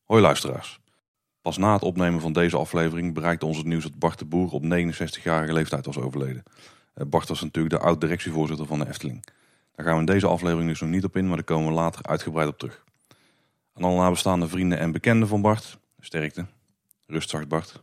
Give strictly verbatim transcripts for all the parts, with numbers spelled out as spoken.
Hoi luisteraars. Pas na het opnemen van deze aflevering bereikte ons het nieuws dat Bart de Boer op negenenzestigjarige leeftijd was overleden. Bart was natuurlijk de oud-directievoorzitter van de Efteling. Daar gaan we in deze aflevering dus nog niet op in, maar daar komen we later uitgebreid op terug. Aan alle nabestaande vrienden en bekenden van Bart, sterkte. Rust zacht Bart.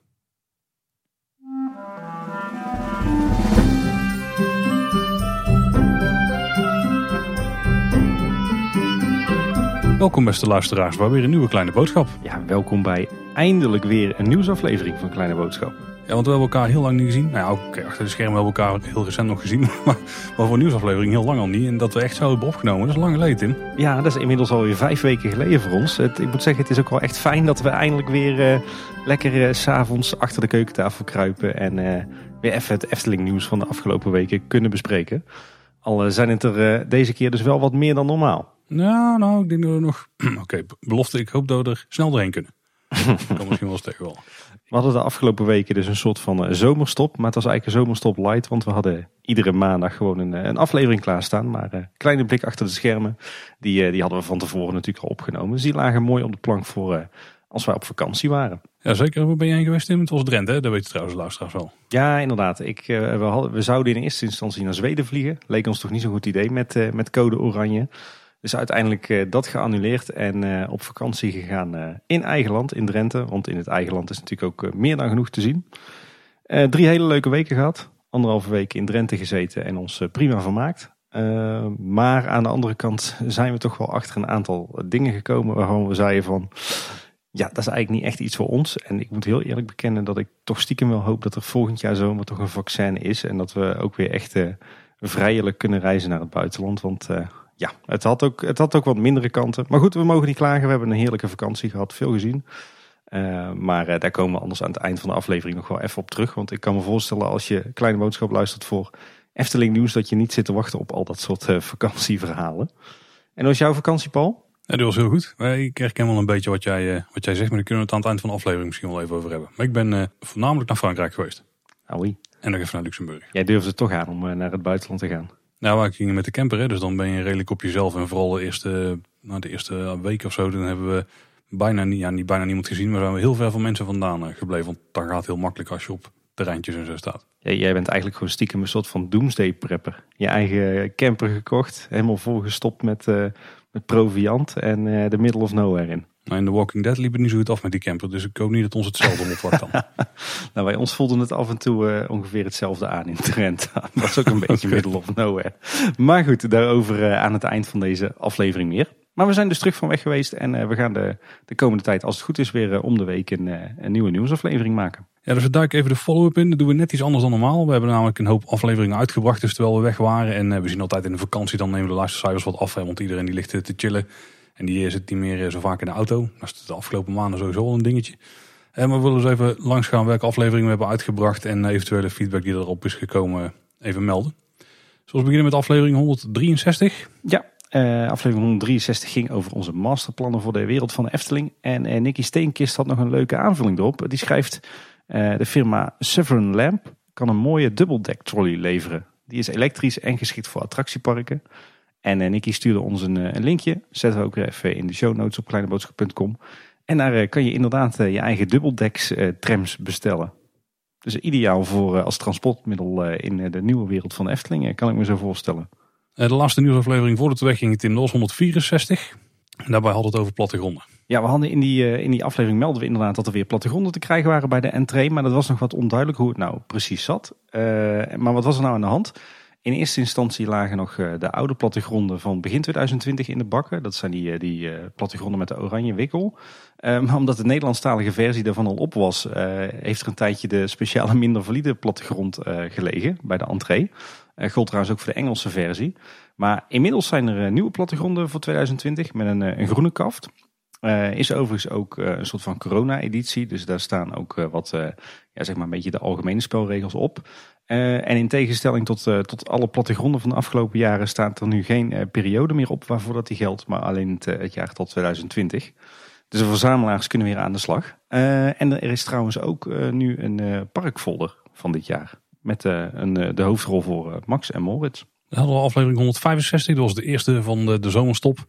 Welkom beste luisteraars bij weer een nieuwe Kleine Boodschap. Ja, welkom bij eindelijk weer een nieuwsaflevering van Kleine Boodschap. Ja, want we hebben elkaar heel lang niet gezien. Nou ja, oké, okay, achter de schermen hebben we elkaar heel recent nog gezien. Maar, maar voor een nieuwsaflevering heel lang al niet. En dat we echt zo hebben opgenomen, dat is lang geleden, Tim. Ja, dat is inmiddels alweer vijf weken geleden voor ons. Het, ik moet zeggen, het is ook wel echt fijn dat we eindelijk weer uh, lekker uh, 's avonds achter de keukentafel kruipen. En uh, weer even het Efteling nieuws van de afgelopen weken kunnen bespreken. Al uh, zijn het er uh, deze keer dus wel wat meer dan normaal. Nou, nou, ik denk dat we nog... Oké, okay, belofte, ik hoop dat we er snel doorheen kunnen. Dat kan misschien wel eens tegen wel. We hadden de afgelopen weken dus een soort van uh, zomerstop. Maar het was eigenlijk een zomerstop light. Want we hadden iedere maandag gewoon een, een aflevering klaarstaan. Maar een uh, kleine blik achter de schermen. Die, uh, die hadden we van tevoren natuurlijk al opgenomen. Dus die lagen mooi op de plank voor uh, als wij op vakantie waren. Ja, zeker. Waar ben jij heen geweest, Tim? Het was Drenthe, hè? Dat weet je trouwens de luisteraars wel. Ja, inderdaad. Ik, uh, we, hadden, we zouden in eerste instantie naar Zweden vliegen. Leek ons toch niet zo'n goed idee met, uh, met code oranje. Dus uiteindelijk uh, dat geannuleerd en uh, op vakantie gegaan uh, in eigen land, in Drenthe. Want in het eigen land is natuurlijk ook uh, meer dan genoeg te zien. Uh, drie hele leuke weken gehad. Anderhalve week in Drenthe gezeten en ons uh, prima vermaakt. Uh, maar aan de andere kant zijn we toch wel achter een aantal dingen gekomen waarvan we zeiden van... Ja, dat is eigenlijk niet echt iets voor ons. En ik moet heel eerlijk bekennen dat ik toch stiekem wel hoop dat er volgend jaar zomer toch een vaccin is. En dat we ook weer echt uh, vrijelijk kunnen reizen naar het buitenland. Want... Uh, Ja, het had, ook, het had ook wat mindere kanten. Maar goed, we mogen niet klagen. We hebben een heerlijke vakantie gehad, veel gezien. Uh, maar uh, daar komen we anders aan het eind van de aflevering nog wel even op terug. Want ik kan me voorstellen als je Kleine Boodschap luistert voor Efteling nieuws... dat je niet zit te wachten op al dat soort uh, vakantieverhalen. En hoe was jouw vakantie, Paul? Ja, die was heel goed. Ik herken wel een beetje wat jij, uh, wat jij zegt. Maar daar kunnen we het aan het eind van de aflevering misschien wel even over hebben. Maar ik ben uh, voornamelijk naar Frankrijk geweest. Ah, oui. En nog even naar Luxemburg. Jij durfde toch aan om uh, naar het buitenland te gaan? Nou, we gingen met de camper, hè, dus dan ben je redelijk op jezelf. En vooral de eerste, nou, de eerste week of zo, dan hebben we bijna, niet, ja, niet bijna niemand gezien. Maar zijn we heel ver van mensen vandaan gebleven. Want dan gaat het heel makkelijk als je op terreintjes en zo staat. Ja, jij bent eigenlijk gewoon stiekem een soort van doomsday prepper. Je eigen camper gekocht, helemaal volgestopt met, uh, met proviant en uh, de middle of nowhere in. Nou, in The Walking Dead liep het niet zo goed af met die camper. Dus ik hoop niet dat ons hetzelfde opwacht dan. Nou, bij ons voelden het af en toe uh, ongeveer hetzelfde aan in Drenthe. Dat was ook een beetje okay. Middle of nowhere. Maar goed, daarover uh, aan het eind van deze aflevering meer. Maar we zijn dus terug van weg geweest. En uh, we gaan de, de komende tijd, als het goed is, weer uh, om de week een, uh, een nieuwe nieuwsaflevering maken. Ja, dus we duiken even de follow-up in. Dat doen we net iets anders dan normaal. We hebben namelijk een hoop afleveringen uitgebracht. Dus terwijl we weg waren. En uh, we zien altijd in de vakantie, dan nemen de luistercijfers wat af. Hè, want iedereen die ligt te chillen. En die zit niet meer zo vaak in de auto. Dat is de afgelopen maanden sowieso al een dingetje. En we willen dus even langs gaan welke afleveringen we hebben uitgebracht. En eventuele feedback die erop is gekomen even melden. Zoals we beginnen met aflevering honderddrieënzestig. Ja, uh, aflevering honderddrieënzestig ging over onze masterplannen voor de wereld van de Efteling. En uh, Nicky Steenkist had nog een leuke aanvulling erop. Die schrijft, uh, de firma Sovereign Lamp kan een mooie dubbeldeck trolley leveren. Die is elektrisch en geschikt voor attractieparken. En uh, Nicky stuurde ons een, een linkje. Zetten we ook weer even in de show notes op kleineboodschap punt com. En daar uh, kan je inderdaad uh, je eigen dubbeldeks uh, trams bestellen. Dus ideaal voor uh, als transportmiddel uh, in uh, de nieuwe wereld van de Efteling, uh, kan ik me zo voorstellen. Uh, de laatste nieuwsaflevering voordat we weggingen, Tim, dat was honderdvierenzestig. En daarbij hadden we het over plattegronden. Ja, we hadden in die, uh, in die aflevering melden we inderdaad dat er weer plattegronden te krijgen waren bij de entree. Maar dat was nog wat onduidelijk hoe het nou precies zat. Uh, maar wat was er nou aan de hand? In eerste instantie lagen nog de oude plattegronden van begin tweeduizend twintig in de bakken. Dat zijn die, die plattegronden met de oranje wikkel. Maar omdat de Nederlandstalige versie daarvan al op was, heeft er een tijdje de speciale minder valide plattegrond gelegen bij de entree. Gold trouwens ook voor de Engelse versie. Maar inmiddels zijn er nieuwe plattegronden voor tweeduizend twintig met een, een groene kaft. Uh, is overigens ook uh, een soort van corona-editie. Dus daar staan ook uh, wat, uh, ja, zeg maar een beetje de algemene spelregels op. Uh, en in tegenstelling tot, uh, tot alle plattegronden van de afgelopen jaren staat er nu geen uh, periode meer op waarvoor dat die geldt. Maar alleen het, uh, het jaar tot tweeduizend twintig. Dus de verzamelaars kunnen weer aan de slag. Uh, en er is trouwens ook uh, nu een uh, parkfolder van dit jaar. Met uh, een, uh, de hoofdrol voor uh, Max en Moritz. We hadden al aflevering honderdvijfenzestig, dat was de eerste van de, de zomerstop.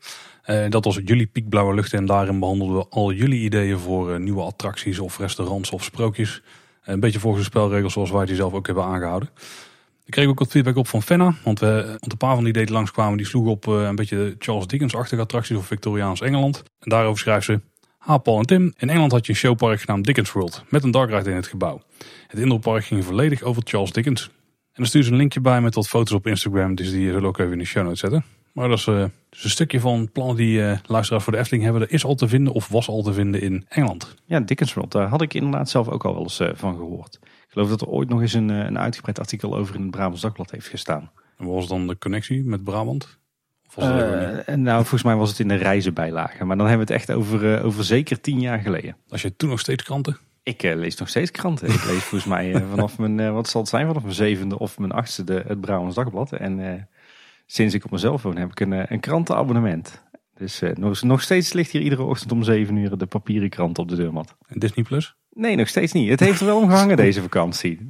Uh, dat was jullie piekblauwe lucht en daarin behandelden we al jullie ideeën voor uh, nieuwe attracties of restaurants of sprookjes. Uh, een beetje volgens de spelregels zoals wij die zelf ook hebben aangehouden. Ik kreeg ook wat feedback op van Fenna, want, we, want een paar van die ideeën die langskwamen die sloegen op uh, een beetje Charles Dickens-achtige attracties of Victoriaans Engeland. En daarover schrijft ze: Ha, Paul en Tim, in Engeland had je een showpark genaamd Dickens World met een dark ride in het gebouw. Het indoorpark ging volledig over Charles Dickens. En dan stuurt ze een linkje bij met wat foto's op Instagram, dus die zullen we ook even in de show notes zetten. Maar dat is uh, dus een stukje van plannen die uh, luisteraars voor de Efteling hebben. Dat is al te vinden of was al te vinden in Engeland. Ja, Dickens World, daar had ik inderdaad zelf ook al wel eens uh, van gehoord. Ik geloof dat er ooit nog eens een, uh, een uitgebreid artikel over in het Brabants Dagblad heeft gestaan. En wat was dan de connectie met Brabant? Of was uh, nou, volgens mij was het in de reizenbijlage. Maar dan hebben we het echt over, uh, over zeker tien jaar geleden. Als je toen nog steeds kranten? Ik uh, lees nog steeds kranten. Ik lees volgens mij uh, vanaf mijn, uh, wat zal het zijn, vanaf mijn zevende of mijn achtste de, het Brabants Dagblad. En uh, sinds ik op mijn cell phone heb ik een, uh, een krantenabonnement. Dus uh, nog, nog steeds ligt hier iedere ochtend om zeven uur de papieren krant op de deurmat. En Disney Plus? Nee, nog steeds niet. Het heeft er wel om gehangen deze vakantie.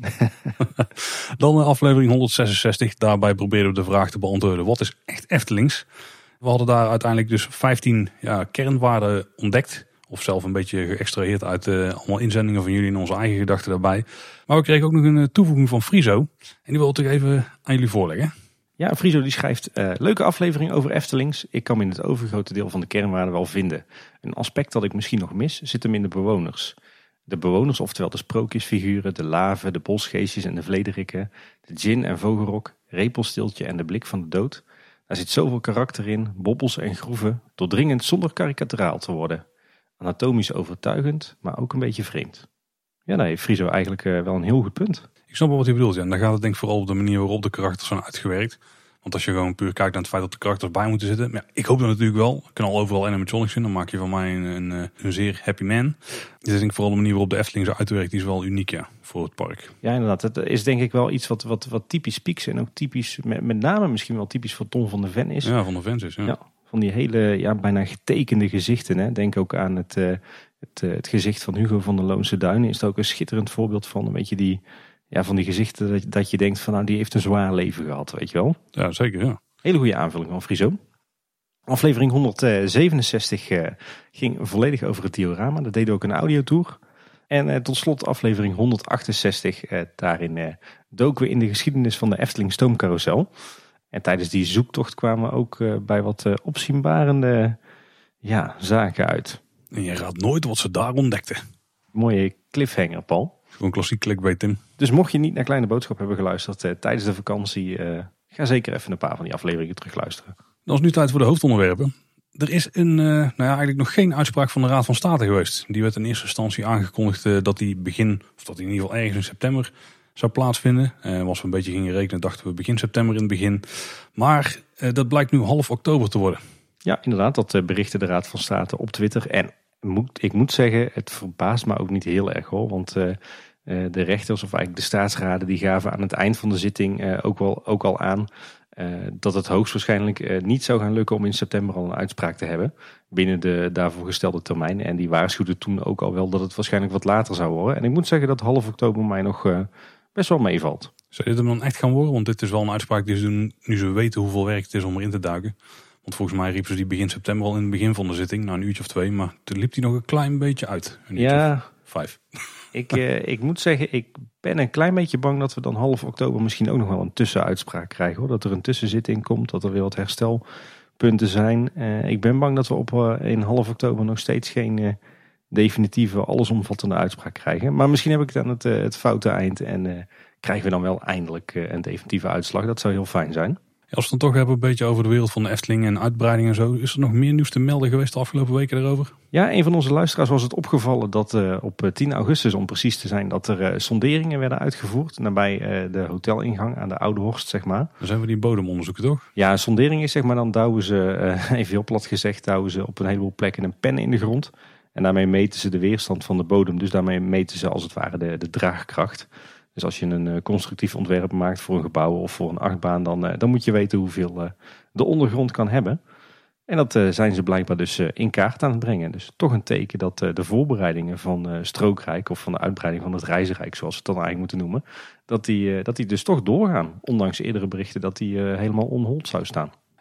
Dan aflevering honderdzesenzestig. Daarbij proberen we de vraag te beantwoorden: wat is echt Eftelings? We hadden daar uiteindelijk dus vijftien ja, kernwaarden ontdekt. Of zelf een beetje geëxtraheerd uit uh, allemaal inzendingen van jullie en onze eigen gedachten daarbij. Maar we kregen ook nog een uh, toevoeging van Friso. En die wil ik toch even aan jullie voorleggen. Ja, Friso die schrijft: uh, leuke aflevering over Eftelings. Ik kan me in het overgrote deel van de kernwaarden wel vinden. Een aspect dat ik misschien nog mis zit hem in de bewoners. De bewoners, oftewel de sprookjesfiguren, de laven, de bosgeestjes en de vlederikken, de djinn en vogelrok, repelstiltje en de blik van de dood. Daar zit zoveel karakter in, bobbels en groeven, doordringend zonder karikaturaal te worden. Anatomisch overtuigend, maar ook een beetje vreemd. Ja, daar heeft Friso eigenlijk uh, wel een heel goed punt. Ik snap wel wat hij bedoelt. Ja. En dan gaat het denk ik vooral op de manier waarop de karakters zijn uitgewerkt. Want als je gewoon puur kijkt naar het feit dat de karakters bij moeten zitten. Maar ja, ik hoop dat natuurlijk wel. Ik kan al overal animatronics in. Dan maak je van mij een, een, een zeer happy man. Dus ik denk vooral de manier waarop de Efteling zo uitwerkt. Die is wel uniek, ja, voor het park. Ja, inderdaad. Het is denk ik wel iets wat, wat, wat typisch Pieks. En ook typisch, met, met name misschien wel typisch voor Ton van de Ven is. Ja, van de Ven is, ja. ja. Van die hele, ja, bijna getekende gezichten. Hè. Denk ook aan het, uh, het, uh, het gezicht van Hugo van de Loonse Duinen. Is er ook een schitterend voorbeeld van. Een beetje die, ja, van die gezichten dat, dat je denkt van nou, die heeft een zwaar leven gehad, weet je wel. Ja, zeker, ja. Hele goede aanvulling van Friso. Aflevering honderdzevenenzestig uh, ging volledig over het diorama. Dat deed ook een audiotour. En uh, tot slot aflevering honderdachtenzestig. Uh, daarin uh, doken we in de geschiedenis van de Efteling stoomcarousel. En tijdens die zoektocht kwamen we ook uh, bij wat uh, opzienbarende ja, zaken uit. En je raadt nooit wat ze daar ontdekten. Mooie cliffhanger, Paul. Gewoon klassiek clickbait, Tim. Dus mocht je niet naar Kleine Boodschap hebben geluisterd uh, tijdens de vakantie, Uh, ga zeker even een paar van die afleveringen terugluisteren. Dan is nu tijd voor de hoofdonderwerpen. Er is een, uh, nou ja, eigenlijk nog geen uitspraak van de Raad van State geweest. Die werd in eerste instantie aangekondigd uh, dat die begin, of dat die in ieder geval ergens in september zou plaatsvinden. Uh, als we een beetje gingen rekenen, dachten we begin september in het begin. Maar uh, dat blijkt nu half oktober te worden. Ja, inderdaad, dat uh, berichtte de Raad van State op Twitter. En moet, ik moet zeggen, het verbaast me ook niet heel erg hoor. Want uh, uh, de rechters, of eigenlijk de staatsraden, die gaven aan het eind van de zitting uh, ook, wel, ook al aan Uh, dat het hoogstwaarschijnlijk uh, niet zou gaan lukken om in september al een uitspraak te hebben. Binnen de daarvoor gestelde termijn. En die waarschuwde toen ook al wel dat het waarschijnlijk wat later zou worden. En ik moet zeggen dat half oktober mij nog uh, best wel meevalt. Zou dit hem dan echt gaan worden? Want dit is wel een uitspraak die ze doen nu ze weten hoeveel werk het is om erin te duiken. Want volgens mij riepen ze die begin september al in het begin van de zitting. Nou, een uurtje of twee. Maar toen liep die nog een klein beetje uit. Een uurtje ja. of vijf. Ik, uh, ik moet zeggen, ik ben een klein beetje bang dat we dan half oktober misschien ook nog wel een tussenuitspraak krijgen. Hoor. Dat er een tussenzitting komt, dat er weer wat herstelpunten zijn. Uh, ik ben bang dat we op uh, in half oktober nog steeds geen uh, definitieve, allesomvattende uitspraak krijgen. Maar misschien heb ik het aan het, uh, het foute eind en uh, krijgen we dan wel eindelijk uh, een definitieve uitslag. Dat zou heel fijn zijn. Als we het dan toch hebben een beetje over de wereld van de Efteling en uitbreiding en zo. Is er nog meer nieuws te melden geweest de afgelopen weken daarover? Ja, een van onze luisteraars was het opgevallen dat uh, op tien augustus, om precies te zijn, dat er uh, sonderingen werden uitgevoerd. Nabij uh, de hotelingang aan de Oude Horst, zeg maar. Dan zijn we die bodemonderzoeken toch? Ja, sondering is zeg maar, dan douwen ze, uh, even heel plat gezegd, douwen ze op een heleboel plekken een pen in de grond. En daarmee meten ze de weerstand van de bodem. Dus daarmee meten ze als het ware de, de draagkracht. Dus als je een uh, constructief ontwerp maakt voor een gebouw of voor een achtbaan, dan, uh, dan moet je weten hoeveel uh, de ondergrond kan hebben. En dat uh, zijn ze blijkbaar dus uh, in kaart aan het brengen. Dus toch een teken dat uh, de voorbereidingen van uh, Strookrijk of van de uitbreiding van het Reizenrijk, zoals we het dan eigenlijk moeten noemen, dat die, uh, dat die dus toch doorgaan. Ondanks eerdere berichten dat die uh, helemaal onhold zou staan.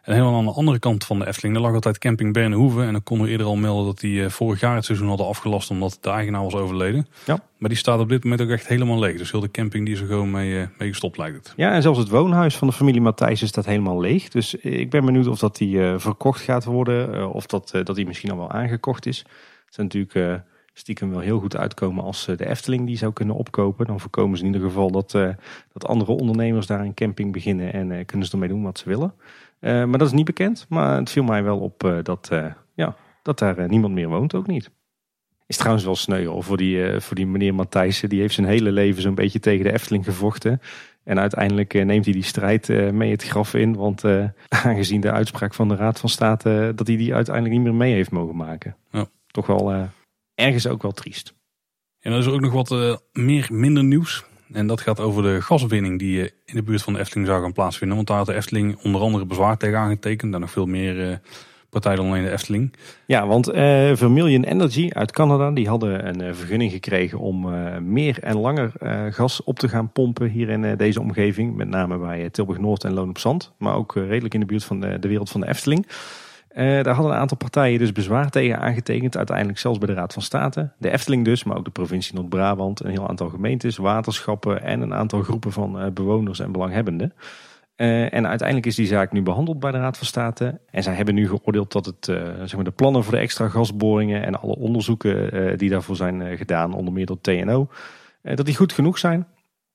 En helemaal aan de andere kant van de Efteling, daar lag altijd camping Bernhoeve. En dan konden we eerder al melden dat die vorig jaar het seizoen hadden afgelast omdat de eigenaar was overleden. Ja. Maar die staat op dit moment ook echt helemaal leeg. Dus heel de camping die is er gewoon mee, mee gestopt lijkt het. Ja, en zelfs het woonhuis van de familie Matthijssen staat helemaal leeg. Dus ik ben benieuwd of dat die uh, verkocht gaat worden. Uh, of dat, uh, dat die misschien al wel aangekocht is. Het zou natuurlijk uh, stiekem wel heel goed uitkomen als uh, de Efteling die zou kunnen opkopen. Dan voorkomen ze in ieder geval dat, uh, dat andere ondernemers daar een camping beginnen. En uh, kunnen ze ermee doen wat ze willen. Uh, maar dat is niet bekend. Maar het viel mij wel op uh, dat, uh, ja, dat daar uh, niemand meer woont, ook niet. Is trouwens wel sneu hoor, voor die, uh, voor die meneer Matthijssen. Die heeft zijn hele leven zo'n beetje tegen de Efteling gevochten. En uiteindelijk uh, neemt hij die strijd uh, mee het graf in. Want uh, aangezien de uitspraak van de Raad van State uh, dat hij die uiteindelijk niet meer mee heeft mogen maken. Ja. Toch wel uh, ergens ook wel triest. En dan is er ook nog wat uh, meer minder nieuws. En dat gaat over de gaswinning die uh, in de buurt van de Efteling zou gaan plaatsvinden. Want daar had de Efteling onder andere bezwaar tegen aangetekend. En nog veel meer uh, partijen dan alleen de Efteling. Ja, want uh, Vermilion Energy uit Canada die hadden een uh, vergunning gekregen om uh, meer en langer uh, gas op te gaan pompen hier in uh, deze omgeving. Met name bij uh, Tilburg Noord en Loon op Zand. Maar ook uh, redelijk in de buurt van de, de wereld van de Efteling. Uh, daar hadden een aantal partijen dus bezwaar tegen aangetekend. Uiteindelijk zelfs bij de Raad van State. De Efteling dus, maar ook de provincie Noord-Brabant. Een heel aantal gemeentes, waterschappen en een aantal groepen van uh, bewoners en belanghebbenden. Uh, en uiteindelijk is die zaak nu behandeld bij de Raad van State. En zij hebben nu geoordeeld dat het, uh, zeg maar de plannen voor de extra gasboringen en alle onderzoeken uh, die daarvoor zijn uh, gedaan, onder meer door T N O, uh, dat die goed genoeg zijn.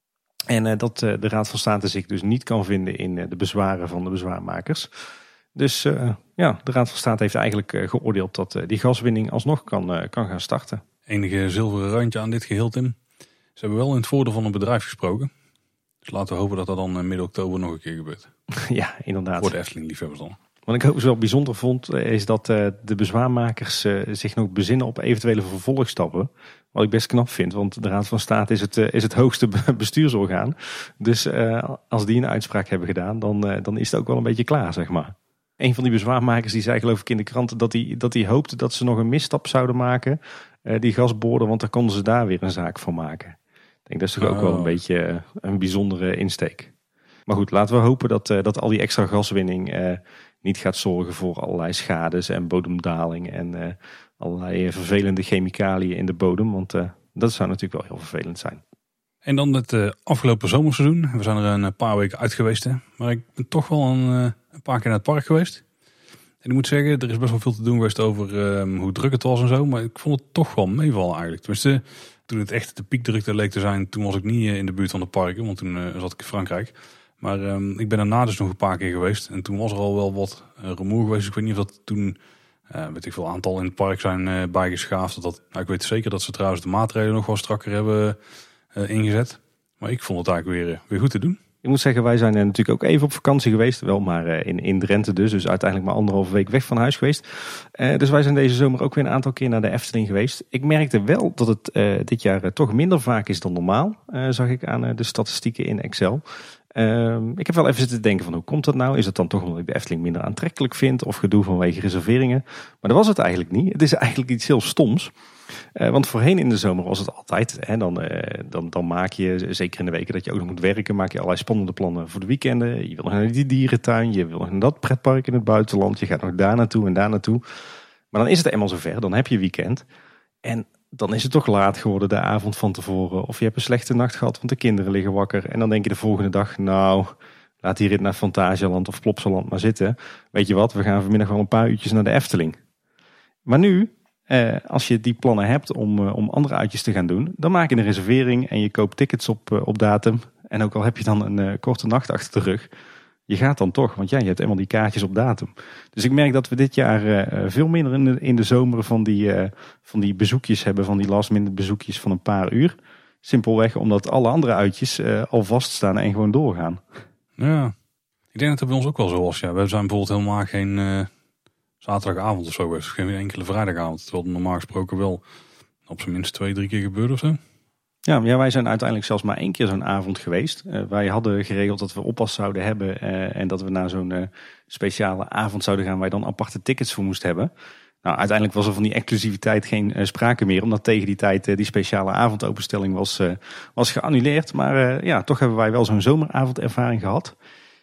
En uh, dat uh, de Raad van State zich dus niet kan vinden in uh, de bezwaren van de bezwaarmakers. Dus uh, ja, de Raad van State heeft eigenlijk uh, geoordeeld dat uh, die gaswinning alsnog kan, uh, kan gaan starten. Enige zilveren randje aan dit geheel, Tim. Ze hebben wel in het voordeel van een bedrijf gesproken. Dus laten we hopen dat dat dan uh, midden oktober nog een keer gebeurt. Ja, inderdaad. Voor de Efteling-liefhebbers dan. Wat ik ook zo bijzonder vond, is dat uh, de bezwaarmakers uh, zich nog bezinnen op eventuele vervolgstappen. Wat ik best knap vind, want de Raad van State is het, uh, is het hoogste bestuursorgaan. Dus uh, als die een uitspraak hebben gedaan, dan, uh, dan is het ook wel een beetje klaar, zeg maar. Een van die bezwaarmakers die zei geloof ik in de krant dat hij dat hij hoopte dat ze nog een misstap zouden maken. Uh, die gasboorden, want dan konden ze daar weer een zaak van maken. Ik denk dat is toch ook oh. wel een beetje uh, een bijzondere insteek. Maar goed, laten we hopen dat, uh, dat al die extra gaswinning uh, niet gaat zorgen voor allerlei schades en bodemdaling. En uh, allerlei vervelende chemicaliën in de bodem. Want uh, dat zou natuurlijk wel heel vervelend zijn. En dan het uh, afgelopen zomerseizoen. We zijn er een paar weken uit geweest. Hè? Maar ik ben toch wel een, uh, een paar keer naar het park geweest. En ik moet zeggen, er is best wel veel te doen geweest over uh, hoe druk het was en zo. Maar ik vond het toch wel meevallen eigenlijk. Tenminste, toen het echt de piekdrukte leek te zijn, toen was ik niet uh, in de buurt van de parken. Want toen uh, zat ik in Frankrijk. Maar um, ik ben daarna dus nog een paar keer geweest. En toen was er al wel wat uh, rumoer geweest. Ik weet niet of dat toen, uh, weet ik veel, aantal in het park zijn uh, bijgeschaafd. Dat dat, nou, ik weet zeker dat ze trouwens de maatregelen nog wel strakker hebben uh, ingezet. Maar ik vond het eigenlijk weer, uh, weer goed te doen. Ik moet zeggen, wij zijn natuurlijk ook even op vakantie geweest. Wel maar in, in Drenthe dus. Dus uiteindelijk maar anderhalve week weg van huis geweest. Uh, dus wij zijn deze zomer ook weer een aantal keer naar de Efteling geweest. Ik merkte wel dat het uh, dit jaar uh, toch minder vaak is dan normaal. Uh, zag ik aan uh, de statistieken in Excel. Uh, ik heb wel even zitten denken van hoe komt dat nou? Is het dan toch omdat ik de Efteling minder aantrekkelijk vind? Of gedoe vanwege reserveringen? Maar dat was het eigenlijk niet. Het is eigenlijk iets heel stoms. Uh, want voorheen in de zomer was het altijd. Hè, dan, uh, dan, dan maak je, zeker in de weken dat je ook nog moet werken, maak je allerlei spannende plannen voor de weekenden. Je wil nog naar die dierentuin, je wil nog naar dat pretpark in het buitenland. Je gaat nog daar naartoe en daar naartoe. Maar dan is het eenmaal zover, dan heb je weekend. En dan is het toch laat geworden de avond van tevoren. Of je hebt een slechte nacht gehad, want de kinderen liggen wakker. En dan denk je de volgende dag, nou, laat die rit naar Fantasieland of Plopsaland maar zitten. Weet je wat, we gaan vanmiddag wel een paar uurtjes naar de Efteling. Maar nu, eh, als je die plannen hebt om, uh, om andere uitjes te gaan doen, dan maak je een reservering en je koopt tickets op, uh, op datum. En ook al heb je dan een uh, korte nacht achter de rug, je gaat dan toch, want ja, je hebt eenmaal die kaartjes op datum. Dus ik merk dat we dit jaar uh, veel minder in de, in de zomer van die, uh, van die bezoekjes hebben, van die last minute bezoekjes van een paar uur. Simpelweg omdat alle andere uitjes uh, al vaststaan en gewoon doorgaan. Ja, ik denk dat het bij ons ook wel zo was. Ja. We zijn bijvoorbeeld helemaal geen uh, zaterdagavond of zo geweest. Geen enkele vrijdagavond. Terwijl het normaal gesproken wel op zijn minst twee, drie keer gebeurt of zo. Ja, ja, wij zijn uiteindelijk zelfs maar één keer zo'n avond geweest. Uh, wij hadden geregeld dat we oppas zouden hebben uh, en dat we naar zo'n uh, speciale avond zouden gaan waar je dan aparte tickets voor moest hebben. Nou, uiteindelijk was er van die exclusiviteit geen uh, sprake meer, omdat tegen die tijd uh, die speciale avondopenstelling was, uh, was geannuleerd. Maar uh, ja, toch hebben wij wel zo'n zomeravondervaring gehad.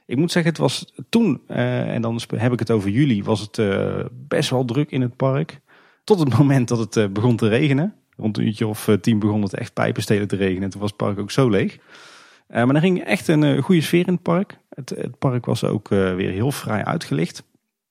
Ik moet zeggen, het was toen, uh, en dan heb ik het over juli, was het uh, best wel druk in het park. Tot het moment dat het uh, begon te regenen. Rond een uurtje of uh, tien begon het echt pijpenstelen te regenen. En toen was het park ook zo leeg. Uh, maar er ging echt een uh, goede sfeer in het park. Het, het park was ook uh, weer heel fraai uitgelicht.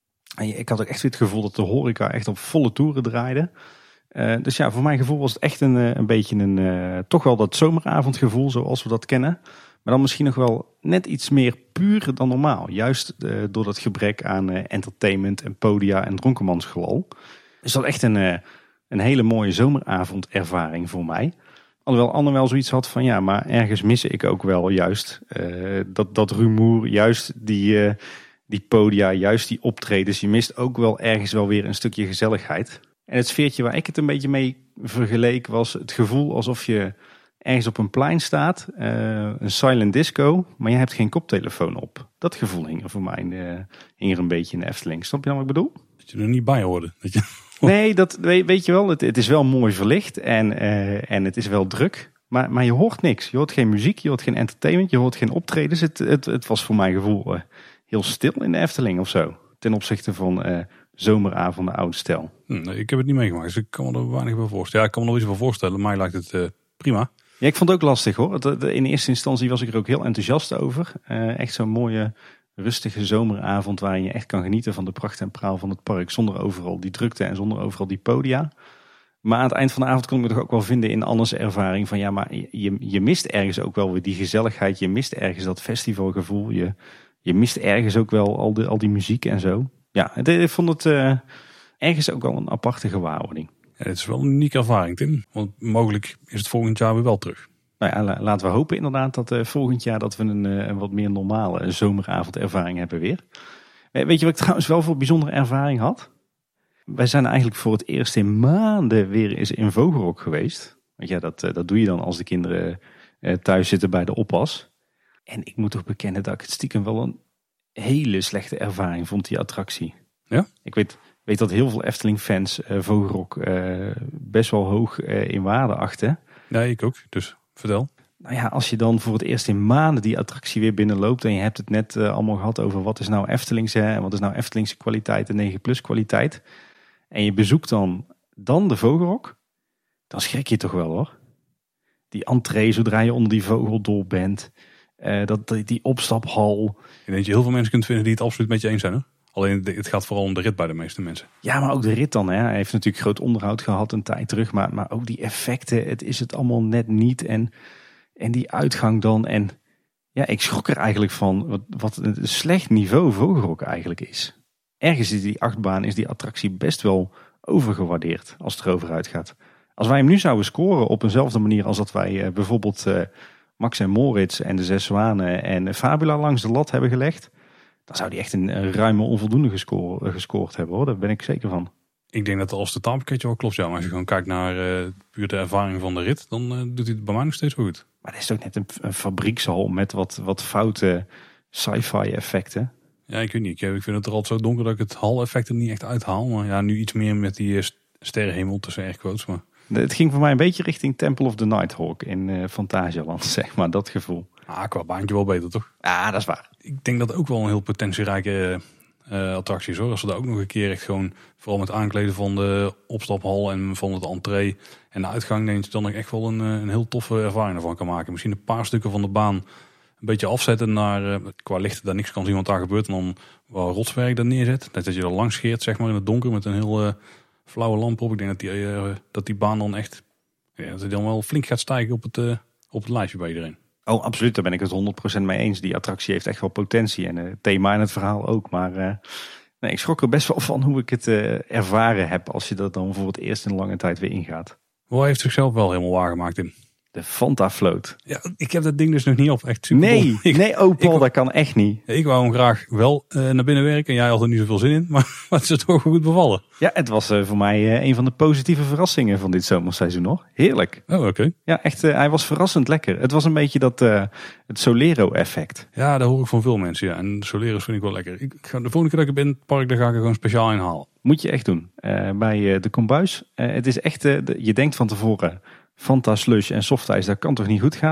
En ik had ook echt weer het gevoel dat de horeca echt op volle toeren draaide. Uh, dus ja, voor mijn gevoel was het echt een, een beetje een, uh, toch wel dat zomeravondgevoel zoals we dat kennen. Maar dan misschien nog wel net iets meer puur dan normaal. Juist uh, door dat gebrek aan uh, entertainment en podia en dronkenmansgelal. Dus dat echt een, uh, een hele mooie zomeravondervaring voor mij. Alhoewel Anne wel zoiets had van ja, maar ergens mis ik ook wel juist uh, dat, dat rumoer, juist die, uh, die podia, juist die optredens. Je mist ook wel ergens wel weer een stukje gezelligheid. En het sfeertje waar ik het een beetje mee vergeleek was het gevoel alsof je ergens op een plein staat, uh, een silent disco, maar je hebt geen koptelefoon op. Dat gevoel hing er voor mij uh, hing er een beetje in de Efteling. Snap je nou wat ik bedoel? Dat je er niet bij hoorde. Dat je... Nee, dat weet je wel. Het, het is wel mooi verlicht en, uh, en het is wel druk. Maar, maar je hoort niks. Je hoort geen muziek, je hoort geen entertainment, je hoort geen optredens. Het, het, het was voor mijn gevoel uh, heel stil in de Efteling of zo. Ten opzichte van uh, zomeravonden oude stijl. Nee, ik heb het niet meegemaakt, dus ik kan me er weinig bij voorstellen. Ja, ik kan me er iets van voorstellen. Mij lijkt het uh, prima. Ja, ik vond het ook lastig hoor. In eerste instantie was ik er ook heel enthousiast over. Uh, echt zo'n mooie, rustige zomeravond waarin je echt kan genieten van de pracht en praal van het park. Zonder overal die drukte en zonder overal die podia. Maar aan het eind van de avond kon ik me toch ook wel vinden in Anne's ervaring. Van ja, maar je, je mist ergens ook wel weer die gezelligheid. Je mist ergens dat festivalgevoel. Je, je mist ergens ook wel al, de, al die muziek en zo. Ja, ik vond het uh, ergens ook wel een aparte gewaarwording. Ja, het is wel een unieke ervaring, Tim. Want mogelijk is het volgend jaar weer wel terug. Nou ja, laten we hopen inderdaad dat uh, volgend jaar dat we een, uh, een wat meer normale zomeravondervaring hebben weer. Weet je wat ik trouwens wel voor bijzondere ervaring had? Wij zijn eigenlijk voor het eerst in maanden weer eens in Vogelrok geweest. Want ja, dat, uh, dat doe je dan als de kinderen uh, thuis zitten bij de oppas. En ik moet toch bekennen dat ik het stiekem wel een hele slechte ervaring vond, die attractie. Ja? Ik weet... weet dat heel veel Efteling-fans uh, Vogelrok uh, best wel hoog uh, in waarde achten. Nee, ik ook. Dus vertel. Nou ja, als je dan voor het eerst in maanden die attractie weer binnenloopt en je hebt het net uh, allemaal gehad over wat is nou Eftelingse en wat is nou Eftelingse kwaliteit en negen plus kwaliteit. En je bezoekt dan, dan de Vogelrok, dan schrik je toch wel hoor. Die entree zodra je onder die vogeldol bent, uh, dat, die, die opstaphal. Ik denk dat je heel veel mensen kunt vinden die het absoluut met je eens zijn hoor. Alleen het gaat vooral om de rit bij de meeste mensen. Ja, maar ook de rit dan. Hè. Hij heeft natuurlijk groot onderhoud gehad een tijd terug. Maar, maar ook die effecten, het is het allemaal net niet. En, en die uitgang dan. En ja, ik schrok er eigenlijk van wat, wat een slecht niveau Vogelrok eigenlijk is. Ergens is die achtbaan, is die attractie best wel overgewaardeerd als het erover uitgaat. Als wij hem nu zouden scoren op eenzelfde manier als dat wij uh, bijvoorbeeld uh, Max en Moritz en de Zes Zwanen en Fabula langs de lat hebben gelegd. Dan zou die echt een, een ruime onvoldoende gescoord, gescoord hebben hoor. Daar ben ik zeker van. Ik denk dat als de taalpakketje wel klopt. Ja, maar als je gewoon kijkt naar uh, puur de ervaring van de rit. Dan uh, doet hij het bij mij nog steeds wel goed. Maar dat is ook net een, een fabriekshal met wat, wat foute sci-fi effecten. Ja, ik weet niet. Ik vind het er altijd zo donker dat ik het hal-effect er niet echt uithaal. Maar ja, nu iets meer met die sterrenhemel tussen air quotes. Maar... Het ging voor mij een beetje richting Temple of the Nighthawk in uh, Fantasialand, zeg maar. Dat gevoel. Ah, qua baantje wel beter toch? Ah, dat is waar. Ik denk dat ook wel een heel potentierijke uh, attractie is hoor. Als we daar ook nog een keer echt gewoon, vooral met aankleden van de opstaphal en van het entree en de uitgang, denk ik dan nog echt wel een, een heel toffe ervaring ervan kan maken. Misschien een paar stukken van de baan een beetje afzetten naar, uh, qua lichten daar niks kan zien wat daar gebeurt. En dan wat rotswerk daar neerzet. Dat je er langs scheert zeg maar in het donker met een heel uh, flauwe lamp op. Ik denk dat die, uh, dat die baan dan echt, ja, dat die dan wel flink gaat stijgen op het, uh, op het lijstje bij iedereen. Oh, absoluut. Daar ben ik het honderd procent mee eens. Die attractie heeft echt wel potentie. En het uh, thema en het verhaal ook. Maar uh, nee, ik schrok er best wel van hoe ik het uh, ervaren heb. Als je dat dan voor het eerst in lange tijd weer ingaat. Hoe heeft zichzelf wel helemaal waargemaakt in? De Fanta Float. Ja, ik heb dat ding dus nog niet op. Echt super. Nee, ik, nee, oh Paul, ik, dat kan echt niet. Ik wou hem graag wel uh, naar binnen werken. Jij had er niet zoveel zin in. Maar, maar het is toch goed bevallen. Ja, het was uh, voor mij uh, een van de positieve verrassingen van dit zomerseizoen nog. Heerlijk. Oh, oké. Okay. Ja, echt. Uh, hij was verrassend lekker. Het was een beetje dat uh, het Solero effect. Ja, dat hoor ik van veel mensen. Ja. En Solero's vind ik wel lekker. Ik ga, de volgende keer dat ik ben in het park, daar ga ik er gewoon speciaal in halen. Moet je echt doen. Uh, bij uh, de kombuis. Uh, het is echt, uh, de, je denkt van tevoren, Fanta, slush en softijs, dat kan toch niet goed gaan?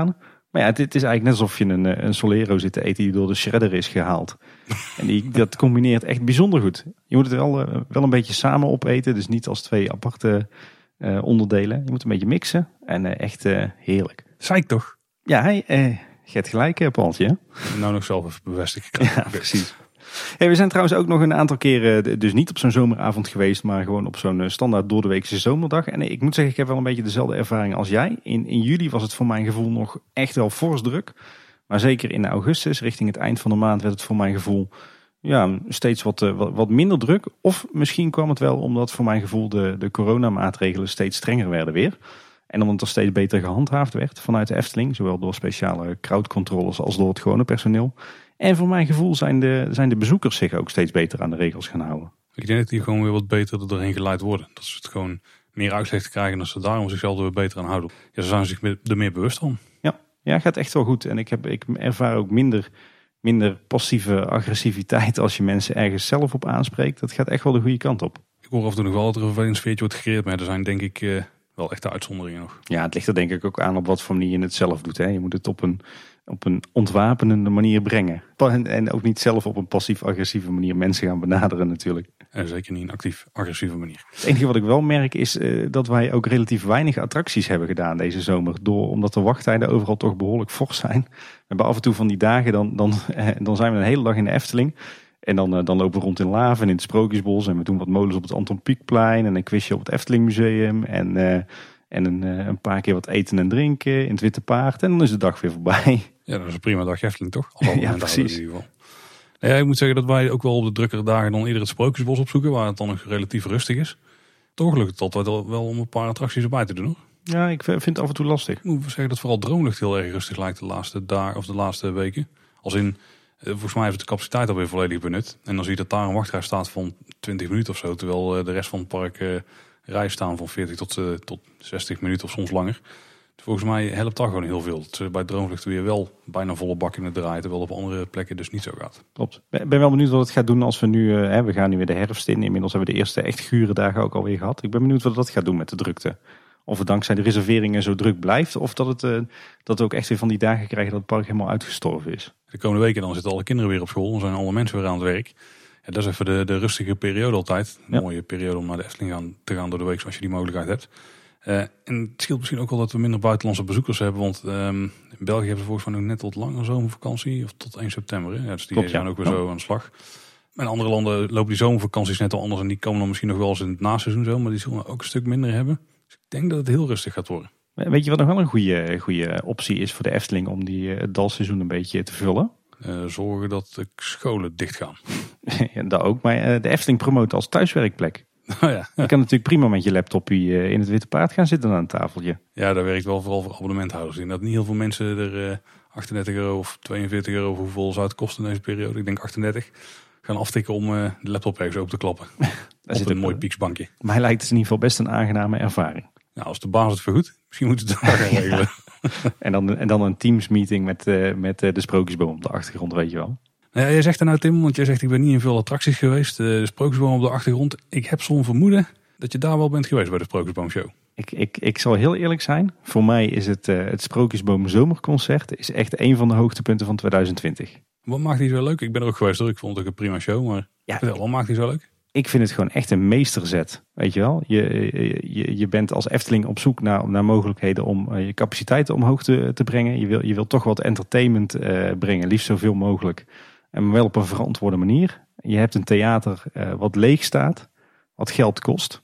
Maar ja, het, het is eigenlijk net alsof je een, een Solero zit te eten die door de shredder is gehaald. En die, dat combineert echt bijzonder goed. Je moet het wel, uh, wel een beetje samen opeten. Dus niet als twee aparte uh, onderdelen. Je moet een beetje mixen. En uh, echt uh, heerlijk. Zei ik toch? Ja, hij, uh, je hebt gelijk, uh, Paultje. Nou nog zelf even bevestigen. Ja, precies. Hey, we zijn trouwens ook nog een aantal keren, dus niet op zo'n zomeravond geweest, maar gewoon op zo'n standaard doordeweekse zomerdag. En ik moet zeggen, ik heb wel een beetje dezelfde ervaring als jij. In, in juli was het voor mijn gevoel nog echt wel fors druk. Maar zeker in augustus, richting het eind van de maand, werd het voor mijn gevoel ja, steeds wat, wat, wat minder druk. Of misschien kwam het wel omdat voor mijn gevoel de, de coronamaatregelen steeds strenger werden weer. En omdat er steeds beter gehandhaafd werd vanuit de Efteling, zowel door speciale crowdcontroles als door het gewone personeel. En voor mijn gevoel zijn de, zijn de bezoekers zich ook steeds beter aan de regels gaan houden. Ik denk dat die gewoon weer wat beter er doorheen geleid worden. Dat ze het gewoon meer uitzicht krijgen en dat ze daarom zichzelf er weer beter aan houden. Ja, ze zijn zich er meer bewust van. Ja, ja, gaat echt wel goed. En ik, heb, ik ervaar ook minder, minder passieve agressiviteit als je mensen ergens zelf op aanspreekt. Dat gaat echt wel de goede kant op. Ik hoor af en toe nog wel dat er een vervelend sfeertje wordt gecreëerd. Maar er zijn denk ik uh, wel echte uitzonderingen nog. Ja, het ligt er denk ik ook aan op wat voor manier je het zelf doet. Hè. Je moet het op een... op een ontwapenende manier brengen. En ook niet zelf op een passief-agressieve manier mensen gaan benaderen natuurlijk. En zeker niet een actief-agressieve manier. Het enige wat ik wel merk is uh, dat wij ook relatief weinig attracties hebben gedaan deze zomer. Door, omdat de wachttijden overal toch behoorlijk fors zijn. We hebben af en toe van die dagen, dan, dan, uh, dan zijn we een hele dag in de Efteling. En dan, uh, dan lopen we rond in Laven en in het Sprookjesbos. En we doen wat molens op het Anton Pieckplein. En een quizje op het Efteling Museum. En, uh, en een, uh, een paar keer wat eten en drinken in het Witte Paard. En dan is de dag weer voorbij. Ja, dat is een prima dag Efteling, toch? Ja, precies. In ieder geval. Ja, ik moet zeggen dat wij ook wel op de drukkere dagen dan eerder het Sprookjesbos opzoeken, waar het dan nog relatief rustig is. Toch lukt het altijd wel om een paar attracties erbij te doen, hoor. Ja, ik vind het af en toe lastig. Ik moet zeggen dat vooral Droomlucht heel erg rustig lijkt de laatste dagen of de laatste weken. Als in, volgens mij heeft de capaciteit alweer volledig benut. En dan zie je dat daar een wachtrij staat van twintig minuten of zo, terwijl de rest van het park uh, rij staan van veertig tot, uh, tot zestig minuten of soms langer. Volgens mij helpt dat gewoon heel veel. Dat ze bij Droomvlucht weer wel bijna volle bak in het draaien, terwijl op andere plekken dus niet zo gaat. Klopt. Ik ben wel benieuwd wat het gaat doen als we nu, uh, hè, we gaan nu weer de herfst in. Inmiddels hebben we de eerste echt gure dagen ook alweer gehad. Ik ben benieuwd wat dat gaat doen met de drukte. Of het dankzij de reserveringen zo druk blijft, of dat, het, uh, dat we ook echt weer van die dagen krijgen dat het park helemaal uitgestorven is. De komende weken dan zitten alle kinderen weer op school, dan zijn alle mensen weer aan het werk. Ja, dat is even de, de rustige periode altijd. Een ja. mooie periode om naar de Efteling gaan, te gaan door de week, zoals je die mogelijkheid hebt. Uh, en het scheelt misschien ook wel dat we minder buitenlandse bezoekers hebben. Want um, in België hebben ze volgens mij nog net tot lange zomervakantie. Of tot één september. Hè? Ja, dus die Klopt, gaan ja. ook weer ja. zo aan de slag. Maar in andere landen lopen die zomervakanties net al anders. En die komen dan misschien nog wel eens in het naseizoen zo. Maar die zullen ook een stuk minder hebben. Dus ik denk dat het heel rustig gaat worden. Weet je wat nog wel een goede, goede optie is voor de Efteling om die, het dalseizoen een beetje te vullen? Uh, zorgen dat de scholen dicht gaan. Ja, dat ook. Maar uh, de Efteling promoot als thuiswerkplek. Oh ja, ja. Je kan natuurlijk prima met je laptopje in het Witte Paard gaan zitten aan een tafeltje. Ja, dat werkt wel vooral voor abonnementhouders. Ik denk dat niet heel veel mensen er uh, achtendertig euro of tweeënveertig euro, hoeveel zou het kosten in deze periode? Ik denk achtendertig. Gaan aftikken om uh, de laptop ergens open te klappen. Daar zit een mooi pieksbankje. Mij lijkt het in ieder geval best een aangename ervaring. Nou, als de baas het vergoedt, misschien moeten we het daar gaan regelen. en, dan, en dan een Teams meeting met, uh, met uh, de sprookjesboom op de achtergrond, weet je wel. Ja, jij zegt er nou, Tim, want jij zegt ik ben niet in veel attracties geweest. De Sprookjesboom op de achtergrond. Ik heb zo'n vermoeden dat je daar wel bent geweest bij de Sprookjesboomshow. Ik, ik, ik zal heel eerlijk zijn. Voor mij is het, uh, het Sprookjesboom Zomerconcert is echt een van de hoogtepunten van twintig twintig. Wat maakt die zo leuk? Ik ben er ook geweest hoor. Ik vond het ook een prima show. Maar ja, vertel, wat maakt die zo leuk? Ik vind het gewoon echt een meesterzet. Weet je wel? Je, je, je bent als Efteling op zoek naar, naar mogelijkheden om je capaciteiten omhoog te, te brengen. Je wil, je wil toch wat entertainment uh, brengen. Liefst zoveel mogelijk. En wel op een verantwoorde manier. Je hebt een theater uh, wat leeg staat. Wat geld kost.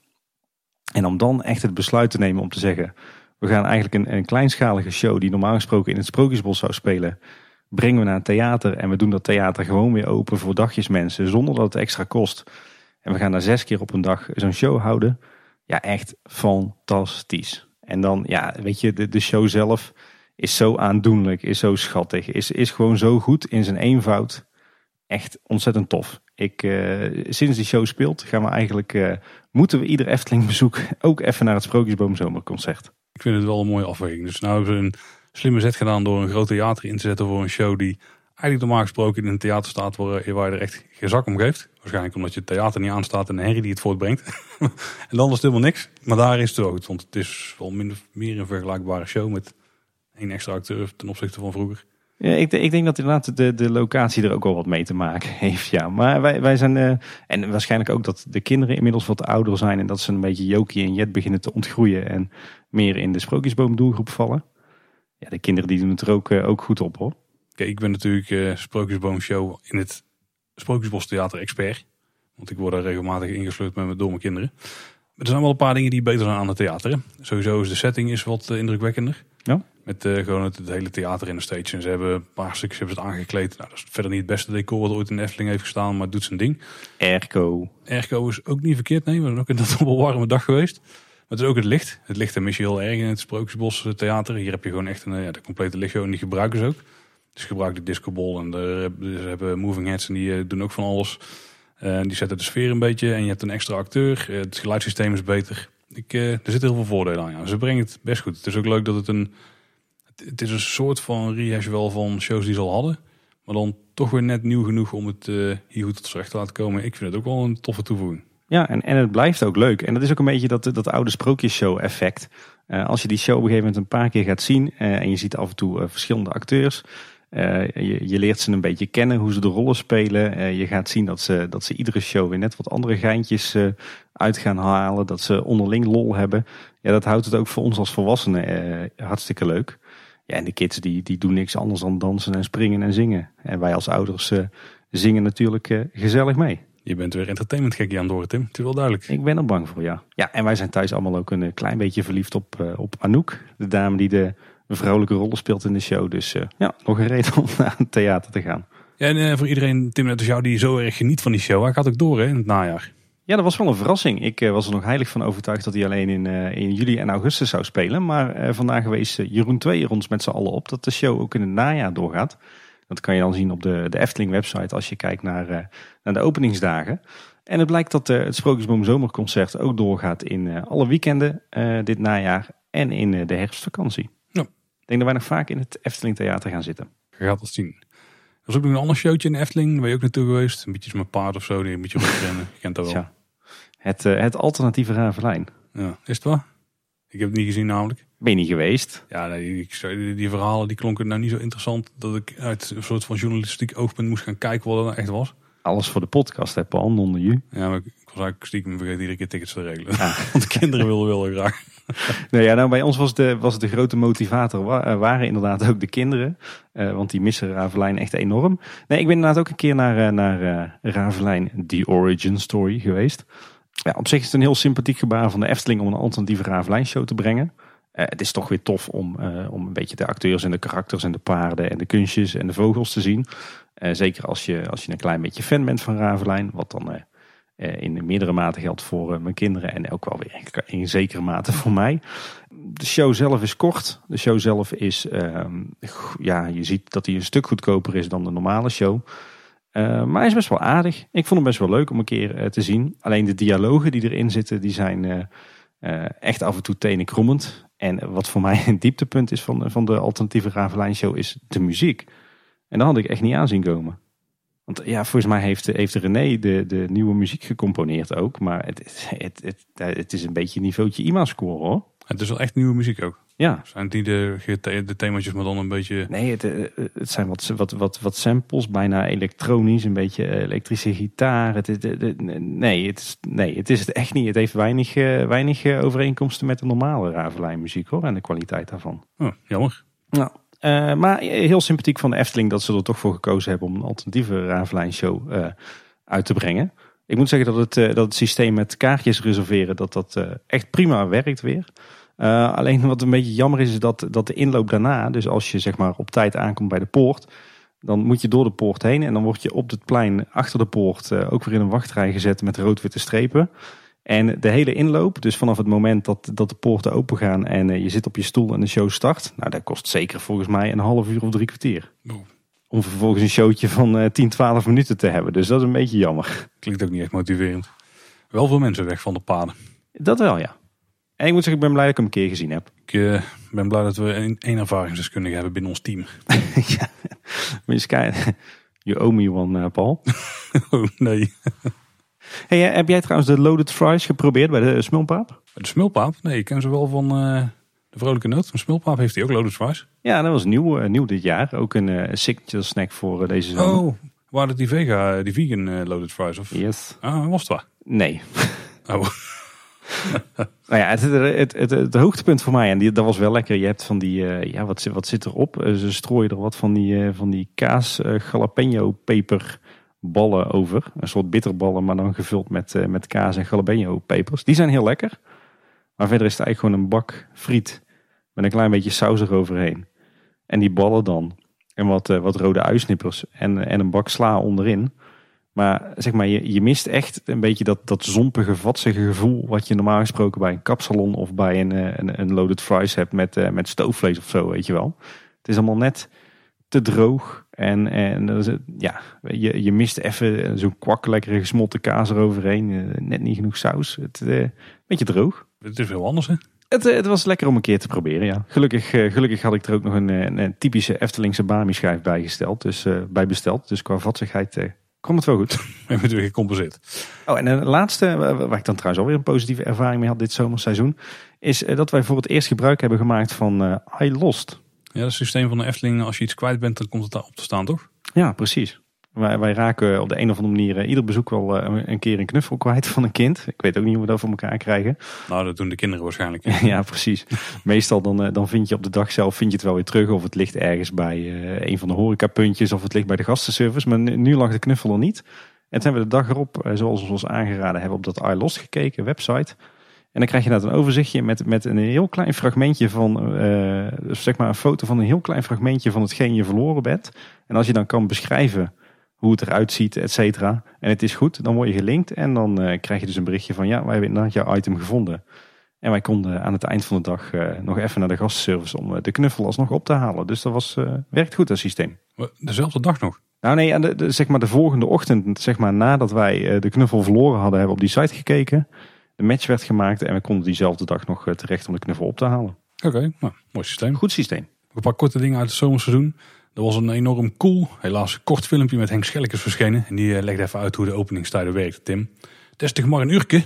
En om dan echt het besluit te nemen om te zeggen. We gaan eigenlijk een, een kleinschalige show die normaal gesproken in het Sprookjesbos zou spelen. Brengen we naar een theater. En we doen dat theater gewoon weer open voor dagjesmensen. Zonder dat het extra kost. En we gaan daar zes keer op een dag zo'n show houden. Ja, echt fantastisch. En dan, ja, weet je, de, de show zelf is zo aandoenlijk, is zo schattig, is, is gewoon zo goed in zijn eenvoud. Echt ontzettend tof. Ik, uh, sinds die show speelt, gaan we eigenlijk, uh, moeten we ieder Efteling bezoek ook even naar het Sprookjesboom Zomerconcert. Ik vind het wel een mooie afweging. Dus nou hebben ze een slimme zet gedaan door een groot theater in te zetten voor een show die eigenlijk normaal gesproken in een theater staat waar, waar je er echt geen zak om geeft. Waarschijnlijk omdat je het theater niet aanstaat en de herrie die het voortbrengt. En dan is het helemaal niks. Maar daar is het wel goed, want het is wel minder, meer een vergelijkbare show met Eén extra acteur ten opzichte van vroeger. Ja, ik, ik denk dat inderdaad de, de locatie er ook wel wat mee te maken heeft. Ja. Maar wij, wij zijn, uh, en waarschijnlijk ook dat de kinderen inmiddels wat ouder zijn. En dat ze een beetje Jokie en Jet beginnen te ontgroeien. En meer in de Sprookjesboom doelgroep vallen. Ja, de kinderen die doen het er ook, uh, ook goed op hoor. Kijk, ik ben natuurlijk uh, Sprookjesboom show in het Sprookjesbos Theater expert. Want ik word daar regelmatig ingesleurd met, door mijn kinderen. Maar er zijn wel een paar dingen die beter zijn aan het theater. Hè? Sowieso is de setting is wat uh, indrukwekkender. Ja. Met uh, gewoon het, het hele theater in de stage. En ze hebben een paar stukjes hebben ze het aangekleed. Nou, dat is verder niet het beste decor wat ooit in de Efteling heeft gestaan. Maar het doet zijn ding. Airco. Airco is ook niet verkeerd. Nee, we zijn ook in dat op een warme dag geweest. Maar het is ook het licht. Het licht mis je heel erg in het Sprookjesbos Theater. Hier heb je gewoon echt een, ja, de complete lichtshow. En die gebruiken ze ook. Dus gebruiken de discoball. En de, ze hebben moving heads. En die uh, doen ook van alles. Uh, die zetten de sfeer een beetje. En je hebt een extra acteur. Uh, het geluidssysteem is beter. Ik, uh, er zitten heel veel voordelen aan. Ja. Ze brengen het best goed. Het is ook leuk dat het een... Het is een soort van rehash wel van shows die ze al hadden. Maar dan toch weer net nieuw genoeg om het uh, hier goed tot z'n recht te laten komen. Ik vind het ook wel een toffe toevoeging. Ja, en, en het blijft ook leuk. En dat is ook een beetje dat, dat oude sprookjesshow effect. Uh, als je die show op een gegeven moment een paar keer gaat zien. Uh, en je ziet af en toe uh, verschillende acteurs. Uh, je, je leert ze een beetje kennen, hoe ze de rollen spelen. Uh, je gaat zien dat ze, dat ze iedere show weer net wat andere geintjes uh, uit gaan halen. Dat ze onderling lol hebben. Ja, dat houdt het ook voor ons als volwassenen uh, hartstikke leuk. Ja, en de kids die, die doen niks anders dan dansen en springen en zingen. En wij als ouders uh, zingen natuurlijk uh, gezellig mee. Je bent weer entertainment gekkie aan door, Tim. Het is wel duidelijk. Ik ben er bang voor, ja. Ja, en wij zijn thuis allemaal ook een klein beetje verliefd op, uh, op Anouk. De dame die de vrouwelijke rollen speelt in de show. Dus uh, ja, nog een reden om naar het theater te gaan. Ja, en uh, voor iedereen, Tim, net als jou, die zo erg geniet van die show. Hij gaat ook door hè, in het najaar. Ja, dat was wel een verrassing. Ik uh, was er nog heilig van overtuigd dat hij alleen in, uh, in juli en augustus zou spelen. Maar uh, vandaag wees uh, Jeroen twee er ons met z'n allen op dat de show ook in het najaar doorgaat. Dat kan je dan zien op de, de Efteling website als je kijkt naar, uh, naar de openingsdagen. En het blijkt dat uh, het Sprookjesboom Zomerconcert ook doorgaat in uh, alle weekenden uh, dit najaar en in uh, de herfstvakantie. Ja. Ik denk dat wij nog vaak in het Efteling Theater gaan zitten. Je gaat het zien. Er was ook nog een ander showtje in de Efteling. Daar ben je ook naartoe geweest. Een beetje met paard of zo. Die een beetje rondrennen. Je kent dat wel. Ja. Het, uh, het alternatieve Ravelijn. Ja, is het waar? Ik heb het niet gezien namelijk. Ben je niet geweest? Ja, nee, die, die verhalen die klonken nou niet zo interessant dat ik uit een soort van journalistiek oogpunt moest gaan kijken wat het nou echt was. Alles voor de podcast, hè, Paul, non de ju. Ja, maar ik was eigenlijk stiekem vergeten iedere keer tickets te regelen. Ja. Want de kinderen wilden wel graag. Nou ja, nou, bij ons was de, was de grote motivator waren inderdaad ook de kinderen. Uh, want die missen Ravelijn echt enorm. Nee, ik ben inderdaad ook een keer naar, naar uh, Ravelijn The Origin Story geweest. Ja, op zich is het een heel sympathiek gebaar van de Efteling om een alternatieve Ravelijn show te brengen. Uh, het is toch weer tof om, uh, om een beetje de acteurs en de karakters en de paarden en de kunstjes en de vogels te zien. Uh, zeker als je, als je een klein beetje fan bent van Ravelijn. Wat dan uh, uh, in meerdere mate geldt voor uh, mijn kinderen en ook wel weer in zekere mate voor mij. De show zelf is kort. De show zelf is, uh, ja, je ziet dat hij een stuk goedkoper is dan de normale show. Uh, maar hij is best wel aardig. Ik vond hem best wel leuk om een keer uh, te zien. Alleen de dialogen die erin zitten, die zijn uh, uh, echt af en toe tenenkrommend. En wat voor mij een dieptepunt is van, van de alternatieve Ravelijn show is de muziek. En dat had ik echt niet aan zien komen. Want ja, volgens mij heeft, heeft René de, de nieuwe muziek gecomponeerd ook. Maar het, het, het, het is een beetje een niveautje I M A-score hoor. Het is wel echt nieuwe muziek ook. Ja. Zijn het niet de, de themaatjes, maar dan een beetje... Nee, het, het zijn wat, wat, wat, wat samples, bijna elektronisch, een beetje elektrische gitaar. Het, het, het, nee, het is, nee, het is het echt niet. Het heeft weinig, weinig overeenkomsten met de normale Ravelijn muziek hoor. En de kwaliteit daarvan. Oh, jammer. Nou, uh, maar heel sympathiek van de Efteling dat ze er toch voor gekozen hebben om een alternatieve Ravelijn show uh, uit te brengen. Ik moet zeggen dat het, uh, dat het systeem met kaartjes reserveren, dat dat uh, echt prima werkt weer. Uh, alleen wat een beetje jammer is, is dat, dat de inloop daarna, dus als je zeg maar op tijd aankomt bij de poort, dan moet je door de poort heen en dan word je op het plein achter de poort uh, ook weer in een wachtrij gezet met rood-witte strepen. En de hele inloop, dus vanaf het moment dat, dat de poorten open gaan en uh, je zit op je stoel en de show start, nou dat kost zeker volgens mij een half uur of drie kwartier. Oh. Om vervolgens een showtje van uh, tien, twaalf minuten te hebben. Dus dat is een beetje jammer. Klinkt ook niet echt motiverend. Wel veel mensen weg van de paden. Dat wel, ja. En ik moet zeggen, ik ben blij dat ik hem een keer gezien heb. Ik uh, ben blij dat we een, een ervaringsdeskundige hebben binnen ons team. Ja, maar je kijken. You owe me one, uh, Paul. Oh, nee. Hey, heb jij trouwens de loaded fries geprobeerd bij de smulpaap? Bij de smulpaap? Nee, ik ken ze wel van, uh, De Vrolijke Noot van Smulpaap, heeft hij ook loaded fries? Ja, dat was nieuw, uh, nieuw dit jaar. Ook een uh, signature snack voor uh, deze zomer. Oh, waren het die, vega, die vegan uh, loaded fries? Of? Yes. Ah, was het waar? Nee. Oh. Nou ja, het, het, het, het, het hoogtepunt voor mij, en die, dat was wel lekker. Je hebt van die, uh, ja, wat, wat zit erop? Uh, ze strooien er wat van die, uh, van die kaas uh, jalapeno peperballen over. Een soort bitterballen, maar dan gevuld met, uh, met kaas en jalapeno pepers. Die zijn heel lekker. Maar verder is het eigenlijk gewoon een bak friet met een klein beetje saus eroverheen. En die ballen dan. En wat, uh, wat rode uisnippers. En, en een bak sla onderin. Maar zeg maar, je, je mist echt een beetje dat, dat zompige, vatsige gevoel wat je normaal gesproken bij een kapsalon of bij een, een, een loaded fries hebt met, uh, met stoofvlees of zo, weet je wel. Het is allemaal net te droog en, en ja, je, je mist even zo'n kwak lekkere gesmolten kaas eroverheen. Uh, net niet genoeg saus. Het uh, een beetje droog. Het is heel anders, hè? Het, het was lekker om een keer te proberen, ja. Gelukkig, uh, gelukkig had ik er ook nog een, een, een typische Eftelingse Bami schijf bij, gesteld, dus, uh, bij besteld. Dus qua vatsigheid uh, kwam het wel goed. We hebben het weer gecompenseerd. Oh, en een laatste, waar ik dan trouwens alweer een positieve ervaring mee had dit zomerseizoen, is uh, dat wij voor het eerst gebruik hebben gemaakt van uh, I Lost. Ja, dat systeem van de Efteling, als je iets kwijt bent, dan komt het daar op te staan, toch? Ja, precies. Wij, wij raken op de een of andere manier uh, ieder bezoek wel uh, een keer een knuffel kwijt van een kind. Ik weet ook niet hoe we dat voor elkaar krijgen. Nou, dat doen de kinderen waarschijnlijk. Ja, precies. Meestal dan, uh, dan vind je op de dag zelf vind je het wel weer terug. Of het ligt ergens bij uh, een van de horecapuntjes. Of het ligt bij de gastenservice. Maar nu lag de knuffel er niet. En toen hebben we de dag erop, uh, zoals we ons aangeraden hebben, op dat I Lost gekeken, website. En dan krijg je nou een overzichtje met, met een heel klein fragmentje van, uh, zeg maar een foto van een heel klein fragmentje van hetgeen je verloren bent. En als je dan kan beschrijven hoe het eruit ziet, et cetera. En het is goed, dan word je gelinkt. En dan uh, krijg je dus een berichtje van, ja, wij hebben inderdaad jouw item gevonden. En wij konden aan het eind van de dag uh, nog even naar de gastenservice om uh, de knuffel alsnog op te halen. Dus dat was, uh, werkt goed, dat systeem. Dezelfde dag nog? Nou nee, de, de, zeg maar de volgende ochtend, zeg maar nadat wij uh, de knuffel verloren hadden, hebben we op die site gekeken. De match werd gemaakt en we konden diezelfde dag nog uh, terecht om de knuffel op te halen. Oké, okay, nou, mooi systeem. Goed systeem. Een paar korte dingen uit het zomerseizoen. Er was een enorm cool, helaas kort filmpje met Henk Schellekes verschenen. En die uh, legde even uit hoe de openingstijden werkten, Tim. Het is toch maar een uurtje?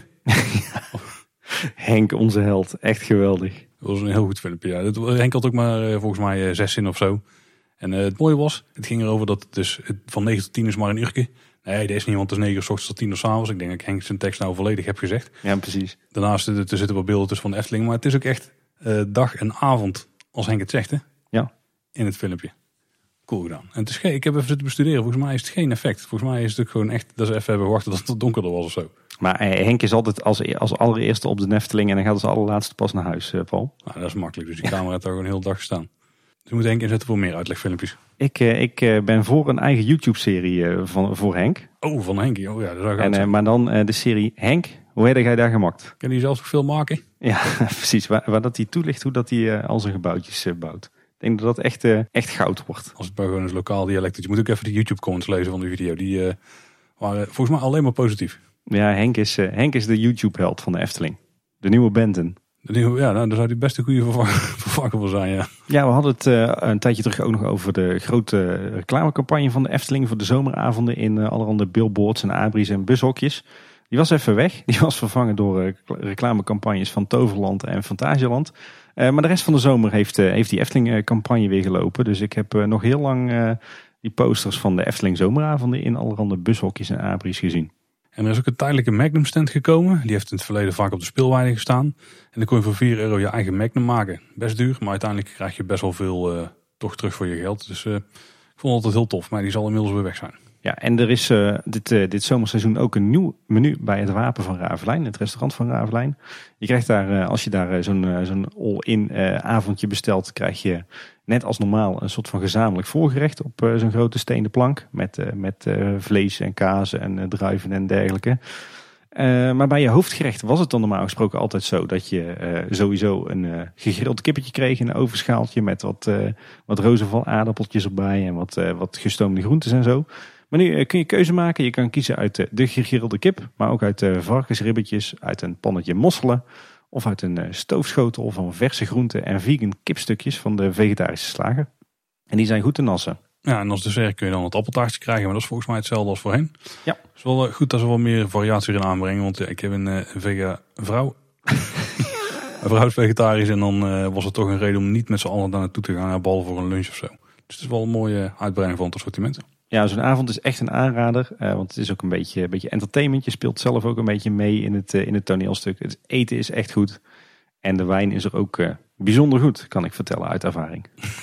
Henk, onze held. Echt geweldig. Dat was een heel goed filmpje. Ja. Henk had ook maar uh, volgens mij uh, zes zin of zo. En uh, het mooie was, het ging erover dat het dus het van negen tot tien is maar een uurtje. Nee, dat is niet, want het is negen uur 's ochtends tot tien uur 's avonds. Ik denk dat ik Henk zijn tekst nou volledig heb gezegd. Ja, precies. Daarnaast er zitten wat beelden tussen van de Efteling. Maar het is ook echt uh, dag en avond, als Henk het zegt, hè? Ja. In het filmpje. Cool gedaan. En het is geen, ik heb even zitten bestuderen. Volgens mij is het geen effect. Volgens mij is het ook gewoon echt dat ze even hebben gewacht tot het donkerder was of zo. Maar eh, Henk is altijd als, als allereerste op de Efteling en dan gaat als allerlaatste pas naar huis, uh, Paul. Nou, dat is makkelijk. Dus die camera heeft daar gewoon een hele dag gestaan. Dus we moeten Henk inzetten voor meer uitlegfilmpjes. Ik, uh, ik uh, ben voor een eigen YouTube-serie uh, van, voor Henk. Oh, van Henk. Oh ja, dat zou en, uh, Maar dan uh, de serie Henk, hoe heb jij daar gemaakt? Kan hij zelfs ook veel maken? Ja, precies. Waar, waar dat hij toelicht hoe dat hij uh, al zijn gebouwtjes uh, bouwt. Ik denk dat dat echt, uh, echt goud wordt. Als het bij gewoon eens lokaal dialect is. Je moet ook even de YouTube comments lezen van de video. Die uh, waren volgens mij alleen maar positief. Ja, Henk is, uh, Henk is de YouTube-held van de Efteling. De nieuwe Benton. De nieuwe, ja, nou, daar zou die best een goede vervanger voor zijn, ja. Ja, we hadden het uh, een tijdje terug ook nog over de grote reclamecampagne van de Efteling voor de zomeravonden in uh, allerhande billboards en abris en bushokjes. Die was even weg. Die was vervangen door uh, reclamecampagnes van Toverland en Fantasieland. Uh, maar de rest van de zomer heeft, uh, heeft die Efteling-campagne weer gelopen. Dus ik heb uh, nog heel lang uh, die posters van de Efteling zomeravonden in allerhande bushokjes en abris gezien. En er is ook een tijdelijke Magnum stand gekomen. Die heeft in het verleden vaak op de speelweide gestaan. En dan kon je voor vier euro je eigen Magnum maken. Best duur, maar uiteindelijk krijg je best wel veel uh, toch terug voor je geld. Dus uh, ik vond het altijd heel tof, maar die zal inmiddels weer weg zijn. Ja, en er is uh, dit, uh, dit zomerseizoen ook een nieuw menu bij het Wapen van Ravelijn, het restaurant van Ravelijn. Je krijgt daar, uh, als je daar uh, zo'n, uh, zo'n all-in uh, avondje bestelt, krijg je net als normaal een soort van gezamenlijk voorgerecht op uh, zo'n grote stenen plank. Met, uh, met uh, vlees en kaas en uh, druiven en dergelijke. Uh, maar bij je hoofdgerecht was het dan normaal gesproken altijd zo dat je uh, sowieso een uh, gegrild kippetje kreeg in een overschaaltje met wat, uh, wat rozenval aardappeltjes erbij en wat, uh, wat gestoomde groentes en zo. Maar nu uh, kun je keuze maken. Je kan kiezen uit uh, de gegrilde kip, maar ook uit uh, varkensribbetjes, uit een pannetje mosselen of uit een uh, stoofschotel van verse groenten en vegan kipstukjes van de vegetarische slager. En die zijn goed te nassen. Ja, en als dessert kun je dan het appeltaartje krijgen, maar dat is volgens mij hetzelfde als voorheen. Ja. Het is wel goed dat ze wel meer variatie erin aanbrengen, want ja, ik heb een, uh, een vega vrouw. Mijn vrouw is vegetarisch en dan uh, was het toch een reden om niet met z'n allen daar naartoe te gaan, behalve voor een lunch of zo. Dus het is wel een mooie uitbreiding van het assortiment. Ja, zo'n avond is echt een aanrader. Uh, want het is ook een beetje, een beetje entertainment. Je speelt zelf ook een beetje mee in het, uh, in het toneelstuk. Het eten is echt goed. En de wijn is er ook uh, bijzonder goed, kan ik vertellen uit ervaring.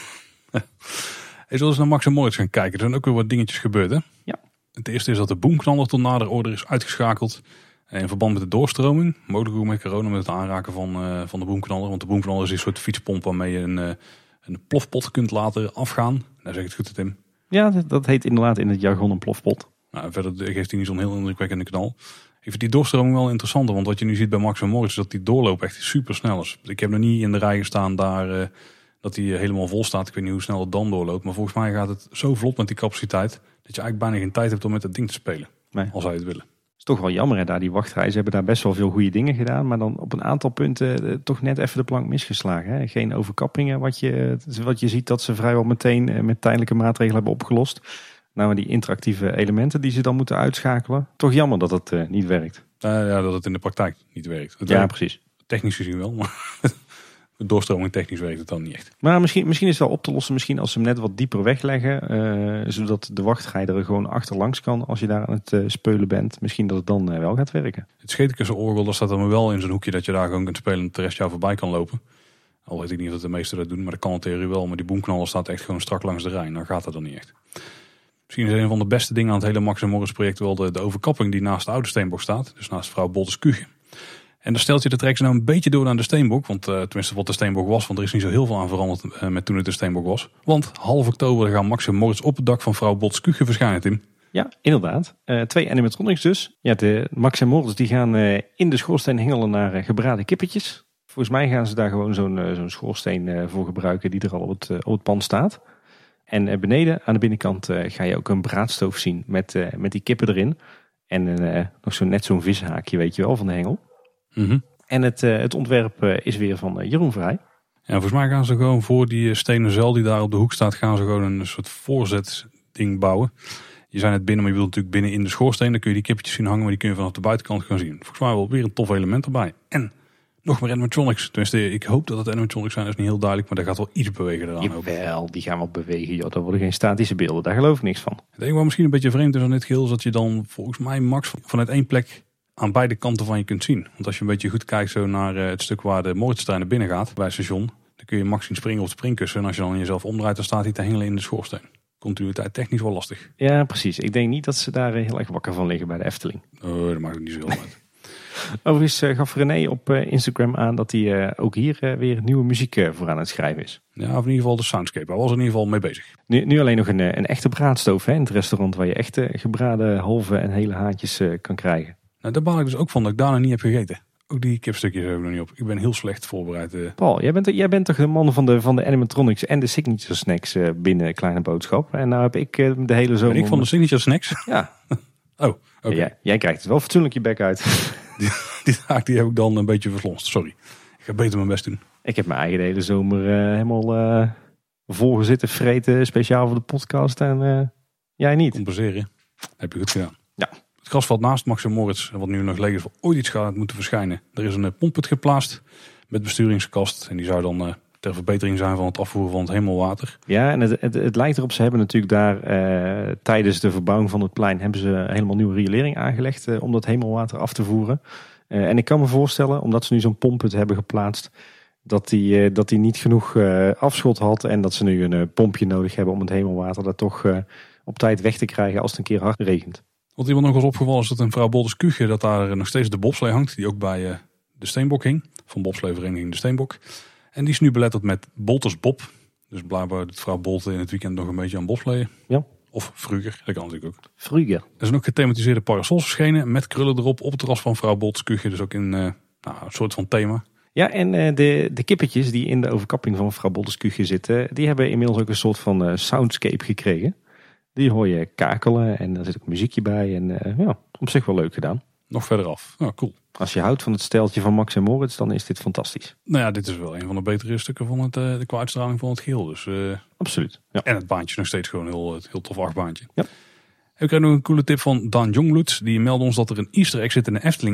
Hey, zullen we eens naar Max en Moritz gaan kijken? Er zijn ook weer wat dingetjes gebeurd, hè? Ja. Het eerste is dat de boomknaller tot nader order is uitgeschakeld. In verband met de doorstroming. Mogelijk ook met corona, met het aanraken van, uh, van de boomknaller. Want de boomknaller is een soort fietspomp waarmee je een, uh, een plofpot kunt laten afgaan. Daar zeg ik het goed, Tim. Ja, dat heet inderdaad in het jargon een plofpot. Nou, verder geeft hij niet zo'n heel indrukwekkende knal. Ik vind die doorstroming wel interessanter. Want wat je nu ziet bij Max en Moritz is dat die doorloop echt super snel is. Ik heb nog niet in de rij gestaan daar uh, dat hij helemaal vol staat. Ik weet niet hoe snel het dan doorloopt. Maar volgens mij gaat het zo vlot met die capaciteit dat je eigenlijk bijna geen tijd hebt om met dat ding te spelen. Nee. Als zou je het willen. Het is toch wel jammer, hè, daar die wachtrij. Ze hebben daar best wel veel goede dingen gedaan. Maar dan op een aantal punten uh, toch net even de plank misgeslagen. Hè. Geen overkappingen. Wat je, wat je ziet dat ze vrijwel meteen uh, met tijdelijke maatregelen hebben opgelost. Nou, maar die interactieve elementen die ze dan moeten uitschakelen. Toch jammer dat het uh, niet werkt. Uh, ja, dat het in de praktijk niet werkt. Het ja, werkt precies. Technisch gezien wel, maar de doorstroming technisch werkt het dan niet echt. Maar misschien, misschien is het wel op te lossen. Misschien als ze hem net wat dieper wegleggen. Uh, zodat de wachtrij er gewoon achterlangs kan als je daar aan het uh, speulen bent. Misschien dat het dan uh, wel gaat werken. Het Schetekense orgel, dat staat dan wel in zo'n hoekje dat je daar gewoon kunt spelen en de rest jou voorbij kan lopen. Al weet ik niet of de meesten dat doen, maar dat kan in theorie wel. Maar die boomknaller staat echt gewoon strak langs de Rijn. Dan gaat dat dan niet echt. Misschien is een van de beste dingen aan het hele Max en Moritz project wel de, de overkapping die naast de oude Steenbok staat. Dus naast vrouw Boltes Kuchen. En dan stelt je de trekken ze nou een beetje door aan de Steenbok. Want uh, tenminste wat de Steenbok was. Want er is niet zo heel veel aan veranderd uh, met toen het de Steenbok was. Want half oktober gaan Max en Moritz op het dak van vrouw Boltes Kuchen verschijnen, Tim. Ja, inderdaad. Uh, twee animatronics dus. Ja, de Max en Moritz die gaan uh, in de schoorsteen hengelen naar uh, gebraden kippetjes. Volgens mij gaan ze daar gewoon zo'n uh, zo'n schoorsteen uh, voor gebruiken die er al op het, uh, op het pand staat. En uh, beneden aan de binnenkant uh, ga je ook een braadstoof zien met, uh, met die kippen erin. En uh, nog zo net zo'n vishaakje, weet je wel, van de hengel. Mm-hmm. En het, uh, het ontwerp uh, is weer van uh, Jeroen Vrij. Ja, volgens mij gaan ze gewoon voor die stenen zuil die daar op de hoek staat, gaan ze gewoon een soort voorzetding bouwen. Je zijn het binnen, maar je wilt natuurlijk binnen in de schoorsteen. Dan kun je die kippetjes zien hangen, maar die kun je vanaf de buitenkant gewoon zien. Volgens mij wel weer een tof element erbij. En nog meer animatronics. Tenminste, ik hoop dat het animatronics zijn, dat is niet heel duidelijk, maar daar gaat wel iets bewegen eraan. Jawel, die gaan wel bewegen. Joh. Dat worden geen statische beelden, daar geloof ik niks van. Het enige wat misschien een beetje vreemd is aan dit geheel, is dat je dan volgens mij max vanuit één plek aan beide kanten van je kunt zien. Want als je een beetje goed kijkt zo naar het stuk waar de Moritztrein naar binnen gaat, bij het station, dan kun je max zien springen op het springkussen. En als je dan jezelf omdraait, dan staat hij te hengelen in de schoorsteen. Continuïteit technisch wel lastig. Ja, precies. Ik denk niet dat ze daar heel erg wakker van liggen bij de Efteling. Oh, dat maakt het niet zo heel uit. Overigens uh, gaf René op uh, Instagram aan dat hij uh, ook hier uh, weer nieuwe muziek uh, voor aan het schrijven is. Ja, of in ieder geval de soundscape. Hij was er in ieder geval mee bezig. Nu, nu alleen nog een, een echte braadstoof hè, in het restaurant waar je echte gebraden halve en hele haantjes uh, kan krijgen. Nou, daar baal ik dus ook van dat ik daar nog niet heb gegeten. Ook die kipstukjes heb ik nog niet op. Ik ben heel slecht voorbereid. Uh. Paul, jij bent, jij bent toch de man van de, van de animatronics en de signature snacks uh, binnen Kleine Boodschap. En nou heb ik uh, de hele zomer... Ben ik van de signature snacks? Ja. Oh, oké. Okay. Ja, jij krijgt het wel fatsoenlijk je bek uit. Die, die taak die heb ik dan een beetje verslonst. Sorry. Ik ga beter mijn best doen. Ik heb mijn eigen de hele zomer uh, helemaal uh, volgezitten vreten. Speciaal voor de podcast. En uh, jij niet. Compenseren. Heb je goed gedaan. Ja. Het grasveld naast Max en Moritz, wat nu nog leeg is, wat ooit iets gaat moeten verschijnen. Er is een uh, pompput geplaatst met besturingskast. En die zou dan uh, ter verbetering zijn van het afvoeren van het hemelwater. Ja, en het, het, het lijkt erop, ze hebben natuurlijk daar uh, tijdens de verbouwing van het plein hebben ze helemaal nieuwe riolering aangelegd uh, om dat hemelwater af te voeren. Uh, en ik kan me voorstellen, omdat ze nu zo'n pompput hebben geplaatst, dat die, uh, dat die niet genoeg uh, afschot had en dat ze nu een uh, pompje nodig hebben om het hemelwater daar toch uh, op tijd weg te krijgen als het een keer hard regent. Wat iemand nog was opgevallen is dat in vrouw Boltes Kuchen, dat daar nog steeds de bobslee hangt, die ook bij uh, de Steenbok hing, van bobsleevereniging de Steenbok. En die is nu beletterd met Boltes Bob. Dus blijkbaar dat vrouw Bolte in het weekend nog een beetje aan bobsleeën. Ja. Of Fruger, dat kan natuurlijk ook. Fruger. Er zijn ook gethematiseerde parasols verschenen met krullen erop op het terras van vrouw Boltes Kuchen. Dus ook in uh, nou, een soort van thema. Ja, en uh, de, de kippetjes die in de overkapping van vrouw Boltes Kuchen zitten, die hebben inmiddels ook een soort van uh, soundscape gekregen. Die hoor je kakelen en er zit ook muziekje bij. En uh, ja, op zich wel leuk gedaan. Nog verder af. Oh, cool. Als je houdt van het steltje van Max en Moritz, dan is dit fantastisch. Nou ja, dit is wel een van de betere stukken van het, uh, de qua uitstraling van het geheel. Dus, uh, Absoluut. Ja. En het baantje is nog steeds gewoon een heel, heel tof achtbaantje. Ja. En we krijgen nog een coole tip van Dan Jongbloed. Die meldde ons dat er een Easter egg zit in de Efteling app.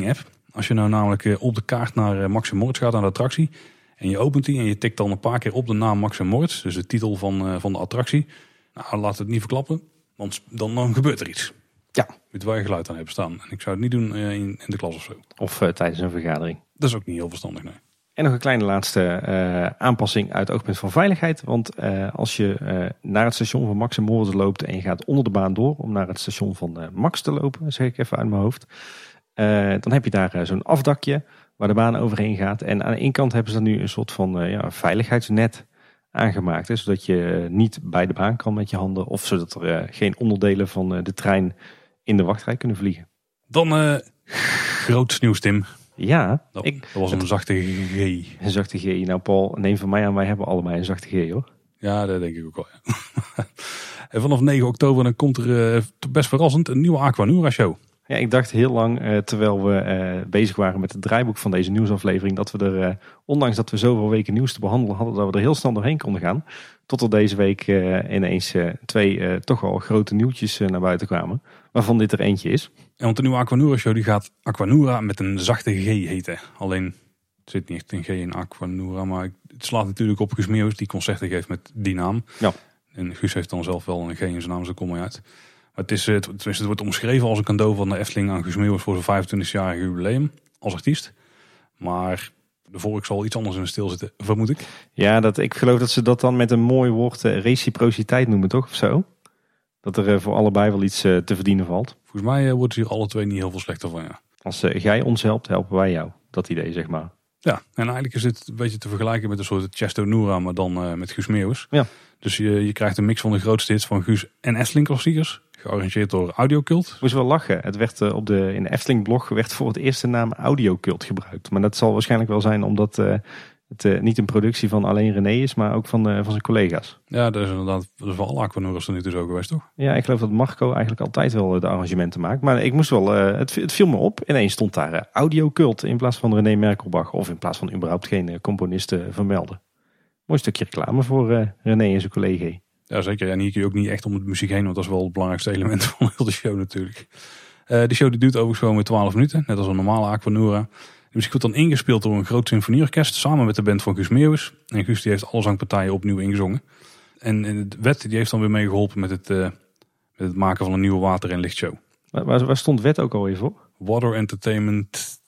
Als je nou namelijk op de kaart naar Max en Moritz gaat, naar de attractie. En je opent die en je tikt dan een paar keer op de naam Max en Moritz. Dus de titel van, van de attractie. Nou, laat het niet verklappen. Want dan, dan gebeurt er iets. Ja. Met waar je geluid aan hebt staan. En ik zou het niet doen in, in de klas of zo. Of uh, tijdens een vergadering. Dat is ook niet heel verstandig, nee. En nog een kleine laatste uh, aanpassing uit het oogpunt van veiligheid. Want uh, als je uh, naar het station van Max en Moritz loopt en je gaat onder de baan door om naar het station van uh, Max te lopen, zeg ik even uit mijn hoofd. Uh, dan heb je daar uh, zo'n afdakje waar de baan overheen gaat. En aan de ene kant hebben ze dan nu een soort van uh, ja, veiligheidsnet aangemaakt. Hè, zodat je uh, niet bij de baan kan met je handen. Of zodat er uh, geen onderdelen van uh, de trein in de wachtrij kunnen vliegen. Dan uh, groot nieuws, Tim. Ja. Dat, ik, dat was een zachte G. Een zachte G. Nou Paul, neem van mij aan, wij hebben allebei een zachte G hoor. Ja, dat denk ik ook wel. Ja. En vanaf negen oktober dan komt er uh, best verrassend een nieuwe Aquanura show. Ja, ik dacht heel lang, uh, terwijl we uh, bezig waren met het draaiboek van deze nieuwsaflevering, dat we er, uh, ondanks dat we zoveel weken nieuws te behandelen hadden, dat we er heel snel doorheen konden gaan. Tot er deze week uh, ineens uh, twee uh, toch wel grote nieuwtjes uh, naar buiten kwamen. Waarvan dit er eentje is. En want de nieuwe Aquanura show die gaat Aquanura met een zachte G heten. Alleen, het zit niet echt een G in Aquanura, maar het slaat natuurlijk op Guus Meeuwis die concerten geeft met die naam. Ja. En Guus heeft dan zelf wel een G in zijn naam, dus daar komt hij uit. Maar het, is, het, het wordt omschreven als een cadeau van de Efteling aan Guus Meeuwis voor zijn vijfentwintigjarige jubileum als artiest. Maar de volk zal iets anders in de stil zitten, vermoed ik. Ja, dat, ik geloof dat ze dat dan met een mooi woord uh, reciprociteit noemen, toch? Of zo? Dat er uh, voor allebei wel iets uh, te verdienen valt. Volgens mij uh, worden ze hier alle twee niet heel veel slechter van, ja. Als uh, jij ons helpt, helpen wij jou. Dat idee, zeg maar. Ja, en eigenlijk is dit een beetje te vergelijken met een soort Chesto Noura, maar dan uh, met Guus Meeuwis. Ja. Dus je, je krijgt een mix van de grootste hits van Guus en Efteling klassiekers. Gearrangeerd door Audiocult. Moest wel lachen. Het werd uh, op de, in de Efteling blog werd voor het eerst de naam Audiocult gebruikt. Maar dat zal waarschijnlijk wel zijn omdat uh, het uh, niet een productie van alleen René is, maar ook van, uh, van zijn collega's. Ja, dat is inderdaad dat is voor alle Aquanuras er nu dus zo geweest, toch? Ja, ik geloof dat Marco eigenlijk altijd wel de arrangementen maakt. Maar ik moest wel, uh, het, het viel me op. Ineens stond daar uh, Audiocult in plaats van René Merkelbach. Of in plaats van überhaupt geen uh, componisten vermelden. Mooi stukje reclame voor uh, René en zijn collega. Ja, zeker. Ja, en hier kun je ook niet echt om de muziek heen, want dat is wel het belangrijkste element van heel de show natuurlijk. Uh, de show die duurt overigens gewoon met twaalf minuten, net als een normale Aquanura. De muziek wordt dan ingespeeld door een groot symfonieorkest samen met de band van Guus Meeuwis. En Guus die heeft alle zangpartijen opnieuw ingezongen. En de Wet die heeft dan weer meegeholpen met het, uh, met het maken van een nieuwe water- en lichtshow. Waar, waar, waar stond Wet ook alweer voor? Water Entertainment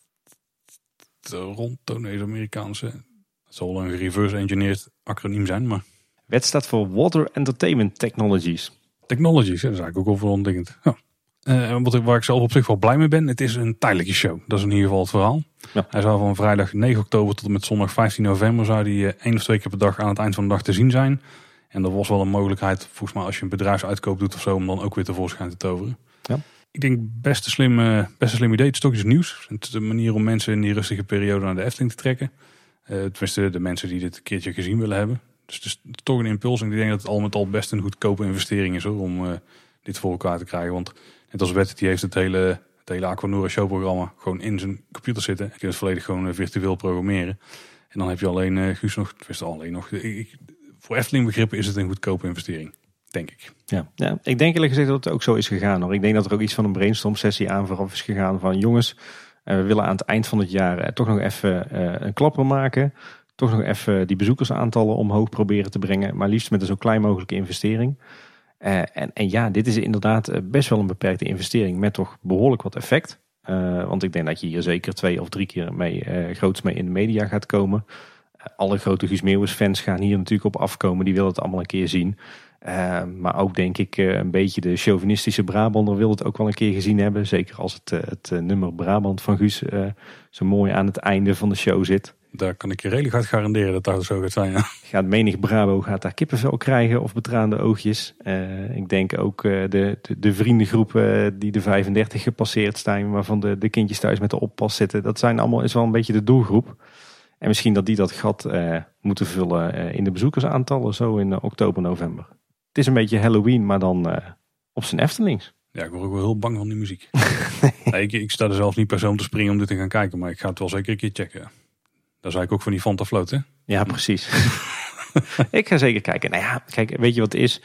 Toronto, nee, de Amerikaanse. Het zal wel een reverse engineered acroniem zijn, maar... W E T staat voor Water Entertainment Technologies. Technologies, hè, dat is eigenlijk ook overal ondiggend. Ja. Uh, wat ik, waar ik zelf op zich wel blij mee ben, het is een tijdelijke show. Dat is in ieder geval het verhaal. Ja. Hij zou van vrijdag negen oktober tot en met zondag vijftien november... zou die uh, één of twee keer per dag aan het eind van de dag te zien zijn. En er was wel een mogelijkheid, volgens mij als je een bedrijfsuitkoop doet of zo... om dan ook weer tevoorschijn te toveren. Ja. Ik denk best een slim, uh, best een slim idee. Het is toch iets nieuws. Het is een manier om mensen in die rustige periode naar de Efteling te trekken. Uh, tenminste, de mensen die dit een keertje gezien willen hebben. Dus het is toch een impuls. En ik denk dat het al met al best een goedkope investering is hoor, om uh, dit voor elkaar te krijgen. Want net als Wet, die heeft het hele, het hele Aquanura showprogramma gewoon in zijn computer zitten. Je kunt het volledig gewoon uh, virtueel programmeren. En dan heb je alleen uh, Guus nog, tenminste alleen nog. Ik, voor Efteling begrippen is het een goedkope investering. Denk ik. Ja, ja, ik denk eerlijk gezegd dat het ook zo is gegaan hoor. Ik denk dat er ook iets van een brainstorm sessie aan vooraf is gegaan van jongens, uh, we willen aan het eind van het jaar uh, toch nog even uh, een klapper maken. Toch nog even die bezoekersaantallen omhoog proberen te brengen. Maar liefst met een zo klein mogelijke investering. Uh, en, en ja, dit is inderdaad best wel een beperkte investering met toch behoorlijk wat effect. Uh, want ik denk dat je hier zeker twee of drie keer mee, uh, groots mee in de media gaat komen. Uh, alle grote Guus Meeuwis fans gaan hier natuurlijk op afkomen. Die willen het allemaal een keer zien. Uh, maar ook denk ik uh, een beetje de chauvinistische Brabander wil het ook wel een keer gezien hebben. Zeker als het, uh, het uh, nummer Brabant van Guus uh, zo mooi aan het einde van de show zit. Daar kan ik je redelijk hard garanderen dat dat zo gaat zijn. Ja. Gaat menig Brabo gaat daar kippenvel krijgen of betraande oogjes. Uh, ik denk ook uh, de, de, de vriendengroep uh, die de vijfendertig gepasseerd zijn. Waarvan de, de kindjes thuis met de oppas zitten. Dat zijn allemaal, is wel een beetje de doelgroep. En misschien dat die dat gat uh, moeten vullen uh, in de bezoekersaantallen zo in uh, oktober, november. Het is een beetje Halloween, maar dan uh, op zijn Eftelings. Ja, ik word ook wel heel bang van die muziek. nee, ik, ik sta er zelf niet per se om te springen om dit te gaan kijken. Maar ik ga het wel zeker een keer checken. Daar zei ik ook van die Fanta Float, hè? Ja, precies. Ik ga zeker kijken. Nou ja, kijk, weet je wat het is?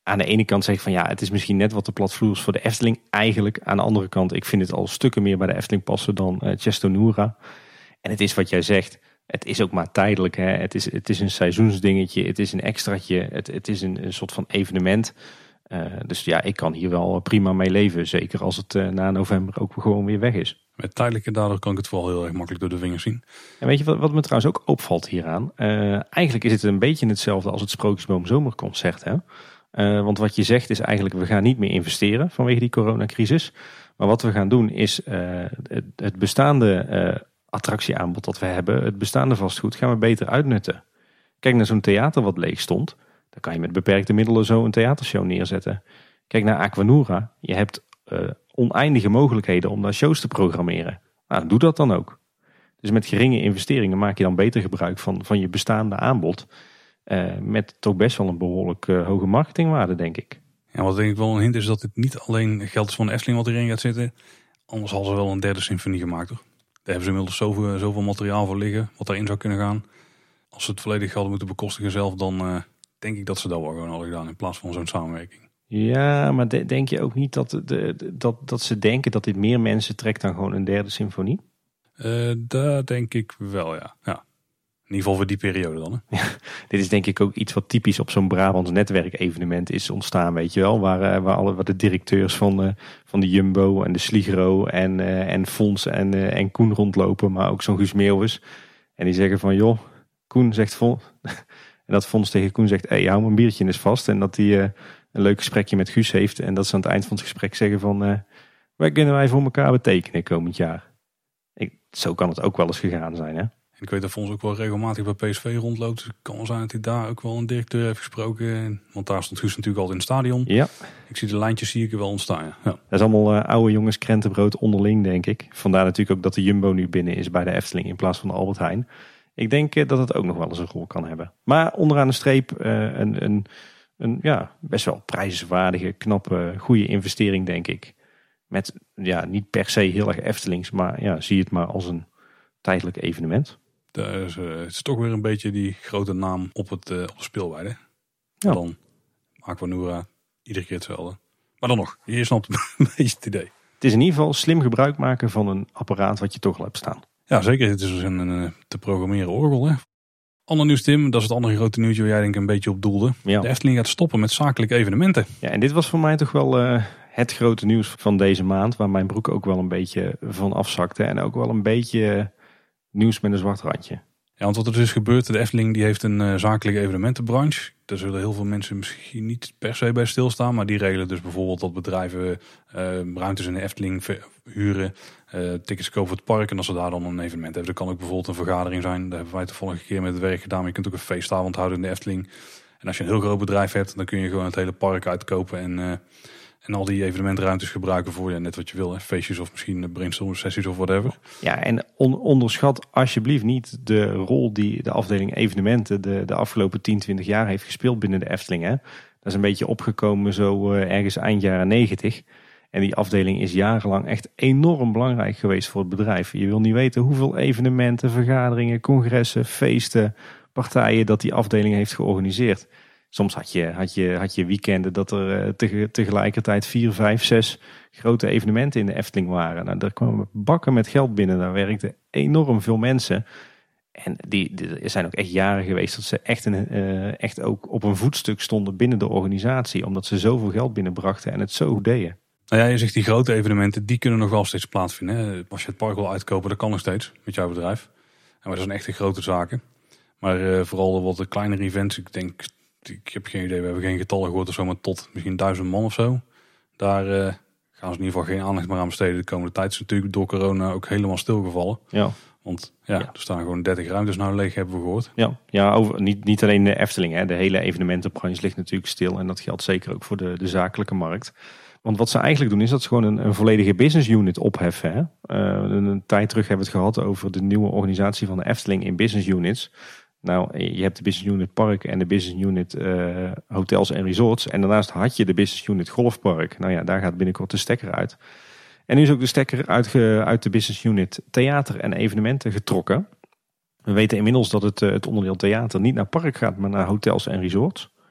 aan de ene kant zeg ik van ja, het is misschien net wat te platvloers voor de Efteling eigenlijk. Aan de andere kant, ik vind het al stukken meer bij de Efteling passen dan uh, Chestonura. En het is wat jij zegt, het is ook maar tijdelijk. Hè? Het is, het is een seizoensdingetje, het is een extraatje, het, het is een, een soort van evenement. Uh, dus ja, ik kan hier wel prima mee leven. Zeker als het uh, na november ook gewoon weer weg is. Met tijdelijke daardoor kan ik het vooral heel erg makkelijk door de vingers zien. En weet je wat, wat me trouwens ook opvalt hieraan? Uh, eigenlijk is het een beetje hetzelfde als het Sprookjesboom Zomerconcert. Hè? Uh, want wat je zegt is eigenlijk, we gaan niet meer investeren vanwege die coronacrisis. Maar wat we gaan doen is uh, het, het bestaande uh, attractieaanbod dat we hebben, het bestaande vastgoed, gaan we beter uitnutten. Kijk naar zo'n theater wat leeg stond. Dan kan je met beperkte middelen zo een theatershow neerzetten. Kijk naar Aquanura. Je hebt uh, oneindige mogelijkheden om daar shows te programmeren. Nou, doe dat dan ook. Dus met geringe investeringen maak je dan beter gebruik van, van je bestaande aanbod. Uh, met toch best wel een behoorlijk uh, hoge marketingwaarde, denk ik. Ja, wat denk ik wel een hint is dat dit niet alleen geld is van de Efteling wat erin gaat zitten. Anders hadden ze wel een derde symfonie gemaakt, hoor. Daar hebben ze inmiddels zoveel, zoveel materiaal voor liggen wat daarin zou kunnen gaan. Als ze het volledig hadden moeten bekostigen zelf, dan uh, denk ik dat ze dat wel gewoon hadden gedaan in plaats van zo'n samenwerking. Ja, maar de, denk je ook niet dat, de, de, dat, dat ze denken dat dit meer mensen trekt dan gewoon een derde symfonie? Uh, dat denk ik wel, ja. ja. In ieder geval voor die periode dan. Hè? Ja, dit is denk ik ook iets wat typisch op zo'n Brabants netwerkevenement is ontstaan, weet je wel. Waar, waar, alle, waar de directeurs van, uh, van de Jumbo en de Sligro en, uh, en Fons en, uh, en Koen rondlopen. Maar ook zo'n Guus Meeuwis. En die zeggen van, joh, Koen zegt Fons. En dat Fons tegen Koen zegt, hey, hou mijn biertje eens vast. En dat hij uh, een leuk gesprekje met Guus heeft. En dat ze aan het eind van het gesprek zeggen van, uh, wat kunnen wij voor elkaar betekenen komend jaar? Ik, zo kan het ook wel eens gegaan zijn, hè. En ik weet dat Fons ook wel regelmatig bij P S V rondloopt. Dus het kan wel zijn dat hij daar ook wel een directeur heeft gesproken. Want daar stond Guus natuurlijk altijd in het stadion. Ja. Ik zie de lijntjes zie ik er wel ontstaan. Ja. Ja. Dat is allemaal uh, oude jongens krentenbrood onderling, denk ik. Vandaar natuurlijk ook dat de Jumbo nu binnen is bij de Efteling in plaats van de Albert Heijn. Ik denk uh, dat het ook nog wel eens een rol kan hebben. Maar onderaan de streep uh, een, een, een ja, best wel prijzenswaardige, knappe, goede investering, denk ik. Met ja, niet per se heel erg Eftelings, maar ja, zie het maar als een tijdelijk evenement. Dus, uh, het is toch weer een beetje die grote naam op, het, uh, op de speelweide. Ja. Dan Aquanura, iedere keer hetzelfde. Maar dan nog, je snapt een beetje het idee. Het is in ieder geval slim gebruik maken van een apparaat wat je toch al hebt staan. Ja, zeker. Het is dus een, een te programmeren orgel. Hè. Ander nieuws, Tim, dat is het andere grote nieuwtje waar jij denk ik een beetje op doelde. Ja. De Efteling gaat stoppen met zakelijke evenementen. Ja, en dit was voor mij toch wel uh, het grote nieuws van deze maand. Waar mijn broek ook wel een beetje van afzakte. En ook wel een beetje nieuws met een zwart randje. Ja, want wat er dus is gebeurd, de Efteling die heeft een uh, zakelijke evenementenbranche. Daar zullen heel veel mensen misschien niet per se bij stilstaan. Maar die regelen dus bijvoorbeeld dat bedrijven uh, ruimtes in de Efteling huren. Uh, tickets kopen voor het park. En als ze daar dan een evenement hebben. Dat kan ook bijvoorbeeld een vergadering zijn. Daar hebben wij de vorige keer met het werk gedaan. Maar je kunt ook een feestavond houden in de Efteling. En als je een heel groot bedrijf hebt, dan kun je gewoon het hele park uitkopen. En, uh, en al die evenementruimtes gebruiken voor ja, net wat je wil. Hè. Feestjes of misschien brainstorm sessies of whatever. Ja, en on- onderschat alsjeblieft niet de rol die de afdeling evenementen de, de afgelopen tien, twintig jaar heeft gespeeld binnen de Efteling. Hè. Dat is een beetje opgekomen zo uh, ergens eind jaren negentig. En die afdeling is jarenlang echt enorm belangrijk geweest voor het bedrijf. Je wil niet weten hoeveel evenementen, vergaderingen, congressen, feesten, partijen dat die afdeling heeft georganiseerd. Soms had je, had je, had je weekenden dat er uh, te, tegelijkertijd vier, vijf, zes grote evenementen in de Efteling waren. Nou, daar kwamen bakken met geld binnen. Daar werkten enorm veel mensen. En die, die er zijn ook echt jaren geweest dat ze echt, een, uh, echt ook op een voetstuk stonden binnen de organisatie. Omdat ze zoveel geld binnenbrachten en het zo goed deden. Nou ja, je zegt die grote evenementen, die kunnen nog wel steeds plaatsvinden. Hè? Als je het park wil uitkopen, dat kan nog steeds met jouw bedrijf. En maar dat zijn echt de grote zaken. Maar uh, vooral de wat kleinere events, ik denk, ik heb geen idee, we hebben geen getallen gehoord of zo, maar tot misschien duizend man of zo. Daar uh, gaan ze in ieder geval geen aandacht meer aan besteden. De komende tijd is natuurlijk door corona ook helemaal stilgevallen. Ja. Want ja, ja, er staan gewoon dertig ruimtes nou leeg, hebben we gehoord. Ja, ja over, niet, niet alleen de Efteling, hè. De hele evenementenbranche ligt natuurlijk stil. En dat geldt zeker ook voor de, de zakelijke markt. Want wat ze eigenlijk doen is dat ze gewoon een, een volledige business unit opheffen. Hè? Uh, een, een tijd terug hebben we het gehad over de nieuwe organisatie van de Efteling in business units. Nou, je hebt de business unit park en de business unit uh, hotels en resorts. En daarnaast had je de business unit golfpark. Nou ja, daar gaat binnenkort de stekker uit. En nu is ook de stekker uit, uit de business unit theater en evenementen getrokken. We weten inmiddels dat het, het onderdeel theater niet naar park gaat, maar naar hotels en resorts.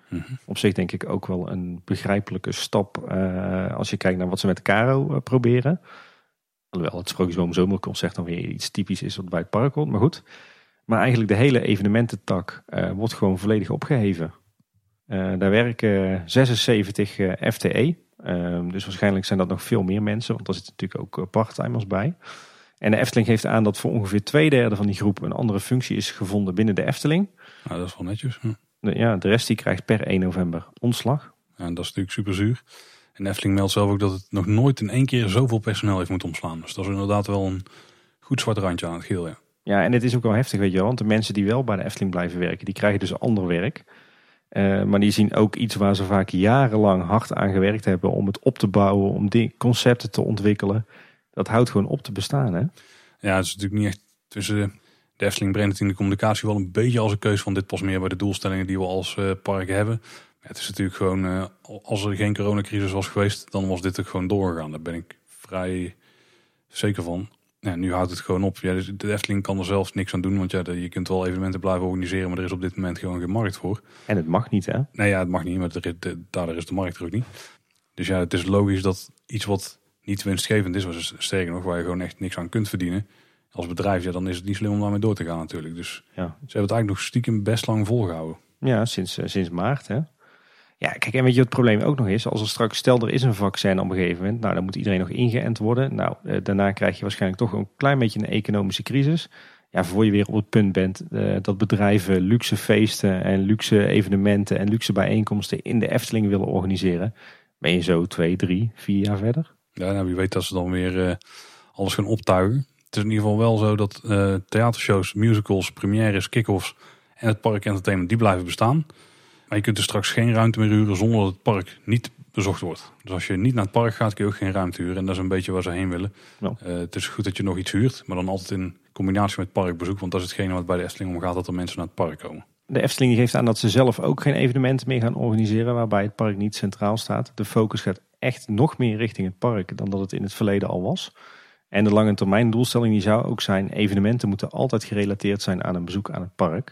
Mm-hmm. Op zich denk ik ook wel een begrijpelijke stap uh, als je kijkt naar wat ze met Caro uh, proberen. Alhoewel het Sprookjesboom Zomerconcert dan weer iets typisch is wat bij het park hoort, maar goed. Maar eigenlijk de hele evenemententak uh, wordt gewoon volledig opgeheven. Uh, daar werken zesenzeventig uh, F T E. Uh, dus waarschijnlijk zijn dat nog veel meer mensen, want daar zitten natuurlijk ook uh, parttimers bij. En de Efteling geeft aan dat voor ongeveer twee derde van die groep een andere functie is gevonden binnen de Efteling. Nou, dat is wel netjes. Hm. De, ja, de rest die krijgt per één november ontslag. Ja, en dat is natuurlijk super zuur. En de Efteling meldt zelf ook dat het nog nooit in één keer zoveel personeel heeft moeten omslaan. Dus dat is inderdaad wel een goed zwart randje aan het geheel. Ja. Ja, en het is ook wel heftig, weet je wel. Want de mensen die wel bij de Efteling blijven werken, die krijgen dus ander werk. Uh, maar die zien ook iets waar ze vaak jarenlang hard aan gewerkt hebben om het op te bouwen, om die concepten te ontwikkelen. Dat houdt gewoon op te bestaan, hè? Ja, het is natuurlijk niet echt tussen de Efteling brengt het in de communicatie wel een beetje als een keus van dit past meer bij de doelstellingen die we als uh, park hebben. Ja, het is natuurlijk gewoon, uh, als er geen coronacrisis was geweest, dan was dit ook gewoon doorgegaan. Daar ben ik vrij zeker van. Ja, nu houdt het gewoon op. Ja, dus de Efteling kan er zelfs niks aan doen, want ja, je kunt wel evenementen blijven organiseren, maar er is op dit moment gewoon geen markt voor. En het mag niet, hè? Nee, ja, het mag niet, maar er, de, daardoor is de markt er ook niet. Dus ja, het is logisch dat iets wat niet winstgevend is, was sterker nog, waar je gewoon echt niks aan kunt verdienen als bedrijf, ja, dan is het niet slim om daarmee door te gaan natuurlijk. Dus ja, ze hebben het eigenlijk nog stiekem best lang volgehouden. Ja, sinds, uh, sinds maart, hè? Ja, kijk, en weet je wat het probleem ook nog is? Als er straks, stel er is een vaccin op een gegeven moment, nou dan moet iedereen nog ingeënt worden. Nou, uh, daarna krijg je waarschijnlijk toch een klein beetje een economische crisis. Ja, voor je weer op het punt bent uh, dat bedrijven luxe feesten en luxe evenementen en luxe bijeenkomsten in de Efteling willen organiseren, ben je zo twee, drie, vier jaar verder. Ja, nou, wie weet dat ze dan weer uh, alles gaan optuigen. Het is in ieder geval wel zo dat uh, theatershows, musicals, premières, kick-offs en het park entertainment, die blijven bestaan. Maar je kunt er straks geen ruimte meer huren zonder dat het park niet bezocht wordt. Dus als je niet naar het park gaat, kun je ook geen ruimte huren. En dat is een beetje waar ze heen willen. Ja. Uh, het is goed dat je nog iets huurt, maar dan altijd in combinatie met parkbezoek. Want dat is hetgene wat bij de Efteling om gaat, dat er mensen naar het park komen. De Efteling geeft aan dat ze zelf ook geen evenementen meer gaan organiseren waarbij het park niet centraal staat. De focus gaat echt nog meer richting het park dan dat het in het verleden al was. En de lange termijn doelstelling die zou ook zijn, evenementen moeten altijd gerelateerd zijn aan een bezoek aan het park.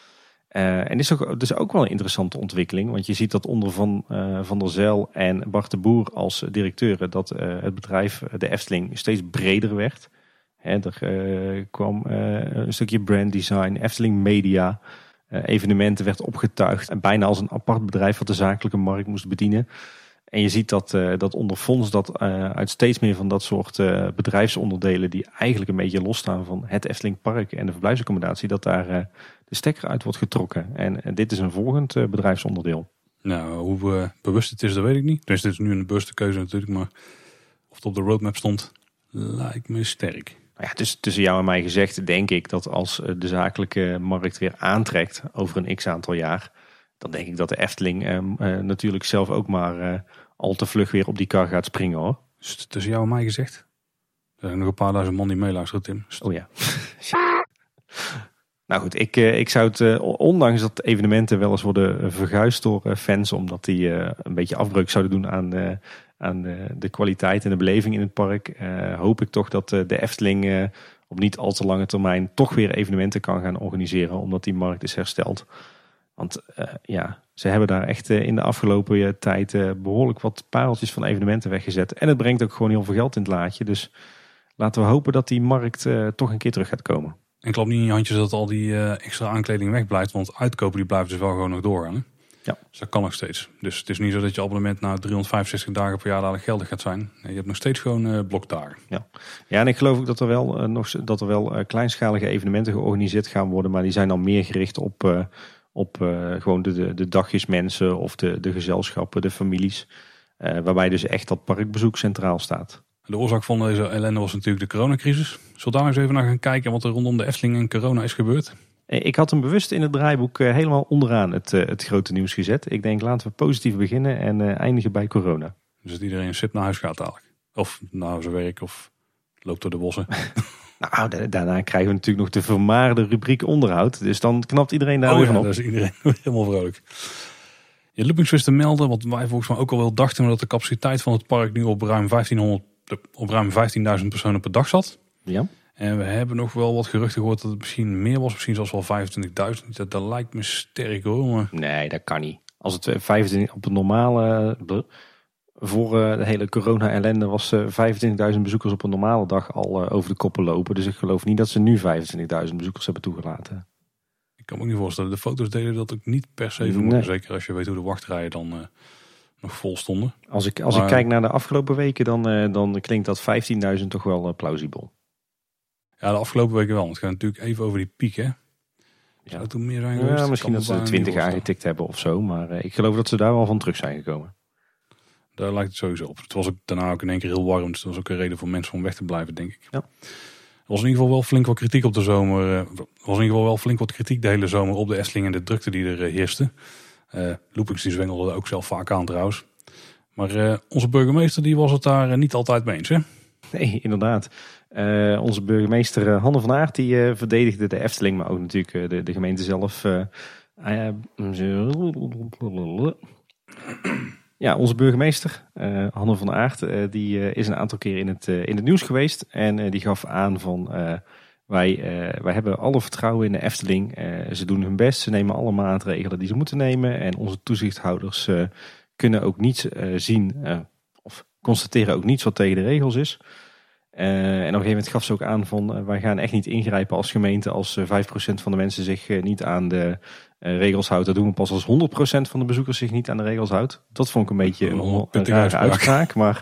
Uh, en dit is ook, dus ook wel een interessante ontwikkeling. Want je ziet dat onder Van, uh, Van der Zijl en Bart de Boer als directeuren dat uh, het bedrijf, de Efteling, steeds breder werd. Hè, er uh, kwam uh, een stukje branddesign, Efteling Media, uh, evenementen werd opgetuigd. En bijna als een apart bedrijf wat de zakelijke markt moest bedienen. En je ziet dat, uh, dat onder Fonds dat uh, uit steeds meer van dat soort uh, bedrijfsonderdelen die eigenlijk een beetje losstaan van het Efteling Park en de verblijfsaccommodatie, dat daar uh, de stekker uit wordt getrokken. En, en dit is een volgend uh, bedrijfsonderdeel. Nou, hoe uh, bewust het is, dat weet ik niet. Dus dit is nu een bewuste keuze natuurlijk, maar of het op de roadmap stond, lijkt me sterk. Nou ja, dus tussen jou en mij gezegd denk ik dat als uh, de zakelijke markt weer aantrekt over een x aantal jaar, dan denk ik dat de Efteling uh, uh, natuurlijk zelf ook maar uh, al te vlug weer op die kar gaat springen, hoor. Dus tussen jou en mij gezegd? Er zijn nog een paar duizend man die meeluisteren, Tim. Oh ja. Nou goed, ik, uh, ik zou het, uh, ondanks dat evenementen wel eens worden verguisd door uh, fans, omdat die uh, een beetje afbreuk zouden doen aan, uh, aan uh, de kwaliteit en de beleving in het park, uh, hoop ik toch dat uh, de Efteling uh, op niet al te lange termijn toch weer evenementen kan gaan organiseren, omdat die markt is hersteld. Want uh, ja, ze hebben daar echt uh, in de afgelopen uh, tijd uh, behoorlijk wat pareltjes van evenementen weggezet. En het brengt ook gewoon heel veel geld in het laadje. Dus laten we hopen dat die markt uh, toch een keer terug gaat komen. En klap niet in je handjes dat al die uh, extra aankleding wegblijft. Want uitkopen die blijven dus wel gewoon nog doorgaan. Hè? Ja. Dus dat kan nog steeds. Dus het is niet zo dat je abonnement na driehonderdvijfenzestig dagen per jaar dadelijk geldig gaat zijn. Nee, je hebt nog steeds gewoon uh, blokdagen. Ja. Ja, en ik geloof ook dat er wel, uh, nog, dat er wel uh, kleinschalige evenementen georganiseerd gaan worden. Maar die zijn dan meer gericht op... Uh, Op uh, gewoon de, de, de dagjes mensen of de, de gezelschappen, de families. Uh, waarbij dus echt dat parkbezoek centraal staat. De oorzaak van deze ellende was natuurlijk de coronacrisis. Zullen we daar eens even naar gaan kijken wat er rondom de Efteling en corona is gebeurd? Ik had hem bewust in het draaiboek uh, helemaal onderaan het, uh, het grote nieuws gezet. Ik denk laten we positief beginnen en uh, eindigen bij corona. Dus dat iedereen sip naar huis gaat dadelijk. Of naar zijn werk of loopt door de bossen. Nou, da- daarna krijgen we natuurlijk nog de vermaarde rubriek onderhoud. Dus dan knapt iedereen daar oh, weer ja, van op. Dat is iedereen helemaal vrolijk. Je loopings wist te melden, wat wij volgens mij ook al wel dachten, maar dat de capaciteit van het park nu op ruim vijftienhonderd, op ruim vijftienduizend personen per dag zat. Ja. En we hebben nog wel wat geruchten gehoord dat het misschien meer was, misschien zelfs wel vijfentwintigduizend. Dat, dat lijkt me sterk hoor. Maar... Nee, dat kan niet. Als het vijfentwintig op een normale... Uh, voor uh, de hele corona-ellende was uh, vijfentwintigduizend bezoekers op een normale dag al uh, over de koppen lopen. Dus ik geloof niet dat ze nu vijfentwintigduizend bezoekers hebben toegelaten. Ik kan me ook niet voorstellen. De foto's deden dat ook niet per se vermoeden. Nee. Zeker als je weet hoe de wachtrijen dan uh, nog vol stonden. Als ik, als maar, ik kijk naar de afgelopen weken, dan, uh, dan klinkt dat vijftienduizend toch wel uh, plausibel. Ja, de afgelopen weken wel. Het gaat natuurlijk even over die piek, hè. Zou ja. het toen meer zijn geweest? Ja, misschien dat ze twintig aangetikt hebben of zo. Maar uh, ik geloof dat ze daar wel van terug zijn gekomen. Daar lijkt het sowieso op. Het was ook daarna ook in één keer heel warm. Dus dat was ook een reden voor mensen om weg te blijven, denk ik. Ja. Er was in ieder geval wel flink wat kritiek op de zomer. Er was in ieder geval wel flink wat kritiek de hele zomer op de Efteling en de drukte die er heerste. Uh, Loopings die zwengelde ook zelf vaak aan trouwens. Maar uh, onze burgemeester die was het daar uh, niet altijd mee eens, hè? Nee, inderdaad. Uh, onze burgemeester uh, Hanne van Aert die uh, verdedigde de Efteling, maar ook natuurlijk uh, de, de gemeente zelf. Uh, uh, Ja, onze burgemeester, uh, Hanne van Aert, uh, die uh, is een aantal keer in het, uh, in het nieuws geweest. En uh, die gaf aan van, uh, wij, uh, wij hebben alle vertrouwen in de Efteling. Uh, ze doen hun best, ze nemen alle maatregelen die ze moeten nemen. En onze toezichthouders uh, kunnen ook niets uh, zien, uh, of constateren ook niets wat tegen de regels is. Uh, en op een gegeven moment gaf ze ook aan van, uh, wij gaan echt niet ingrijpen als gemeente als uh, vijf procent van de mensen zich uh, niet aan de uh, regels houdt. Dat doen we pas als honderd procent van de bezoekers zich niet aan de regels houdt. Dat vond ik een beetje een, een, een rare uitspraak. Maar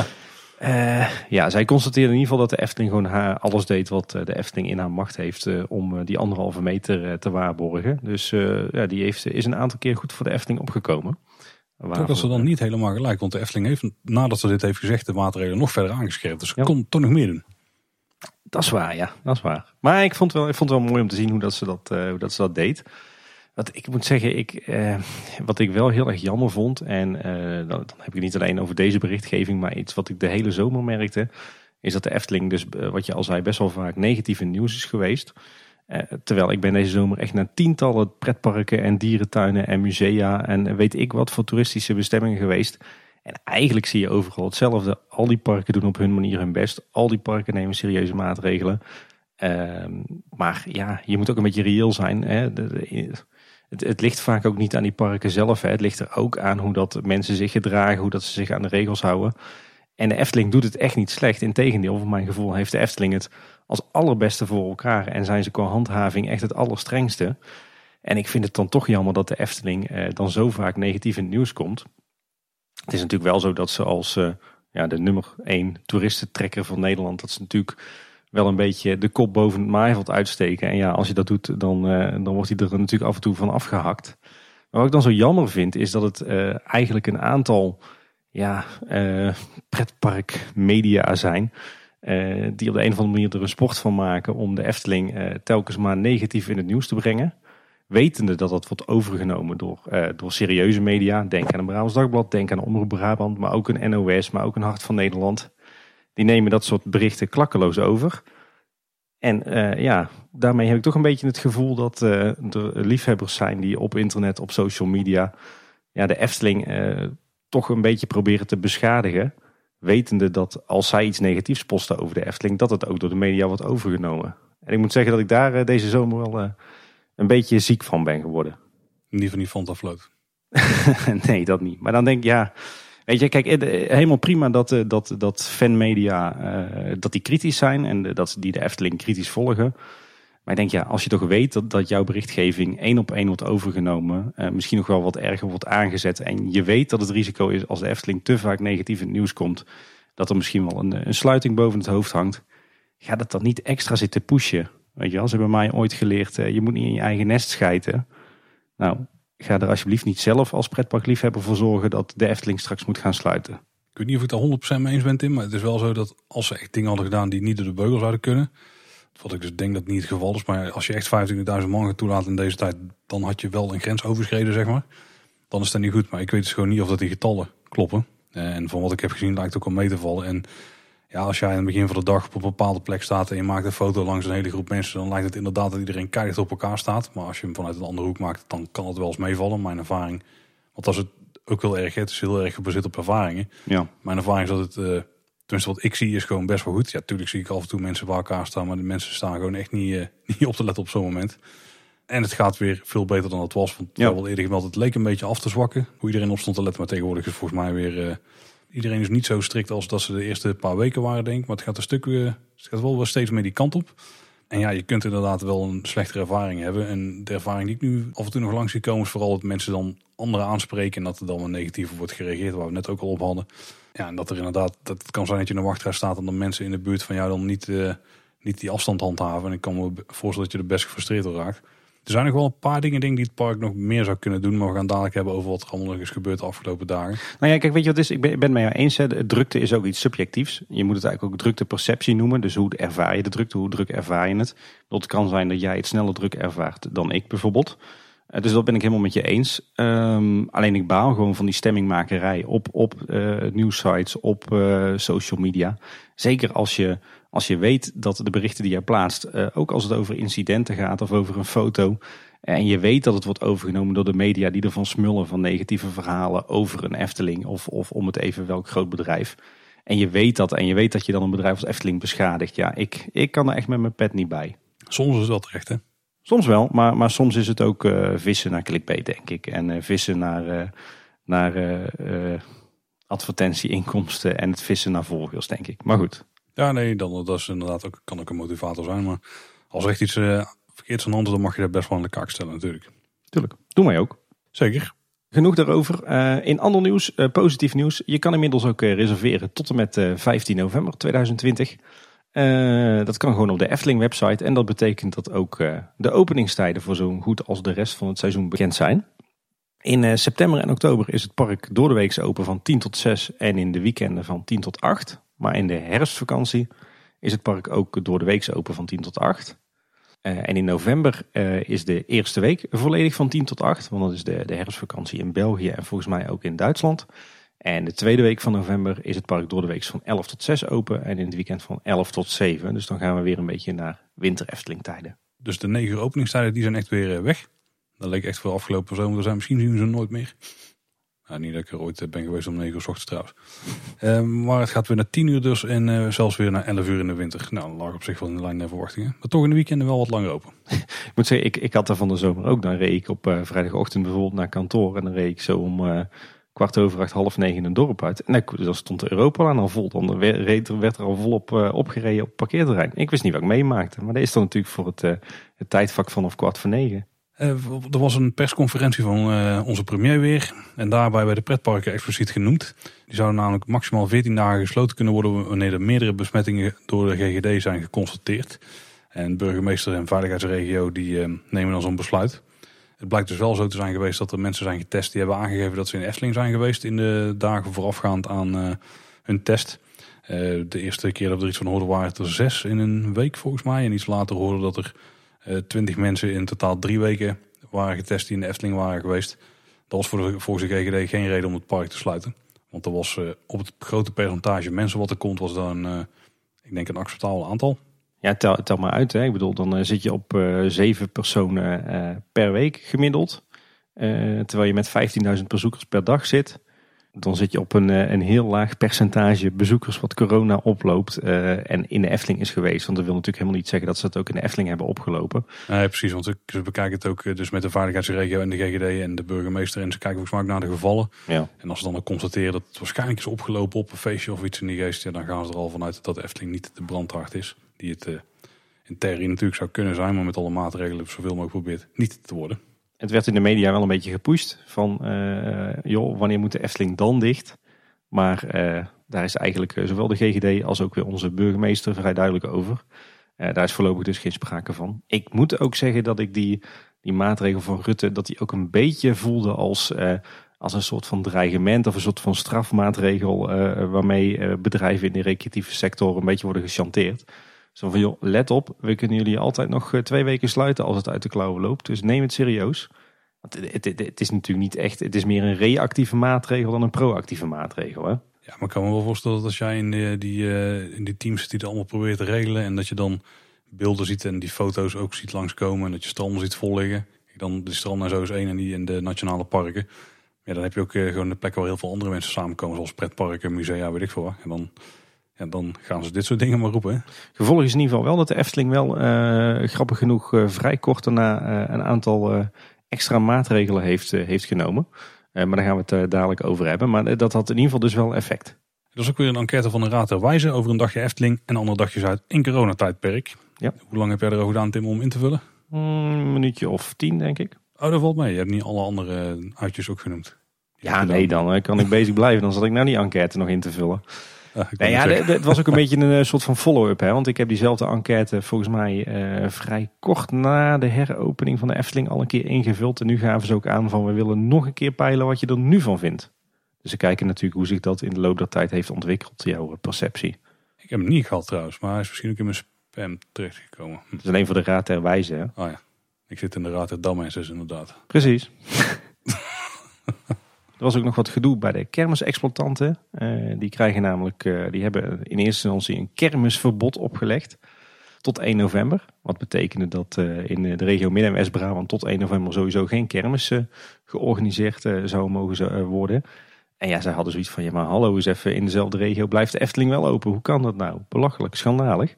uh, ja, zij constateerde in ieder geval dat de Efteling gewoon haar alles deed wat uh, de Efteling in haar macht heeft uh, om uh, die anderhalve meter uh, te waarborgen. Dus uh, ja, die heeft, is een aantal keer goed voor de Efteling opgekomen. Toch dat ze dan niet helemaal gelijk. Want de Efteling heeft, nadat ze dit heeft gezegd, de maatregelen nog verder aangescherpt. Dus ze ja. kon toch nog meer doen. Dat is waar, ja. Dat is waar. Maar ik vond het wel, ik vond het wel mooi om te zien hoe dat ze dat, uh, hoe dat, ze dat deed. Wat ik moet zeggen, ik, uh, wat ik wel heel erg jammer vond. En uh, dan, dan heb ik het niet alleen over deze berichtgeving. Maar iets wat ik de hele zomer merkte. Is dat de Efteling dus, uh, wat je al zei, best wel vaak negatief in nieuws is geweest. Uh, terwijl ik ben deze zomer echt naar tientallen pretparken en dierentuinen en musea en weet ik wat voor toeristische bestemmingen geweest. En eigenlijk zie je overal hetzelfde. Al die parken doen op hun manier hun best. Al die parken nemen serieuze maatregelen. Uh, maar ja, je moet ook een beetje reëel zijn. Hè. De, de, het, het ligt vaak ook niet aan die parken zelf. Hè. Het ligt er ook aan hoe dat mensen zich gedragen, hoe dat ze zich aan de regels houden. En de Efteling doet het echt niet slecht. Integendeel, voor mijn gevoel heeft de Efteling het als allerbeste voor elkaar. En zijn ze qua handhaving echt het allerstrengste. En ik vind het dan toch jammer dat de Efteling eh, dan zo vaak negatief in het nieuws komt. Het is natuurlijk wel zo dat ze als uh, ja, de nummer één toeristentrekker van Nederland, dat ze natuurlijk wel een beetje de kop boven het maaiveld uitsteken. En ja, als je dat doet, dan, uh, dan wordt hij er natuurlijk af en toe van afgehakt. Maar wat ik dan zo jammer vind, is dat het uh, eigenlijk een aantal ja, uh, pretparkmedia zijn. Uh, die op de een of andere manier er een sport van maken om de Efteling uh, telkens maar negatief in het nieuws te brengen. Wetende dat dat wordt overgenomen door, uh, door serieuze media. Denk aan een Brabants Dagblad, denk aan Omroep Brabant, maar ook een N O S, maar ook een Hart van Nederland. Die nemen dat soort berichten klakkeloos over. En uh, ja, daarmee heb ik toch een beetje het gevoel dat uh, er liefhebbers zijn die op internet, op social media, ja, de Efteling uh, toch een beetje proberen te beschadigen. Wetende dat als zij iets negatiefs posten over de Efteling, dat het ook door de media wordt overgenomen. En ik moet zeggen dat ik daar uh, deze zomer wel uh, een beetje ziek van ben geworden. Niet van die Fanta Float. Nee, dat niet. Maar dan denk ik, ja, weet je, kijk, helemaal prima dat, uh, dat, dat fanmedia, uh, dat die kritisch zijn en uh, dat die de Efteling kritisch volgen. Maar ik denk, ja, als je toch weet dat, dat jouw berichtgeving één op één wordt overgenomen, uh, misschien nog wel wat erger wordt aangezet. En je weet dat het risico is als de Efteling te vaak negatief in het nieuws komt, dat er misschien wel een, een sluiting boven het hoofd hangt. Ga dat dan niet extra zitten pushen. Weet je wel, ze hebben mij ooit geleerd, uh, je moet niet in je eigen nest schijten. Nou, ga er alsjeblieft niet zelf als pretparkliefhebber voor zorgen dat de Efteling straks moet gaan sluiten. Ik weet niet of ik het daar honderd procent mee eens ben, Tim, maar het is wel zo dat als ze echt dingen hadden gedaan die niet door de beugel zouden kunnen, wat ik dus denk dat niet het geval is, maar als je echt vijfentwintigduizend man gaat toelaten in deze tijd, dan had je wel een grens overschreden, zeg maar. Dan is dat niet goed, maar ik weet dus gewoon niet of dat die getallen kloppen. En van wat ik heb gezien lijkt het ook al mee te vallen. En ja, als jij aan het begin van de dag op een bepaalde plek staat en je maakt een foto langs een hele groep mensen, dan lijkt het inderdaad dat iedereen keihard op elkaar staat. Maar als je hem vanuit een andere hoek maakt, dan kan het wel eens meevallen. Mijn ervaring, want dat is het ook heel erg, het is heel erg gebaseerd op ervaringen. Ja. Mijn ervaring is dat het, uh, tenminste wat ik zie, is gewoon best wel goed. Ja, natuurlijk zie ik af en toe mensen bij elkaar staan, maar de mensen staan gewoon echt niet, uh, niet op te letten op zo'n moment. En het gaat weer veel beter dan het was. Want Ja. wel eerder gemeld, het leek een beetje af te zwakken. Hoe iedereen op stond te letten. Maar tegenwoordig is volgens mij weer... Uh, iedereen is niet zo strikt als dat ze de eerste paar weken waren, denk ik. Maar het gaat een stuk weer... Het gaat wel weer steeds meer die kant op. En ja, je kunt inderdaad wel een slechtere ervaring hebben. En de ervaring die ik nu af en toe nog langs zie komen... is vooral dat mensen dan anderen aanspreken... en dat er dan wel negatief wordt gereageerd, waar we net ook al op hadden. Ja, en dat er inderdaad... dat het kan zijn dat je in de wachtrij staat... en dan mensen in de buurt van jou dan niet, uh, niet die afstand handhaven. En ik kan me voorstellen dat je er best gefrustreerd door raakt. Er zijn nog wel een paar dingen denk ik, die het park nog meer zou kunnen doen. Maar we gaan dadelijk hebben over wat er allemaal nog is gebeurd de afgelopen dagen. Nou ja, kijk, weet je wat het is? Ik ben, ik ben het met jou eens. Hè. De drukte is ook iets subjectiefs. Je moet het eigenlijk ook drukteperceptie noemen. Dus hoe ervaar je de drukte? Hoe druk ervaar je het? Het kan zijn dat jij het sneller druk ervaart dan ik bijvoorbeeld. Uh, dus dat ben ik helemaal met je eens. Um, alleen ik baal gewoon van die stemmingmakerij op, op uh, nieuwsites, op uh, social media. Zeker als je... Als je weet dat de berichten die je plaatst, uh, ook als het over incidenten gaat of over een foto. En je weet dat het wordt overgenomen door de media die ervan smullen van negatieve verhalen over een Efteling. Of, of om het even welk groot bedrijf. En je weet dat en je weet dat je dan een bedrijf als Efteling beschadigt. Ja, ik, ik kan er echt met mijn pet niet bij. Soms is dat terecht, hè? Soms wel, maar, maar soms is het ook uh, vissen naar clickbait, denk ik. En uh, vissen naar, uh, naar uh, uh, advertentieinkomsten en het vissen naar volgers, denk ik. Maar goed. Ja, nee, dan, dat is inderdaad ook, kan ook een motivator zijn. Maar als er echt iets uh, verkeerds aan de hand is, dan mag je daar best wel aan de kaak stellen natuurlijk. Tuurlijk, doen wij ook. Zeker. Genoeg daarover. Uh, in ander nieuws, uh, positief nieuws. Je kan inmiddels ook uh, reserveren tot en met uh, vijftien november tweeduizend twintig. Uh, dat kan gewoon op de Efteling website. En dat betekent dat ook uh, de openingstijden voor zo goed als de rest van het seizoen bekend zijn. In uh, september en oktober is het park door de week open van tien tot zes en in de weekenden van tien tot acht. Maar in de herfstvakantie is het park ook door de week open van tien tot acht. Uh, en in november uh, is de eerste week volledig van tien tot acht. Want dat is de, de herfstvakantie in België en volgens mij ook in Duitsland. En de tweede week van november is het park door de week van elf tot zes open. En in het weekend van elf tot zeven. Dus dan gaan we weer een beetje naar winter Efteling tijden. Dus de negen uur openingstijden die zijn echt weer weg. Dat leek echt voor afgelopen zomer te zijn. Misschien zien we ze nooit meer. Nou, niet dat ik er ooit ben geweest om negen uur 's ochtends trouwens. Uh, maar het gaat weer naar tien uur dus. En uh, zelfs weer naar elf uur in de winter. Nou, dat lag op zich wel in de lijn der verwachtingen. Maar toch in de weekenden wel wat langer open. Ik moet zeggen, ik, ik had daar van de zomer ook. Dan reed ik op uh, vrijdagochtend bijvoorbeeld naar kantoor. En dan reed ik zo om uh, kwart over acht, half negen een dorp uit. En dan, dan stond de Europalaan al vol. Dan werd er, werd er al volop uh, opgereden op het parkeerterrein. Ik wist niet wat ik meemaakte. Maar dat is dan natuurlijk voor het, uh, het tijdvak vanaf kwart voor negen. Uh, er was een persconferentie van uh, onze premier weer. En daarbij werden de pretparken expliciet genoemd. Die zouden namelijk maximaal veertien dagen gesloten kunnen worden wanneer er meerdere besmettingen door de G G D zijn geconstateerd. En burgemeester en veiligheidsregio die uh, nemen dan zo'n besluit. Het blijkt dus wel zo te zijn geweest dat er mensen zijn getest die hebben aangegeven dat ze in Efteling zijn geweest in de dagen voorafgaand aan uh, hun test. Uh, de eerste keer dat we er iets van hoorden waren het er zes in een week volgens mij. En iets later hoorden dat er twintig uh, mensen in totaal drie weken waren getest die in de Efteling waren geweest. Dat was voor de, volgens de G G D geen reden om het park te sluiten. Want er was uh, op het grote percentage mensen wat er komt, was dan uh, ik denk een acceptabel aantal. Ja, tel, tel maar uit. Hè. Ik bedoel, dan uh, zit je op uh, zeven personen uh, per week gemiddeld. Uh, terwijl je met vijftienduizend bezoekers per dag zit. Dan zit je op een, uh, een heel laag percentage bezoekers wat corona oploopt. Uh, en in de Efteling is geweest. Want dat wil natuurlijk helemaal niet zeggen dat ze het ook in de Efteling hebben opgelopen. Nee, precies. Want ze bekijken het ook dus met de veiligheidsregio en de G G D en de burgemeester. En ze kijken volgens mij ook naar de gevallen. Ja. En als ze dan ook constateren dat het waarschijnlijk is opgelopen op een feestje of iets in die geest. Ja, dan gaan ze er al vanuit dat de Efteling niet de brandhaard is. Die het uh, in theorie natuurlijk zou kunnen zijn. Maar met alle maatregelen zoveel mogelijk probeert niet te worden. Het werd in de media wel een beetje gepusht van, uh, joh, wanneer moet de Efteling dan dicht? Maar uh, daar is eigenlijk uh, zowel de G G D als ook weer onze burgemeester vrij duidelijk over. Uh, daar is voorlopig dus geen sprake van. Ik moet ook zeggen dat ik die, die maatregel van Rutte, dat die ook een beetje voelde als, uh, als een soort van dreigement of een soort van strafmaatregel uh, waarmee uh, bedrijven in de recreatieve sector een beetje worden gechanteerd. Zo van, joh, let op, we kunnen jullie altijd nog twee weken sluiten als het uit de klauwen loopt. Dus neem het serieus. Want het, het, het is natuurlijk niet echt, het is meer een reactieve maatregel dan een proactieve maatregel. Hè? Ja, maar ik kan me wel voorstellen dat als jij in die, die, uh, in die teams zit die het allemaal probeert te regelen. En dat je dan beelden ziet en die foto's ook ziet langskomen. En dat je stranden ziet vol liggen. Dan de strand naar zo is één en die in de nationale parken. Ja, dan heb je ook uh, gewoon de plek waar heel veel andere mensen samenkomen. Zoals pretparken, musea, weet ik veel wat. En dan... Ja, dan gaan ze dit soort dingen maar roepen. Hè? Gevolg is in ieder geval wel dat de Efteling wel uh, grappig genoeg uh, vrij kort daarna uh, een aantal uh, extra maatregelen heeft, uh, heeft genomen. Uh, maar daar gaan we het uh, dadelijk over hebben. Maar uh, dat had in ieder geval dus wel effect. Er is ook weer een enquête van de Raad der Wijzen over een dagje Efteling en andere dagjes uit in coronatijdperk. Ja. Hoe lang heb jij erover gedaan, Tim, om in te vullen? Mm, een minuutje of tien, denk ik. Oh, dat valt mee. Je hebt niet alle andere uitjes ook genoemd. Ja, nee, dan uh, kan ik bezig blijven. Dan zat ik nou die enquête nog in te vullen. Ja, nee, ja, de, de, het was ook een beetje een uh, soort van follow-up. Hè? Want ik heb diezelfde enquête volgens mij uh, vrij kort na de heropening van de Efteling al een keer ingevuld. En nu gaven ze ook aan van we willen nog een keer peilen wat je er nu van vindt. Dus we kijken natuurlijk hoe zich dat in de loop der tijd heeft ontwikkeld, jouw perceptie. Ik heb hem niet gehad trouwens, maar hij is misschien ook in mijn spam terechtgekomen. Het is alleen voor de Raad der Wijzen. Hè? Oh ja, ik zit in de Raad der Dammenses inderdaad. Precies. Er was ook nog wat gedoe bij de kermisexploitanten. Uh, die krijgen namelijk, uh, die hebben in eerste instantie een kermisverbod opgelegd. Tot één november. Wat betekende dat uh, in de regio Midden- en West-Brabant tot één november sowieso geen kermis uh, georganiseerd uh, zou mogen uh, worden. En ja, zij hadden zoiets van, ja maar hallo eens even, in dezelfde regio blijft de Efteling wel open. Hoe kan dat nou? Belachelijk, schandalig.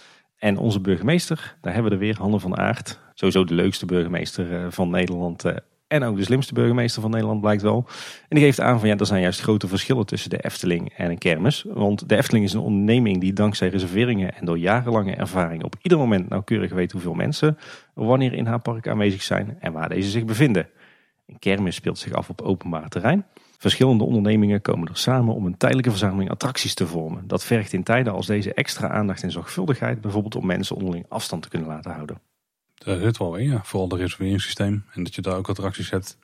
En onze burgemeester, daar hebben we er weer, Hanne van Aert. Sowieso de leukste burgemeester uh, van Nederland. Uh, en ook de slimste burgemeester van Nederland blijkt wel. En die geeft aan van ja, er zijn juist grote verschillen tussen de Efteling en een kermis. Want de Efteling is een onderneming die dankzij reserveringen en door jarenlange ervaring op ieder moment nauwkeurig weet hoeveel mensen wanneer in haar park aanwezig zijn en waar deze zich bevinden. Een kermis speelt zich af op openbaar terrein. Verschillende ondernemingen komen er samen om een tijdelijke verzameling attracties te vormen. Dat vergt in tijden als deze extra aandacht en zorgvuldigheid, bijvoorbeeld om mensen onderling afstand te kunnen laten houden. Daar zit wel in, ja. Vooral het reserveringssysteem. En dat je daar ook attracties hebt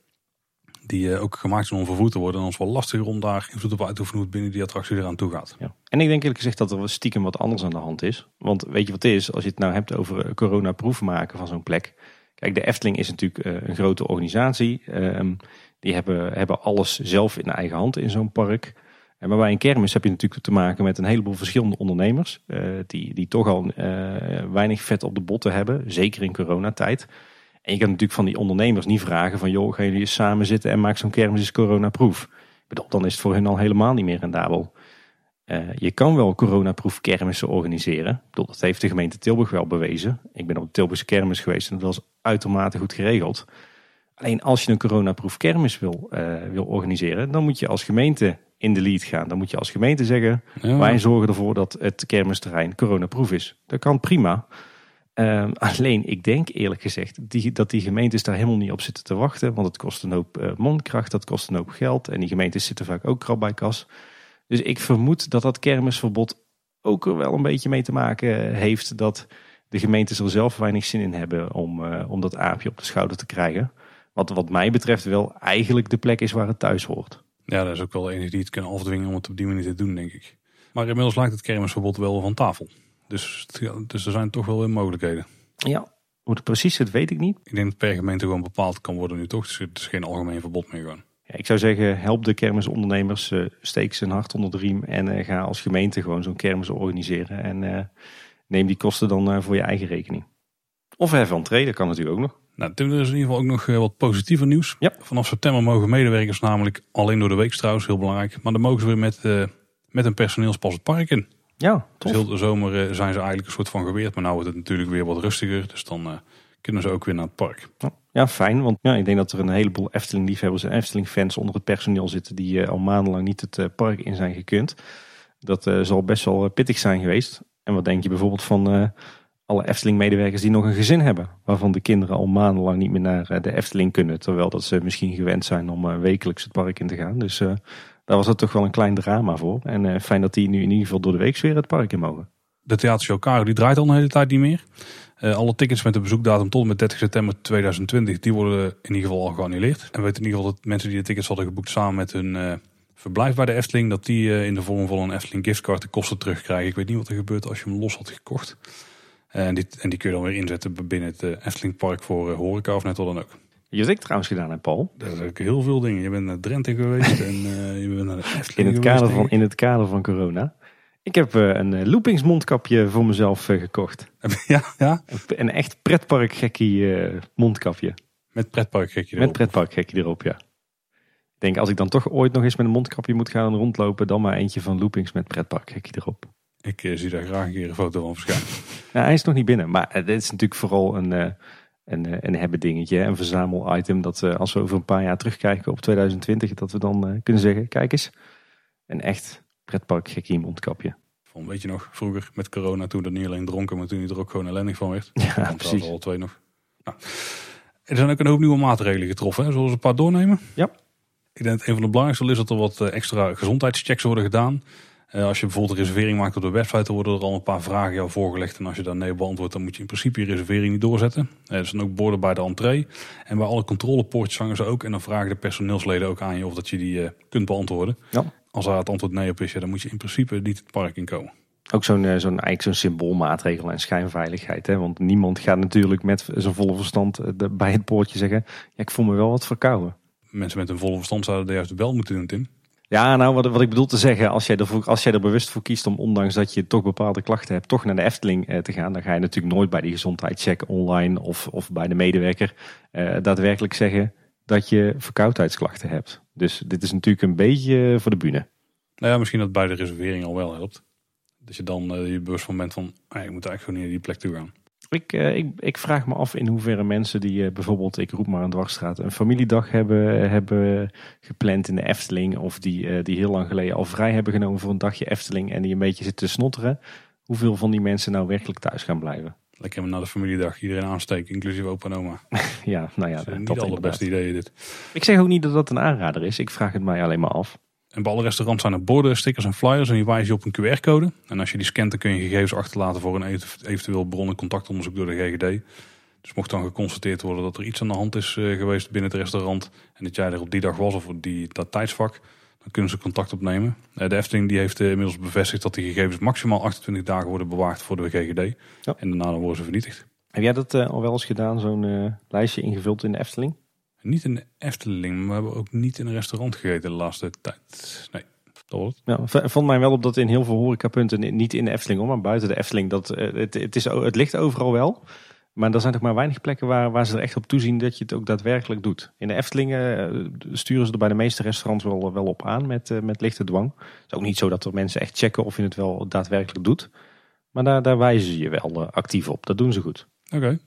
die uh, ook gemaakt zijn om vervoerd te worden. En dan is het wel lastiger om daar invloed op uit te oefenen hoe het binnen die attractie eraan toe gaat. Ja. En ik denk eerlijk gezegd dat er stiekem wat anders aan de hand is. Want weet je wat het is? Als je het nou hebt over coronaproef maken van zo'n plek. Kijk, de Efteling is natuurlijk uh, een grote organisatie. Uh, die hebben, hebben alles zelf in eigen hand in zo'n park. Maar bij een kermis heb je natuurlijk te maken met een heleboel verschillende ondernemers. Uh, die, die toch al uh, weinig vet op de botten hebben. Zeker in coronatijd. En je kan natuurlijk van die ondernemers niet vragen van joh, gaan jullie eens samen zitten en maak zo'n kermis eens coronaproof. Ik bedoel, dan is het voor hun al helemaal niet meer rendabel. Uh, je kan wel coronaproof kermissen organiseren. Ik bedoel, dat heeft de gemeente Tilburg wel bewezen. Ik ben op de Tilburgse kermis geweest en dat was uitermate goed geregeld. Alleen als je een coronaproof kermis wil, uh, wil organiseren, dan moet je als gemeente in de lead gaan. Dan moet je als gemeente zeggen, ja. Wij zorgen ervoor dat het kermisterrein coronaproof is. Dat kan prima. Uh, alleen ik denk eerlijk gezegd die, dat die gemeentes daar helemaal niet op zitten te wachten. Want het kost een hoop uh, mondkracht, dat kost een hoop geld. En die gemeentes zitten vaak ook krap bij kas. Dus ik vermoed dat dat kermisverbod ook er wel een beetje mee te maken heeft. Dat de gemeentes er zelf weinig zin in hebben om, uh, om dat aapje op de schouder te krijgen. Wat wat mij betreft wel eigenlijk de plek is waar het thuis hoort. Ja, dat is ook wel de enige die het kunnen afdwingen om het op die manier te doen, denk ik. Maar inmiddels lijkt het kermisverbod wel van tafel. Dus, dus er zijn toch wel weer mogelijkheden. Ja, hoe het precies zit weet ik niet. Ik denk dat per gemeente gewoon bepaald kan worden nu toch. Dus het is geen algemeen verbod meer gewoon. Ja, ik zou zeggen, help de kermisondernemers, uh, steek ze een hart onder de riem en uh, ga als gemeente gewoon zo'n kermis organiseren. En uh, neem die kosten dan uh, voor je eigen rekening. Of hef entree, dat kan natuurlijk ook nog. Nou, Tim, er is in ieder geval ook nog wat positiever nieuws. Ja. Vanaf september mogen medewerkers namelijk alleen door de week trouwens, heel belangrijk. Maar dan mogen ze weer met, uh, met een personeelspas het park in. Ja, tof. Dus heel de zomer uh, zijn ze eigenlijk een soort van geweerd. Maar nu wordt het natuurlijk weer wat rustiger. Dus dan uh, kunnen ze ook weer naar het park. Ja, fijn. Want ja, ik denk dat er een heleboel Efteling-liefhebbers en Efteling-fans onder het personeel zitten. Die uh, al maandenlang niet het uh, park in zijn gekund. Dat uh, zal best wel uh, pittig zijn geweest. En wat denk je bijvoorbeeld van uh, alle Efteling-medewerkers die nog een gezin hebben. Waarvan de kinderen al maandenlang niet meer naar uh, de Efteling kunnen. Terwijl dat ze misschien gewend zijn om uh, wekelijks het park in te gaan. Dus uh, daar was het toch wel een klein drama voor. En uh, fijn dat die nu in ieder geval door de week weer het park in mogen. De theatershow Caro die draait al een hele tijd niet meer. Uh, alle tickets met de bezoekdatum tot en met dertig september tweeduizend twintig, die worden in ieder geval al geannuleerd. En we weten in ieder geval dat mensen die de tickets hadden geboekt samen met hun uh, verblijf bij de Efteling, dat die uh, in de vorm van een Efteling giftcard de kosten terugkrijgen. Ik weet niet wat er gebeurt als je hem los had gekocht. Uh, en, die, en die kun je dan weer inzetten binnen het uh, Efteling Park voor uh, horeca of net wat dan ook. Je hebt ik trouwens gedaan, hè Paul? Dat is ook heel veel dingen. Je bent naar Drenthe geweest en uh, je bent naar de Efteling in het geweest. Kader van, in het kader van corona. Ik heb uh, een uh, loopingsmondkapje voor mezelf uh, gekocht. Ja, ja? Een, een echt pretparkgekkie uh, mondkapje. Met pretparkgekkie erop? Met pretparkgekkie erop, ja. Ik denk, als ik dan toch ooit nog eens met een mondkapje moet gaan rondlopen, dan maar eentje van Loopings met pretparkgekkie erop. Ik uh, zie daar graag een keer een foto van verschijnen. Ja, hij is nog niet binnen. Maar uh, dit is natuurlijk vooral een, uh, een, uh, een hebben dingetje. Een verzamel item dat uh, als we over een paar jaar terugkijken op twintig twintig. Dat we dan uh, kunnen zeggen, kijk eens. Een echt pretpark gekkie mondkapje. Van, weet je nog, vroeger met corona toen er niet alleen dronken, maar toen hij er ook gewoon ellendig van werd. Ja, precies. Al twee nog. Nou, er zijn ook een hoop nieuwe maatregelen getroffen. Hè? Zullen we een paar doornemen? Ja. Ik denk dat een van de belangrijkste is dat er wat extra gezondheidschecks worden gedaan. Uh, als je bijvoorbeeld een reservering maakt op de website, dan worden er al een paar vragen jou voorgelegd. En als je daar nee beantwoordt, dan moet je in principe je reservering niet doorzetten. Uh, er zijn ook borden bij de entree. En bij alle controlepoortjes hangen ze ook. En dan vragen de personeelsleden ook aan je of dat je die uh, kunt beantwoorden. Ja. Als daar het antwoord nee op is, ja, dan moet je in principe niet het park in komen. Ook zo'n, zo'n, eigenlijk zo'n symboolmaatregel en schijnveiligheid. Hè? Want niemand gaat natuurlijk met zijn volle verstand bij het poortje zeggen, ja, ik voel me wel wat verkouden. Mensen met een volle verstand zouden er juist wel moeten doen, Tim. Ja, nou wat, wat ik bedoel te zeggen, als jij, er, als jij er bewust voor kiest om, ondanks dat je toch bepaalde klachten hebt, toch naar de Efteling eh, te gaan, dan ga je natuurlijk nooit bij die gezondheidscheck online of, of bij de medewerker eh, daadwerkelijk zeggen dat je verkoudheidsklachten hebt. Dus dit is natuurlijk een beetje voor de bühne. Nou ja, misschien dat bij de reservering al wel helpt. Dat je dan uh, je bewust van bent van, ah, ik moet eigenlijk gewoon naar die plek toe gaan. Ik, uh, ik, ik vraag me af in hoeverre mensen die uh, bijvoorbeeld, ik roep maar een dwarsstraat, een familiedag hebben, hebben gepland in de Efteling. Of die, uh, die heel lang geleden al vrij hebben genomen voor een dagje Efteling en die een beetje zitten te snotteren. Hoeveel van die mensen nou werkelijk thuis gaan blijven? Lekker naar de familiedag, iedereen aansteken, inclusief opa en oma. Ja, nou ja, dat zijn dat niet alle beste ideeën dit. Ik zeg ook niet dat dat een aanrader is, ik vraag het mij alleen maar af. En bij alle restaurants zijn er borden, stickers en flyers en die wijzen je op een Q R-code. En als je die scant, dan kun je gegevens achterlaten voor een eventueel bron- en contactonderzoek door de G G D. Dus mocht dan geconstateerd worden dat er iets aan de hand is uh, geweest binnen het restaurant en dat jij er op die dag was of op die, dat tijdsvak, dan kunnen ze contact opnemen. Uh, de Efteling die heeft uh, inmiddels bevestigd dat die gegevens maximaal achtentwintig dagen worden bewaard voor de G G D. Ja. En daarna dan worden ze vernietigd. Heb jij dat uh, al wel eens gedaan, zo'n uh, lijstje ingevuld in de Efteling? Niet in de Efteling, maar we hebben ook niet in een restaurant gegeten de laatste tijd. Nee, dat was het. Ja, vond mij wel op dat in heel veel horecapunten, niet in de Efteling hoor, maar buiten de Efteling, dat het, het, is, het ligt overal wel. Maar er zijn toch maar weinig plekken waar, waar ze er echt op toezien dat je het ook daadwerkelijk doet. In de Efteling uh, sturen ze er bij de meeste restaurants wel, wel op aan met, uh, met lichte dwang. Het is ook niet zo dat er mensen echt checken of je het wel daadwerkelijk doet. Maar daar, daar wijzen ze je wel uh, actief op. Dat doen ze goed. Oké. Okay.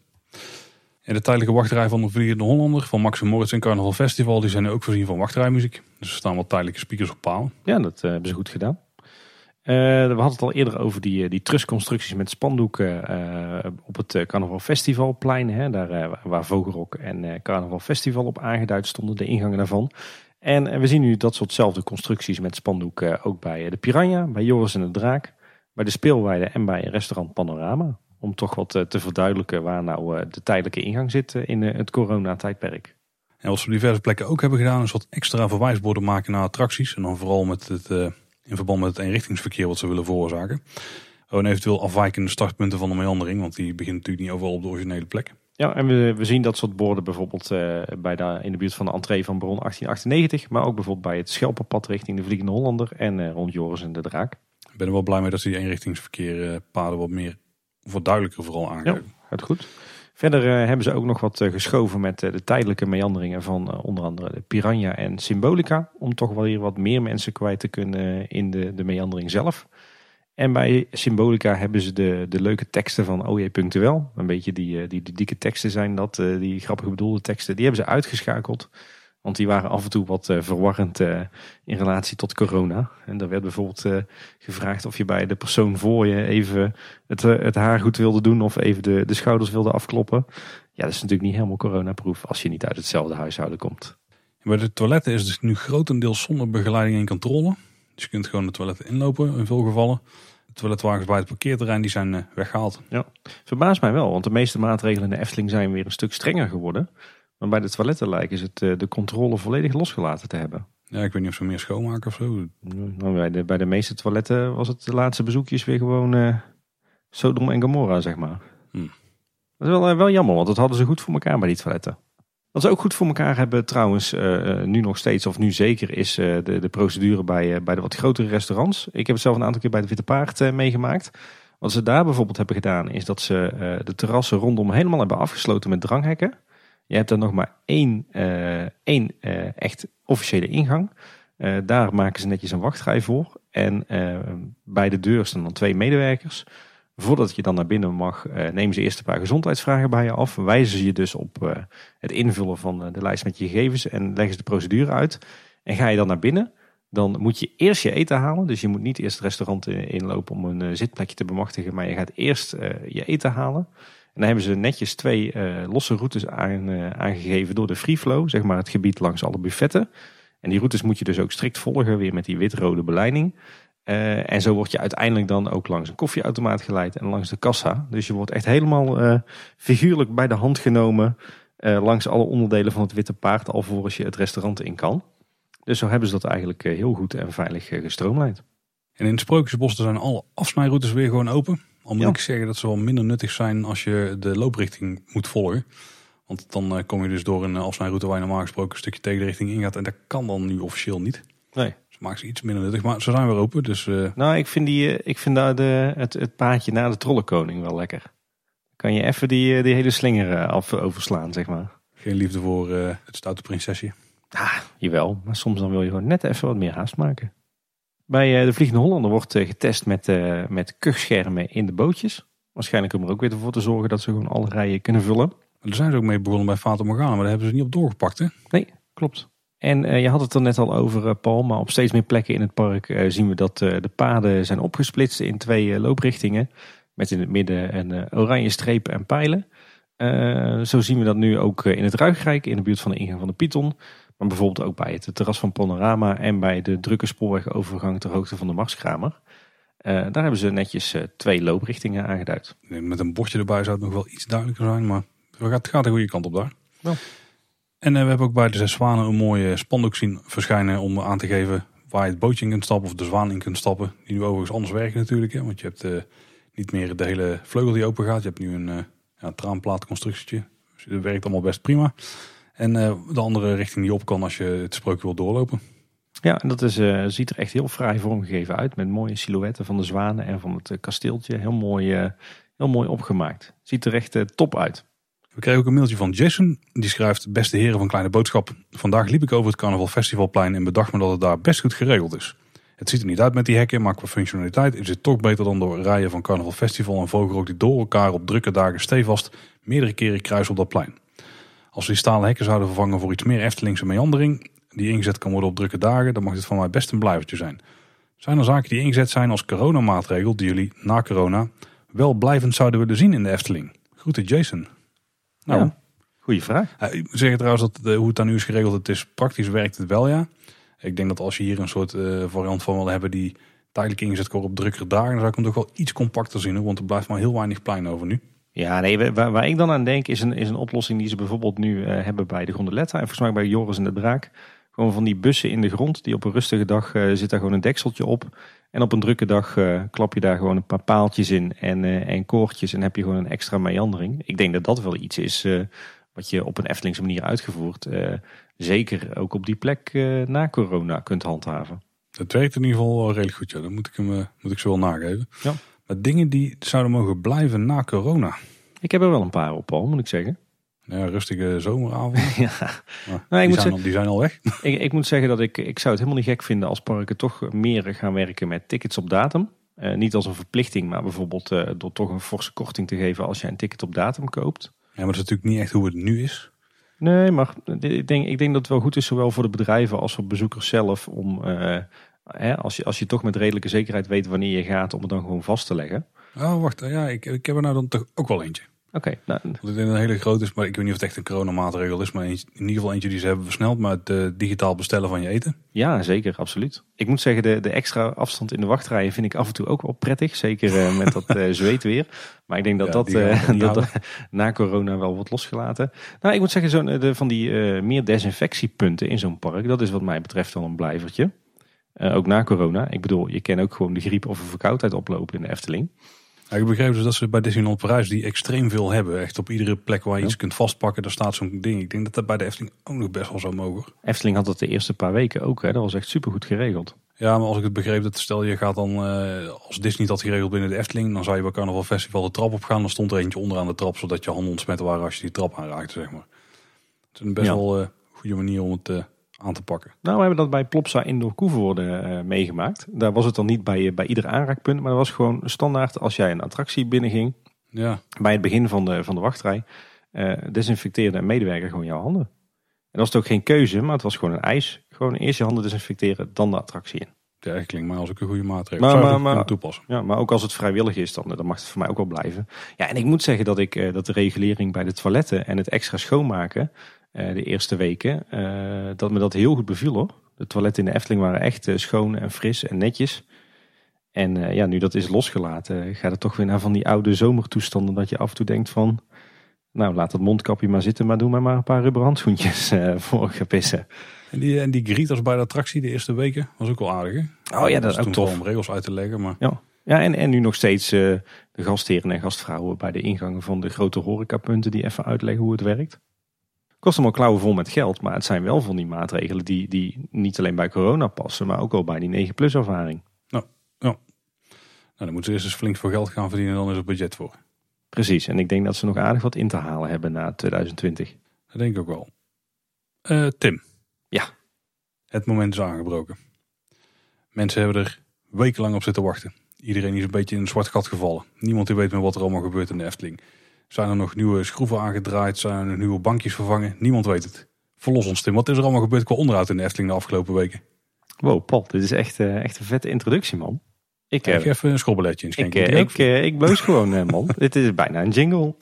En de tijdelijke wachtrij van de Vliegende Hollander van Max en Moritz en Carnaval Festival, die zijn ook voorzien van wachtrijmuziek. Dus er staan wat tijdelijke speakers op palen. Ja, dat uh, hebben ze goed gedaan. Uh, we hadden het al eerder over die, die trusconstructies met spandoeken uh, op het uh, Carnaval Festivalplein. Hè, daar uh, waar Vogelrok en uh, Carnaval Festival op aangeduid stonden, de ingangen daarvan. En uh, we zien nu dat soortzelfde constructies met spandoeken uh, ook bij uh, de Piranha, bij Joris en de Draak, bij de Speelweide en bij restaurant Panorama. Om toch wat uh, te verduidelijken waar nou uh, de tijdelijke ingang zit uh, in uh, het coronatijdperk. En wat ze op diverse plekken ook hebben gedaan is wat extra verwijsborden maken naar attracties. En dan vooral met het... Uh, in verband met het eenrichtingsverkeer wat ze willen veroorzaken. En eventueel afwijkende startpunten van de meandering. Want die begint natuurlijk niet overal op de originele plek. Ja, en we, we zien dat soort borden bijvoorbeeld uh, bij de, in de buurt van de entree van Baron achttien achtennegentig. Maar ook bijvoorbeeld bij het Schelpenpad richting de Vliegende Hollander. En uh, rond Joris en de Draak. Ik ben er wel blij mee dat ze die eenrichtingsverkeer uh, paden wat meer, wat duidelijker vooral aangeven. Ja, het goed. Verder uh, hebben ze ook nog wat uh, geschoven met uh, de tijdelijke meanderingen van uh, onder andere de Piranha en Symbolica. Om toch wel hier wat meer mensen kwijt te kunnen uh, in de, de meandering zelf. En bij Symbolica hebben ze de, de leuke teksten van O J Punctueel. Een beetje die, uh, die, die dikke teksten zijn dat, uh, die grappige bedoelde teksten. Die hebben ze uitgeschakeld. Want die waren af en toe wat uh, verwarrend uh, in relatie tot corona. En daar werd bijvoorbeeld uh, gevraagd of je bij de persoon voor je even het, uh, het haar goed wilde doen. Of even de, de schouders wilde afkloppen. Ja, dat is natuurlijk niet helemaal coronaproof als je niet uit hetzelfde huishouden komt. En bij de toiletten is het nu grotendeels zonder begeleiding en controle. Dus je kunt gewoon de toiletten inlopen in veel gevallen. De toiletwagens bij het parkeerterrein die zijn uh, weggehaald. Ja, verbaast mij wel. Want de meeste maatregelen in de Efteling zijn weer een stuk strenger geworden. Maar bij de toiletten lijkt is het de controle volledig losgelaten te hebben. Ja, ik weet niet of ze meer schoonmaken of zo. Nou, bij, de, bij de meeste toiletten was het de laatste bezoekjes weer gewoon uh, Sodom en Gomorra, zeg maar. Hmm. Dat is wel, uh, wel jammer, want dat hadden ze goed voor elkaar bij die toiletten. Wat ze ook goed voor elkaar hebben trouwens, uh, nu nog steeds of nu zeker, is uh, de, de procedure bij, uh, bij de wat grotere restaurants. Ik heb het zelf een aantal keer bij de Witte Paard uh, meegemaakt. Wat ze daar bijvoorbeeld hebben gedaan, is dat ze uh, de terrassen rondom helemaal hebben afgesloten met dranghekken. Je hebt er nog maar één, uh, één uh, echt officiële ingang. Uh, daar maken ze netjes een wachtrij voor. En uh, Bij de deur staan dan twee medewerkers. Voordat je dan naar binnen mag, uh, nemen ze eerst een paar gezondheidsvragen bij je af. Wijzen ze je dus op uh, het invullen van uh, de lijst met je gegevens en leggen ze de procedure uit. En ga je dan naar binnen, dan moet je eerst je eten halen. Dus je moet niet eerst het restaurant inlopen om een uh, zitplekje te bemachtigen. Maar je gaat eerst uh, je eten halen. En dan hebben ze netjes twee uh, losse routes aan, uh, aangegeven door de Free Flow. Zeg maar het gebied langs alle buffetten. En die routes moet je dus ook strikt volgen, weer met die wit-rode beleiding. Uh, en zo word je uiteindelijk dan ook langs een koffieautomaat geleid en langs de kassa. Dus je wordt echt helemaal uh, figuurlijk bij de hand genomen uh, langs alle onderdelen van het witte paard alvorens je het restaurant in kan. Dus zo hebben ze dat eigenlijk uh, heel goed en veilig uh, gestroomlijnd. En in het Sprookjesbos zijn alle afsnijroutes weer gewoon open. Al moet ja. ik zeggen dat ze wel minder nuttig zijn als je de looprichting moet volgen. Want dan uh, kom je dus door een afsnijroute waar je normaal gesproken een stukje tegen de richting ingaat. En dat kan dan nu officieel niet. Nee. Dus maakt ze iets minder nuttig. Maar ze zijn weer open. Dus, uh... Nou, ik vind, die, ik vind daar de, het, het paadje naar de Trollenkoning wel lekker. Kan je even die, die hele slinger af overslaan, zeg maar. Geen liefde voor uh, het stoute prinsesje. Ah, jawel. Maar soms dan wil je gewoon net even wat meer haast maken. Bij uh, de Vliegende Hollander wordt uh, getest met, uh, met kuchschermen in de bootjes. Waarschijnlijk om er ook weer voor te zorgen dat ze gewoon alle rijen kunnen vullen. Daar zijn ze ook mee begonnen bij Fata Morgana, maar daar hebben ze niet op doorgepakt, hè? Nee, klopt. En uh, je had het er net al over, uh, Paul, maar op steeds meer plekken in het park uh, zien we dat uh, de paden zijn opgesplitst in twee uh, looprichtingen. Met in het midden een uh, oranje strepen en pijlen. Uh, zo zien we dat nu ook uh, in het Ruigrijk, in de buurt van de ingang van de Python. Maar bijvoorbeeld ook bij het terras van Panorama en bij de drukke spoorwegovergang ter hoogte van de Marskramer. Uh, daar hebben ze netjes uh, twee looprichtingen aangeduid. Met een bordje erbij zou het nog wel iets duidelijker zijn, maar het gaat de goede kant op daar. Ja. En uh, we hebben ook bij de Zes Zwanen een mooie spandoek zien verschijnen om aan te geven waar je het bootje in kunt stappen of de zwaan in kunt stappen. Die nu overigens anders werken natuurlijk, hè, want je hebt uh, niet meer de hele vleugel die open gaat. Je hebt nu een uh, ja, traanplaatconstructietje. Dus dat werkt allemaal best prima. En uh, de andere richting die op kan als je het sprookje wil doorlopen. Ja, en dat is, uh, ziet er echt heel fraai vormgegeven uit. Met mooie silhouetten van de zwanen en van het uh, kasteeltje. Heel mooi, uh, heel mooi opgemaakt. Ziet er echt uh, top uit. We kregen ook een mailtje van Jason. Die schrijft: beste heren van Kleine Boodschap. Vandaag liep ik over het Carnaval Festivalplein en bedacht me dat het daar best goed geregeld is. Het ziet er niet uit met die hekken, maar qua functionaliteit is het toch beter dan door rijen van Carnaval Festival en Vogelrok die door elkaar op drukke dagen stevast meerdere keren kruisen op dat plein. Als we die stalen hekken zouden vervangen voor iets meer Eftelingse meandering die ingezet kan worden op drukke dagen, dan mag dit van mij best een blijvertje zijn. Zijn er zaken die ingezet zijn als coronamaatregel die jullie na corona wel blijvend zouden willen zien in de Efteling? Groeten Jason. Nou, ja, goeie vraag. Uh, ik zeg trouwens dat de, hoe het dan nu is geregeld, het is praktisch werkt het wel, ja. Ik denk dat als je hier een soort uh, variant van wil hebben die tijdelijk ingezet wordt op drukkere dagen, dan zou ik hem toch wel iets compacter zien, hoor, want er blijft maar heel weinig plein over nu. Ja, nee, waar, waar ik dan aan denk is een, is een oplossing die ze bijvoorbeeld nu uh, hebben bij de Gondoletta en volgens mij bij Joris en de Draak. Gewoon van die bussen in de grond, die op een rustige dag uh, zit daar gewoon een dekseltje op. En op een drukke dag uh, klap je daar gewoon een paar paaltjes in en, uh, en koordjes en heb je gewoon een extra meandering. Ik denk dat dat wel iets is uh, wat je op een Eftelingse manier uitgevoerd uh, zeker ook op die plek uh, na corona kunt handhaven. Het werkt in ieder geval wel redelijk goed, ja. Dat moet ik, hem, uh, moet ik zo wel nageven. Ja. Maar dingen die zouden mogen blijven na corona. Ik heb er wel een paar op, Paul, moet ik zeggen. Ja, rustige zomeravond. Ja. Maar nou, die, ik moet zijn zeggen, al, die zijn al weg. ik, ik moet zeggen dat ik, ik zou het helemaal niet gek vinden als parken toch meer gaan werken met tickets op datum. Uh, niet als een verplichting, maar bijvoorbeeld uh, door toch een forse korting te geven als je een ticket op datum koopt. Ja, maar dat is natuurlijk niet echt hoe het nu is. Nee, maar ik denk, ik denk dat het wel goed is, zowel voor de bedrijven als voor bezoekers zelf, om uh, hè, als, je, als je toch met redelijke zekerheid weet wanneer je gaat, om het dan gewoon vast te leggen. Oh, wacht. Ja, ik, ik heb er nou dan toch ook wel eentje. Oké. Okay, nou, Want het een hele grote is, maar ik weet niet of het echt een coronamaatregel is. Maar in ieder geval eentje die ze hebben versneld. Maar het uh, digitaal bestellen van je eten. Ja, zeker. Absoluut. Ik moet zeggen, de, de extra afstand in de wachtrijen vind ik af en toe ook wel prettig. Zeker uh, met dat uh, zweetweer. Maar ik denk dat ja, dat, uh, dat uh, na corona wel wordt losgelaten. Nou, ik moet zeggen, zo, de, van die uh, meer desinfectiepunten in zo'n park. Dat is wat mij betreft wel een blijvertje. Uh, ook na corona. Ik bedoel, je kan ook gewoon de griep of een verkoudheid oplopen in de Efteling. Ja, ik begreep dus dat ze bij Disneyland Parijs die extreem veel hebben. Echt op iedere plek waar je ja. iets kunt vastpakken, daar staat zo'n ding. Ik denk dat dat bij de Efteling ook nog best wel zou mogen. Efteling had dat de eerste paar weken ook. Hè? Dat was echt supergoed geregeld. Ja, maar als ik het begreep, dat stel je gaat dan, uh, als Disney dat geregeld binnen de Efteling, dan zou je bij Carnaval Festival de trap op gaan. Dan stond er eentje onderaan de trap, zodat je handen ontsmetten waren als je die trap aanraakte, zeg maar. Het is een best ja. wel uh, goede manier om het uh, aan te pakken. Nou, we hebben dat bij Plopsa Indoor Koevoorde uh, meegemaakt. Daar was het dan niet bij, bij ieder aanraakpunt, maar dat was gewoon standaard als jij een attractie binnenging. Ja. Bij het begin van de, van de wachtrij uh, desinfecteerde een medewerker gewoon jouw handen. En dat was ook geen keuze, maar het was gewoon een eis. Gewoon eerst je handen desinfecteren, dan de attractie in. Ja, dat klinkt mij als ook een goede maatregel. Maar, Zou maar, ik maar, toepassen. Ja, maar ook als het vrijwillig is, dan, dan mag het voor mij ook wel blijven. Ja, en ik moet zeggen dat ik uh, dat de regulering bij de toiletten en het extra schoonmaken uh, de eerste weken, uh, dat me dat heel goed beviel hoor. De toiletten in de Efteling waren echt uh, schoon en fris en netjes. En uh, ja, nu dat is losgelaten, gaat het toch weer naar van die oude zomertoestanden dat je af en toe denkt van, nou laat dat mondkapje maar zitten, maar doe maar maar een paar rubber handschoentjes uh, voor gaan pissen. En die, en die greeters bij de attractie de eerste weken was ook wel aardig hè? Oh ja, dat is ook toen tof. wel om regels uit te leggen. Maar... Ja, ja en, en nu nog steeds uh, de gastheren en gastvrouwen bij de ingangen van de grote horecapunten die even uitleggen hoe het werkt. Kost allemaal klauwen vol met geld, maar het zijn wel van die maatregelen die, die niet alleen bij corona passen, maar ook wel bij die negen plus ervaring. Nou, ja. Nou, dan moeten ze eerst eens flink veel geld gaan verdienen en dan is er budget voor. Precies, en ik denk dat ze nog aardig wat in te halen hebben na twintig twintig. Dat denk ik ook wel. Uh, Tim. Ja. Het moment is aangebroken. Mensen hebben er wekenlang op zitten wachten. Iedereen is een beetje in een zwart gat gevallen. Niemand die weet meer wat er allemaal gebeurt in de Efteling. Zijn er nog nieuwe schroeven aangedraaid? Zijn er nog nieuwe bankjes vervangen? Niemand weet het. Verlos ons Tim, wat is er allemaal gebeurd qua onderhoud in de Efteling de afgelopen weken? Wow, Paul, dit is echt, uh, echt een vette introductie man. Ik heb uh, even een schoolbelletje inschenken. Ik, uh, ik, uh, ik bloos gewoon uh, man. Dit is bijna een jingle.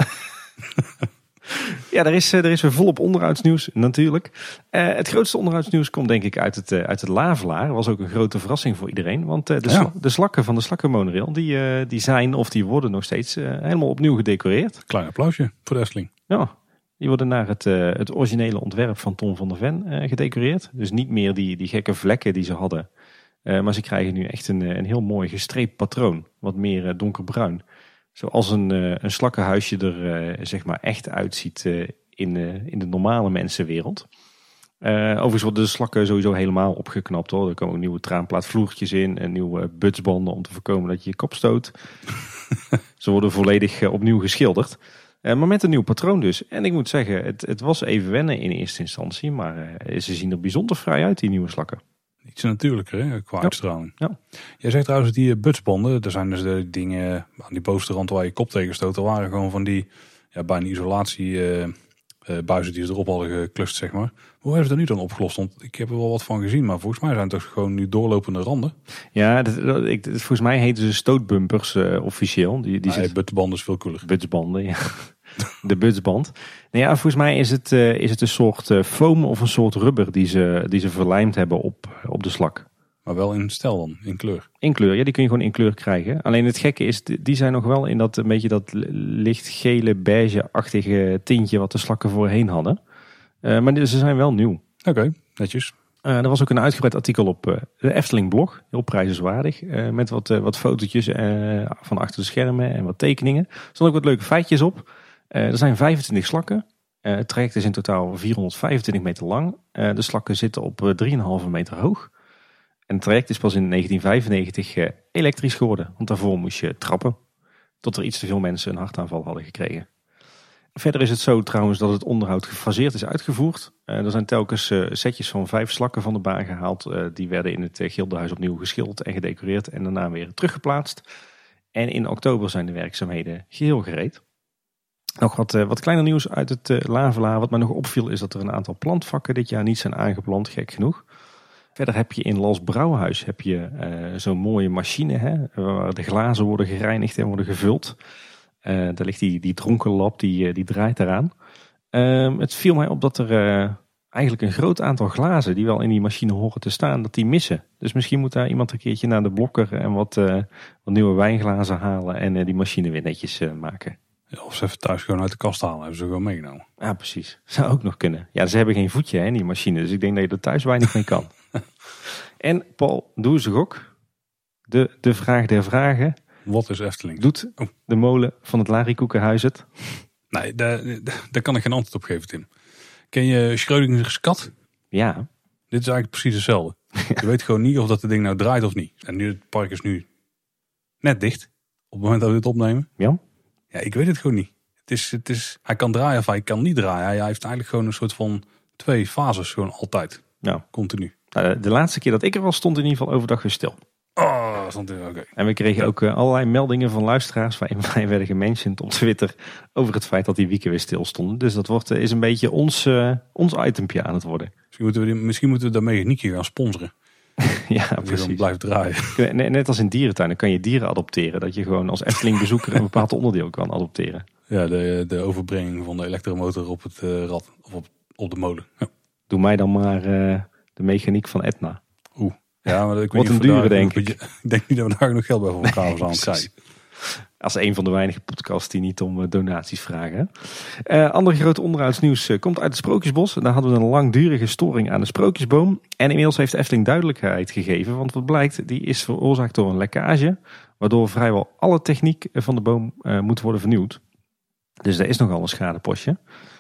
Ja, er is, er is weer volop onderhoudsnieuws natuurlijk. Uh, het grootste onderhoudsnieuws komt denk ik uit het, uh, uit het Lavelaar. Dat was ook een grote verrassing voor iedereen. Want uh, de, ja. sl- de slakken van de slakkenmonorail die, uh, die zijn of die worden nog steeds uh, helemaal opnieuw gedecoreerd. Klein applausje voor de Efteling. Ja, die worden naar het, uh, het originele ontwerp van Ton van der Ven uh, gedecoreerd. Dus niet meer die, die gekke vlekken die ze hadden. Uh, maar ze krijgen nu echt een, een heel mooi gestreept patroon. Wat meer uh, donkerbruin. Zoals een, uh, een slakkenhuisje er uh, zeg maar echt uitziet uh, in, uh, in de normale mensenwereld. Uh, overigens worden de slakken sowieso helemaal opgeknapt hoor. Er komen ook nieuwe traanplaatvloertjes in. En nieuwe butsbanden om te voorkomen dat je je kop stoot. Ze worden volledig uh, opnieuw geschilderd. Uh, maar met een nieuw patroon dus. En ik moet zeggen, het, het was even wennen in eerste instantie. Maar uh, ze zien er bijzonder fraai uit, die nieuwe slakken. Iets natuurlijker hè, qua ja. uitstraling. Ja. Jij zegt trouwens die butsbanden, er zijn dus de dingen aan die bovenste rand waar je kop tegen stoot. Er waren gewoon van die ja, bijna isolatiebuizen uh, uh, die ze erop hadden geklust, zeg maar. Hoe hebben ze dat nu dan opgelost? Want ik heb er wel wat van gezien, maar volgens mij zijn het toch gewoon nu doorlopende randen. Ja, dat, dat, ik, volgens mij heten ze stootbumpers uh, officieel. Die, die nee, zit... butsbanden is veel cooler. Butsbanden, ja. De butsband. Nou ja, volgens mij is het, uh, is het een soort uh, foam of een soort rubber die ze, die ze verlijmd hebben op, op de slak. Maar wel in stijl dan, in kleur? In kleur, ja, die kun je gewoon in kleur krijgen. Alleen het gekke is, die zijn nog wel in dat een beetje dat lichtgele, beige-achtige tintje wat de slakken voorheen hadden. Uh, maar ze zijn wel nieuw. Oké, okay, netjes. Uh, er was ook een uitgebreid artikel op uh, de Efteling blog, heel prijzenswaardig. Uh, met wat, uh, wat fotootjes uh, van achter de schermen en wat tekeningen. Er stonden ook wat leuke feitjes op. Uh, er zijn vijfentwintig slakken. Uh, het traject is in totaal vierhonderdvijfentwintig meter lang. Uh, de slakken zitten op uh, drie komma vijf meter hoog. En het traject is pas in negentien vijfennegentig uh, elektrisch geworden. Want daarvoor moest je trappen. Tot er iets te veel mensen een hartaanval hadden gekregen. Verder is het zo trouwens dat het onderhoud gefaseerd is uitgevoerd. Uh, er zijn telkens uh, setjes van vijf slakken van de baan gehaald. Uh, die werden in het uh, Gildenhuis opnieuw geschilderd en gedecoreerd. En daarna weer teruggeplaatst. En in oktober zijn de werkzaamheden geheel gereed. Nog wat, uh, wat kleiner nieuws uit het uh, Lavelaar. Wat mij nog opviel is dat er een aantal plantvakken dit jaar niet zijn aangeplant. Gek genoeg. Verder heb je in Las Brouwhuis heb je uh, zo'n mooie machine. Hè, waar de glazen worden gereinigd en worden gevuld. Uh, daar ligt die, die dronkenlap, die, die draait eraan. Uh, het viel mij op dat er uh, eigenlijk een groot aantal glazen die wel in die machine horen te staan, dat die missen. Dus misschien moet daar iemand een keertje naar de blokker en wat, uh, wat nieuwe wijnglazen halen en uh, die machine weer netjes uh, maken. Ja, of ze even thuis gewoon uit de kast halen, hebben ze gewoon meegenomen. Ja, precies. Zou ook nog kunnen. Ja, ze hebben geen voetje hè, in die machine, dus ik denk dat je er thuis weinig mee kan. En Paul, doe eens een gok. De, de vraag der vragen. Wat is Efteling? Doet de molen van het Larikoekenhuis het? Nee, daar, daar kan ik geen antwoord op geven, Tim. Ken je Schrödinger's kat? Ja. Dit is eigenlijk precies hetzelfde. Je weet gewoon niet of dat de ding nou draait of niet. En nu, het park is nu net dicht. Op het moment dat we dit opnemen. Ja? Ja, ik weet het gewoon niet. Het is, het is, hij kan draaien of hij kan niet draaien. Hij heeft eigenlijk gewoon een soort van twee fases gewoon altijd. Ja. Continu. Nou, de laatste keer dat ik er was, stond in ieder geval overdag weer stil. Oh, stond er, oké. Okay. En we kregen ook uh, allerlei meldingen van luisteraars waarin wij werden gementiond op Twitter over het feit dat die wieken weer stil stonden. Dus dat wordt, is een beetje ons, uh, ons itempje aan het worden. Misschien moeten we, die, misschien moeten we daarmee Niekje gaan sponsoren. Ja, dat precies. Dan blijft draaien. Net als in dierentuinen kan je dieren adopteren. Dat je gewoon als Efteling bezoeker een bepaald onderdeel kan adopteren. Ja, de, de overbrenging van de elektromotor op het uh, rad of op, op de molen. Ja. Doe mij dan maar uh, de mechaniek van Etna. Oeh. Ja, maar ik Wat een dure, denk ik. Ik denk niet dat we daar nog geld bij voor elkaar nee, aan krijgen. Als een van de weinige podcasts die niet om uh, donaties vragen. Uh, andere grote onderhoudsnieuws uh, komt uit het Sprookjesbos. Daar hadden we een langdurige storing aan de Sprookjesboom. En inmiddels heeft Efteling duidelijkheid gegeven. Want wat blijkt, die is veroorzaakt door een lekkage. Waardoor vrijwel alle techniek van de boom uh, moet worden vernieuwd. Dus daar is nogal een schadepostje.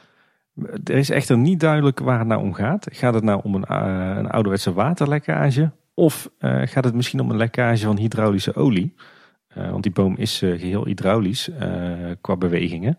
Er is echter niet duidelijk waar het nou om gaat. Gaat het nou om een, uh, een ouderwetse waterlekkage? Of uh, gaat het misschien om een lekkage van hydraulische olie? Uh, want die boom is uh, geheel hydraulisch uh, qua bewegingen.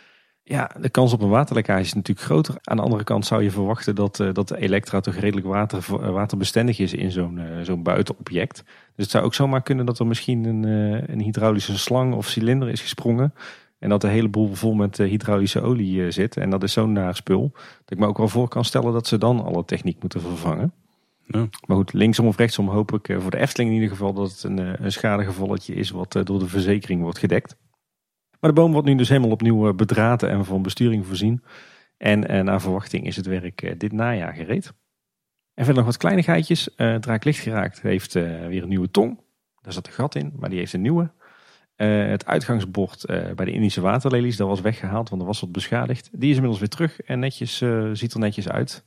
Ja, de kans op een waterlekkage is natuurlijk groter. Aan de andere kant zou je verwachten dat, uh, dat de elektra toch redelijk water, uh, waterbestendig is in zo'n, uh, zo'n buitenobject. Dus het zou ook zomaar kunnen dat er misschien een, uh, een hydraulische slang of cilinder is gesprongen. En dat de hele boel vol met uh, hydraulische olie uh, zit. En dat is zo'n naar spul. Dat ik me ook wel voor kan stellen dat ze dan alle techniek moeten vervangen. Ja. Maar goed, linksom of rechtsom hoop ik voor de Efteling in ieder geval dat het een, een schadegevalletje is wat door de verzekering wordt gedekt. Maar de boom wordt nu dus helemaal opnieuw bedraten en van besturing voorzien. En, en naar verwachting is het werk dit najaar gereed. En verder nog wat kleinigheidjes. Uh, Draak Lichtgeraakt heeft uh, weer een nieuwe tong. Daar zat een gat in, maar die heeft een nieuwe. Uh, het uitgangsbord uh, bij de Indische waterlelies, dat was weggehaald, want er was wat beschadigd. Die is inmiddels weer terug en netjes, uh, ziet er netjes uit.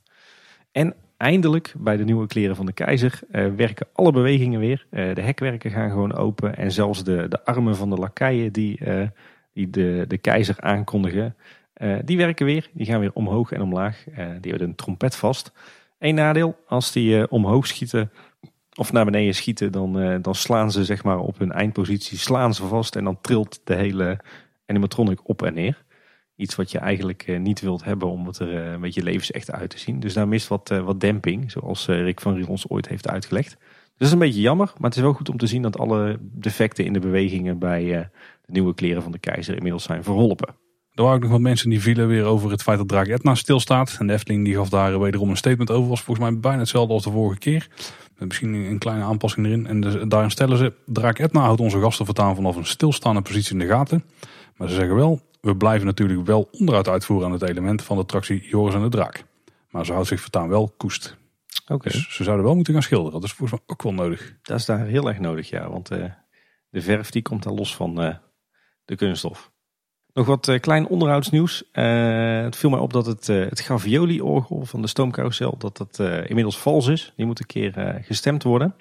En eindelijk, bij de nieuwe kleren van de keizer, uh, werken alle bewegingen weer. Uh, de hekwerken gaan gewoon open. En zelfs de, de armen van de lakeien die, uh, die de, de keizer aankondigen, uh, die werken weer. Die gaan weer omhoog en omlaag. Uh, die hebben een trompet vast. Eén nadeel, als die uh, omhoog schieten of naar beneden schieten, dan, uh, dan slaan ze zeg maar op hun eindpositie, slaan ze vast en dan trilt de hele animatronic op en neer. Iets wat je eigenlijk uh, niet wilt hebben om het er uh, een beetje levensecht uit te zien. Dus daar mist wat, uh, wat demping, zoals uh, Rick van Rielons ooit heeft uitgelegd. Dus dat is een beetje jammer, maar het is wel goed om te zien dat alle defecten in de bewegingen bij uh, de nieuwe kleren van de keizer inmiddels zijn verholpen. Er waren ook nog wat mensen die vielen weer over het feit dat Draak Etna stilstaat. En de Efteling die gaf daar wederom een statement over. Was volgens mij bijna hetzelfde als de vorige keer. Met misschien een kleine aanpassing erin. En dus, daarin stellen ze, Draak Etna houdt onze gasten voortaan vanaf een stilstaande positie in de gaten. Maar ze zeggen wel, we blijven natuurlijk wel onderhoud uitvoeren aan het element van de attractie Joris en de Draak. Maar ze houdt zich voortaan wel koest. Okay. Dus ze zouden wel moeten gaan schilderen. Dat is volgens mij ook wel nodig. Dat is daar heel erg nodig, ja. Want uh, de verf die komt daar los van uh, de kunststof. Nog wat uh, klein onderhoudsnieuws. Uh, het viel mij op dat het, uh, het Gavioli-orgel van de stoomcarousel, dat dat uh, inmiddels vals is. Die moet een keer uh, gestemd worden.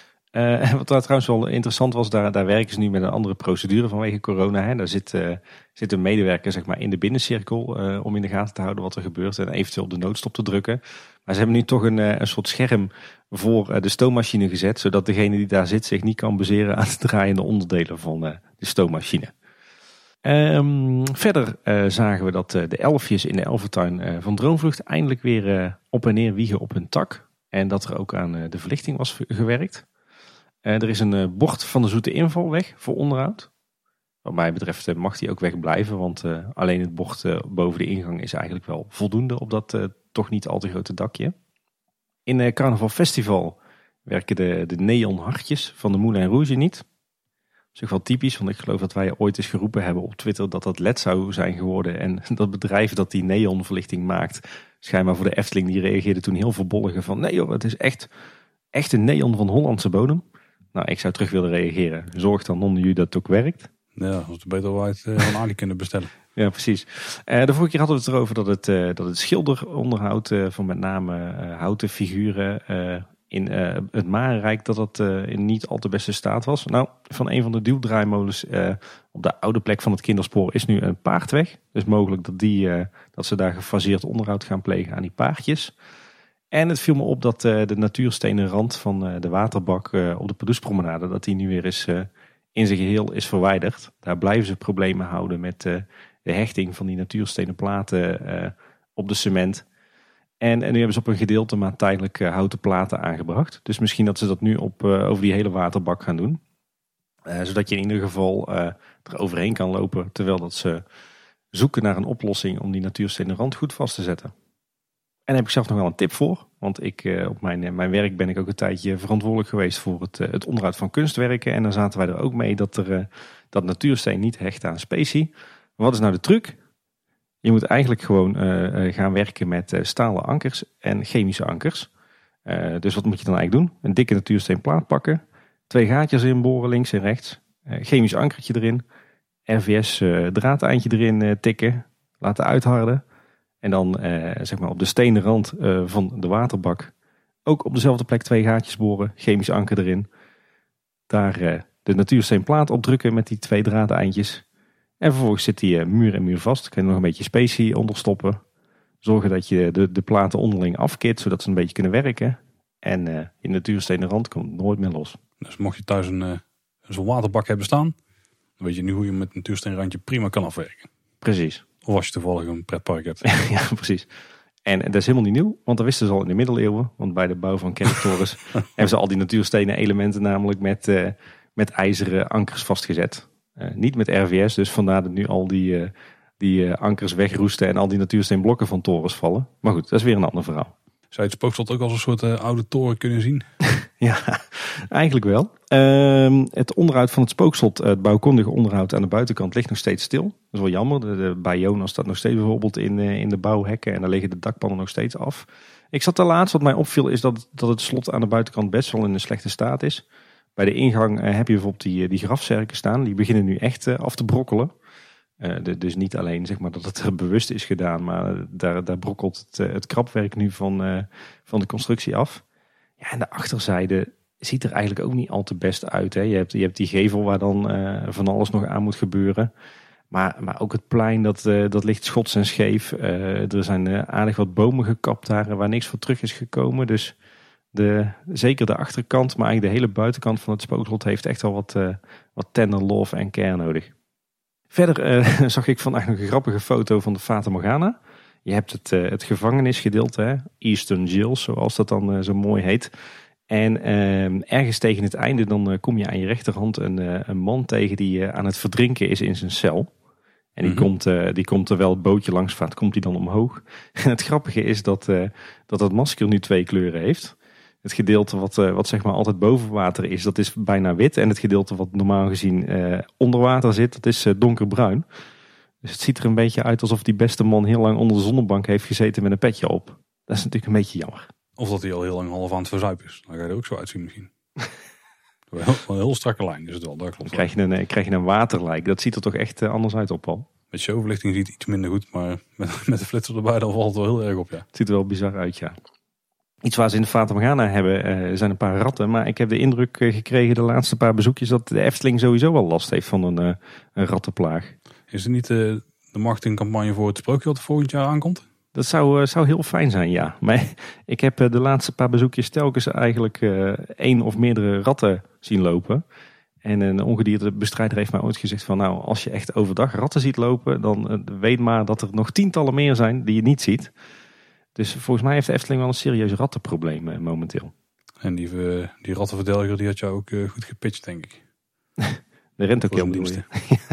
Uh, wat daar trouwens wel interessant was, daar, daar werken ze nu met een andere procedure vanwege corona. Hè. Daar zit, uh, zit een medewerker zeg maar, in de binnencirkel uh, om in de gaten te houden wat er gebeurt en eventueel op de noodstop te drukken. Maar ze hebben nu toch een, uh, een soort scherm voor uh, de stoommachine gezet, zodat degene die daar zit zich niet kan baseren aan de draaiende onderdelen van uh, de stoommachine. Um, verder uh, zagen we dat uh, de elfjes in de Elfentuin uh, van Droomvlucht eindelijk weer uh, op en neer wiegen op hun tak. En dat er ook aan uh, de verlichting was gewerkt. Uh, er is een uh, bord van de Zoete Inval weg voor onderhoud. Wat mij betreft uh, mag die ook wegblijven, want uh, alleen het bord uh, boven de ingang is eigenlijk wel voldoende op dat uh, toch niet al te grote dakje. In uh, Carnaval Festival werken de, de neonhartjes van de Moulin Rouge niet. Dat is ook wel typisch, want ik geloof dat wij ooit eens geroepen hebben op Twitter dat dat L E D zou zijn geworden. En dat bedrijf dat die neonverlichting maakt, schijnbaar voor de Efteling, die reageerde toen heel verbolgen van nee joh, het is echt, echt een neon van Hollandse bodem. Nou, ik zou terug willen reageren. Zorg dan onder jullie dat het ook werkt. Ja, dat is beter wel uit uh, van Ali kunnen bestellen. Ja, precies. Uh, de vorige keer hadden we het erover dat het, uh, dat het schilderonderhoud uh, van met name uh, houten figuren uh, in uh, het Marenrijk, dat dat uh, in niet al te beste staat was. Nou, van een van de duwdraaimolens uh, op de oude plek van het kinderspoor is nu een paard weg. Dus mogelijk dat, die, uh, dat ze daar gefaseerd onderhoud gaan plegen aan die paardjes. En het viel me op dat uh, de natuurstenen rand van uh, de waterbak uh, op de Pardoespromenade, dat die nu weer eens uh, in zijn geheel is verwijderd. Daar blijven ze problemen houden met uh, de hechting van die natuurstenen platen uh, op de cement. En, en nu hebben ze op een gedeelte maar tijdelijk uh, houten platen aangebracht. Dus misschien dat ze dat nu op, uh, over die hele waterbak gaan doen. Uh, zodat je in ieder geval uh, er overheen kan lopen. Terwijl dat ze zoeken naar een oplossing om die natuurstenen rand goed vast te zetten. En daar heb ik zelf nog wel een tip voor. Want ik, uh, op mijn, mijn werk ben ik ook een tijdje verantwoordelijk geweest voor het, uh, het onderhoud van kunstwerken. En dan zaten wij er ook mee dat, er, uh, dat natuursteen niet hecht aan specie. Maar wat is nou de truc? Je moet eigenlijk gewoon uh, uh, gaan werken met uh, stalen ankers en chemische ankers. Uh, dus wat moet je dan eigenlijk doen? Een dikke natuursteenplaat pakken. Twee gaatjes erin boren, links en rechts. Uh, chemisch ankertje erin. R V S uh, draadeindje erin uh, tikken. Laten uitharden. En dan uh, zeg maar op de stenen rand uh, van de waterbak. Ook op dezelfde plek twee gaatjes boren. Chemisch anker erin. Daar uh, de natuursteenplaat opdrukken met die twee draadeindjes. En vervolgens zit die uh, muur en muur vast. Kun je nog een beetje specie onder stoppen. Zorgen dat je de, de platen onderling afkit. Zodat ze een beetje kunnen werken. En uh, in de natuurstenen rand komt het nooit meer los. Dus mocht je thuis een, uh, zo'n waterbak hebben staan. Dan weet je nu hoe je met een natuursteenrandje prima kan afwerken. Precies. Of als je toevallig een pretpark hebt. Ja, precies. En dat is helemaal niet nieuw, want dat wisten ze al in de middeleeuwen. Want bij de bouw van kerktorens hebben ze al die natuurstenen elementen namelijk met, uh, met ijzeren ankers vastgezet. Uh, niet met R V S, dus vandaar dat nu al die, uh, die uh, ankers wegroesten en al die natuursteenblokken van torens vallen. Maar goed, dat is weer een ander verhaal. Zou je het spookslot ook als een soort uh, oude toren kunnen zien? Ja, eigenlijk wel. Uh, het onderhoud van het spookslot, het bouwkundige onderhoud aan de buitenkant ligt nog steeds stil. Dat is wel jammer. De, de, bij Jonas staat nog steeds bijvoorbeeld in, uh, in de bouwhekken en daar liggen de dakpannen nog steeds af. Ik zat daar laatst, wat mij opviel is dat, dat het slot aan de buitenkant best wel in een slechte staat is. Bij de ingang uh, heb je bijvoorbeeld die, die grafzerken staan. Die beginnen nu echt uh, af te brokkelen. Uh, de, dus niet alleen zeg maar, dat het er bewust is gedaan, maar daar, daar brokkelt het, uh, het krapwerk nu van, uh, van de constructie af. Ja, en de achterzijde ziet er eigenlijk ook niet al te best uit. Hè. Je, hebt, je hebt die gevel waar dan uh, van alles nog aan moet gebeuren. Maar, maar ook het plein, dat, uh, dat ligt schots en scheef. Uh, er zijn uh, aardig wat bomen gekapt daar waar niks voor terug is gekomen. Dus de, zeker de achterkant, maar eigenlijk de hele buitenkant van het spookslot heeft echt wel wat, uh, wat tender love en care nodig. Verder uh, zag ik vandaag nog een grappige foto van de Fata Morgana. Je hebt het, uh, het gevangenisgedeelte, hè? Eastern Jail, zoals dat dan uh, zo mooi heet. En uh, ergens tegen het einde dan uh, kom je aan je rechterhand een, uh, een man tegen die uh, aan het verdrinken is in zijn cel. En die, mm-hmm. komt, uh, die komt terwijl het bootje langs vaart, komt hij dan omhoog. En het grappige is dat, uh, dat het masker nu twee kleuren heeft. Het gedeelte wat, uh, wat zeg maar altijd boven water is, dat is bijna wit. En het gedeelte wat normaal gezien uh, onder water zit, dat is uh, donkerbruin. Dus het ziet er een beetje uit alsof die beste man heel lang onder de zonnebank heeft gezeten met een petje op. Dat is natuurlijk een beetje jammer. Of dat hij al heel lang half aan het verzuipen is. Dan ga je er ook zo uitzien misschien. Een heel, een heel strakke lijn is het wel. Dat klopt. Dan krijg je een, krijg je een waterlijk. Dat ziet er toch echt uh, anders uit op, Paul. Met showverlichting ziet het iets minder goed. Maar met, met de flitser erbij dan valt het wel heel erg op, ja. Het ziet er wel bizar uit, ja. Iets waar ze in de Fata Morgana hebben uh, zijn een paar ratten. Maar ik heb de indruk uh, gekregen de laatste paar bezoekjes dat de Efteling sowieso wel last heeft van een, uh, een rattenplaag. Is het niet uh, de marketingcampagne voor het sprookje wat er volgend jaar aankomt? Dat zou, uh, zou heel fijn zijn, ja. Maar ik heb uh, de laatste paar bezoekjes telkens eigenlijk uh, één of meerdere ratten zien lopen. En een ongediertebestrijder heeft mij ooit gezegd van nou, als je echt overdag ratten ziet lopen, dan uh, weet maar dat er nog tientallen meer zijn die je niet ziet. Dus volgens mij heeft de Efteling wel een serieus rattenprobleem uh, momenteel. En die, uh, die rattenverdediger die had jou ook uh, goed gepitcht, denk ik. De Rentokil bedoel je?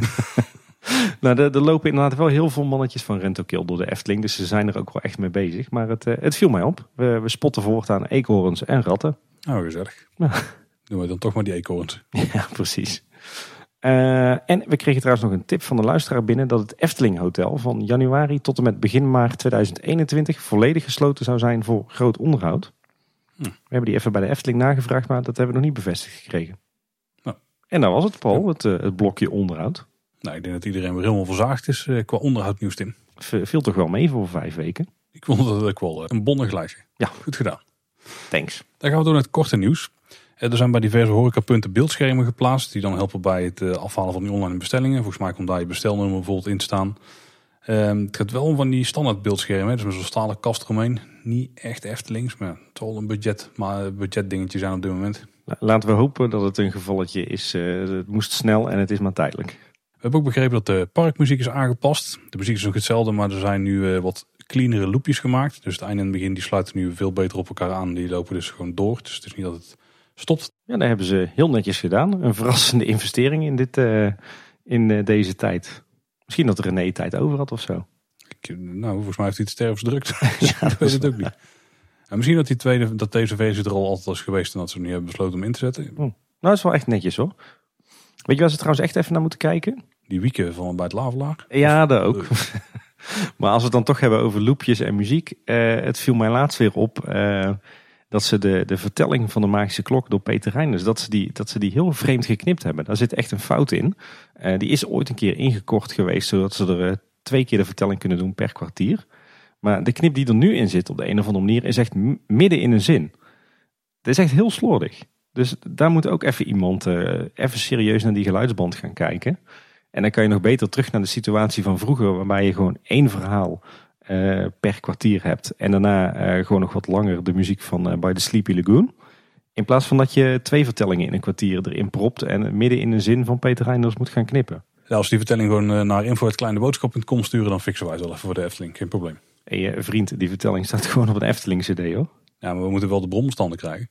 Nou, er, er lopen inderdaad wel heel veel mannetjes van Rentokil door de Efteling. Dus ze zijn er ook wel echt mee bezig. Maar het, uh, het viel mij op. We, we spotten voortaan eekhoorns en ratten. Oh, gezellig. Ja. Doen we dan toch maar die eekhoorns. Ja, precies. Uh, en we kregen trouwens nog een tip van de luisteraar binnen dat het Efteling Hotel van januari tot en met begin maart tweeduizend eenentwintig volledig gesloten zou zijn voor groot onderhoud. Hm. We hebben die even bij de Efteling nagevraagd, maar dat hebben we nog niet bevestigd gekregen. Nou. En daar was het, Paul, ja. het, uh, het blokje onderhoud. Nou, ik denk dat iedereen weer helemaal verzaagd is uh, qua onderhoudnieuws, Tim. V- viel toch wel mee voor vijf weken? Ik vond dat ook wel uh, een bondig lijstje. Ja. Goed gedaan. Thanks. Dan gaan we door naar het korte nieuws. Er zijn bij diverse horecapunten beeldschermen geplaatst die dan helpen bij het afhalen van die online bestellingen. Volgens mij komt daar je bestelnummer bijvoorbeeld in te staan. Um, het gaat wel om van die standaard beeldschermen, dus met zo'n stalen kast eromheen. Niet echt Eftelings, maar het zal een budget, maar budget dingetje zijn op dit moment. Laten we hopen dat het een gevalletje is. Uh, het moest snel en het is maar tijdelijk. We hebben ook begrepen dat de parkmuziek is aangepast. De muziek is nog hetzelfde, maar er zijn nu uh, wat cleanere loopjes gemaakt. Dus het einde en het begin die sluiten nu veel beter op elkaar aan. Die lopen dus gewoon door. Dus het is niet dat het stopt. Ja, dat hebben ze heel netjes gedaan. Een verrassende investering in, dit, uh, in uh, deze tijd. Misschien dat René tijd over had of zo. Ik, nou, volgens mij heeft hij het stervensdrukt. Ja, ik weet het ook niet. En misschien dat, die tweede, dat deze versie er al altijd is geweest en dat ze nu hebben besloten om in te zetten. Oh. Nou, dat is wel echt netjes hoor. Weet je waar ze trouwens echt even naar moeten kijken? Die wieken van bij het Lavelaar. Ja, dat ook. Maar als we het dan toch hebben over loopjes en muziek. Uh, het viel mij laatst weer op uh, dat ze de, de vertelling van de magische klok door Peter Reinders, dat ze die, dat ze die heel vreemd geknipt hebben. Daar zit echt een fout in. Uh, die is ooit een keer ingekort geweest, zodat ze er uh, twee keer de vertelling kunnen doen per kwartier. Maar de knip die er nu in zit op de een of andere manier is echt m- midden in een zin. Dat is echt heel slordig. Dus daar moet ook even iemand uh, even serieus naar die geluidsband gaan kijken. En dan kan je nog beter terug naar de situatie van vroeger, waarbij je gewoon één verhaal uh, per kwartier hebt. En daarna uh, gewoon nog wat langer de muziek van uh, By the Sleepy Lagoon. In plaats van dat je twee vertellingen in een kwartier erin propt en midden in een zin van Peter Reinders moet gaan knippen. Ja, als die vertelling gewoon uh, naar info punt kleineboodschap punt com sturen, dan fixen wij het wel even voor de Efteling. Geen probleem. Hé hey, vriend, die vertelling staat gewoon op een Efteling C D hoor. Ja, maar we moeten wel de bronbestanden krijgen.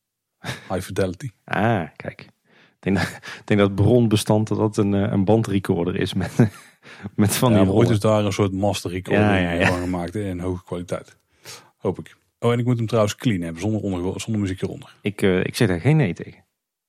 High fidelity. Ah, kijk. Ik denk dat, ik denk dat het bronbestand dat dat een, een bandrecorder is met, met van ja, die maar ooit is daar een soort master recorder ja, ja, ja. van gemaakt in hoge kwaliteit. Hoop ik. Oh, en ik moet hem trouwens clean hebben, zonder, onder, zonder muziek eronder. Ik, uh, ik zeg daar geen nee tegen.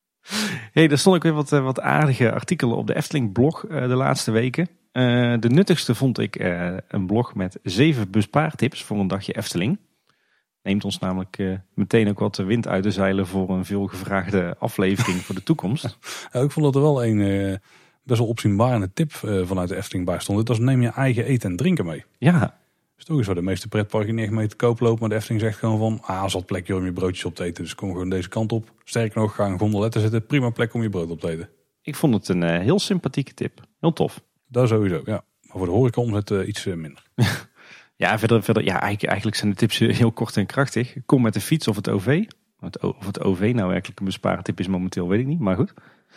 Hey, er stonden ook weer wat, uh, wat aardige artikelen op de Efteling blog uh, de laatste weken. Uh, de nuttigste vond ik uh, een blog met zeven bespaartips voor een dagje Efteling. Neemt ons namelijk uh, meteen ook wat wind uit de zeilen voor een veelgevraagde aflevering voor de toekomst. Ja, ik vond dat er wel een uh, best wel opzienbarende tip uh, vanuit de Efteling bij stond. Dat is neem je eigen eten en drinken mee. Ja. Dus toch is waar de meeste pretparken niet echt mee te koop lopen. Maar de Efteling zegt gewoon van, ah, zat plekje om je broodjes op te eten. Dus kom gewoon deze kant op. Sterker nog, ga een gondoletten zitten. Prima plek om je brood op te eten. Ik vond het een uh, heel sympathieke tip. Heel tof. Dat sowieso, ja. Maar voor de horeca omzet uh, iets uh, minder. Ja, verder, verder ja, eigenlijk, eigenlijk zijn de tips heel kort en krachtig. Kom met de fiets of het O V. Of het O V nou werkelijk een bespaartip is momenteel, weet ik niet. Maar goed.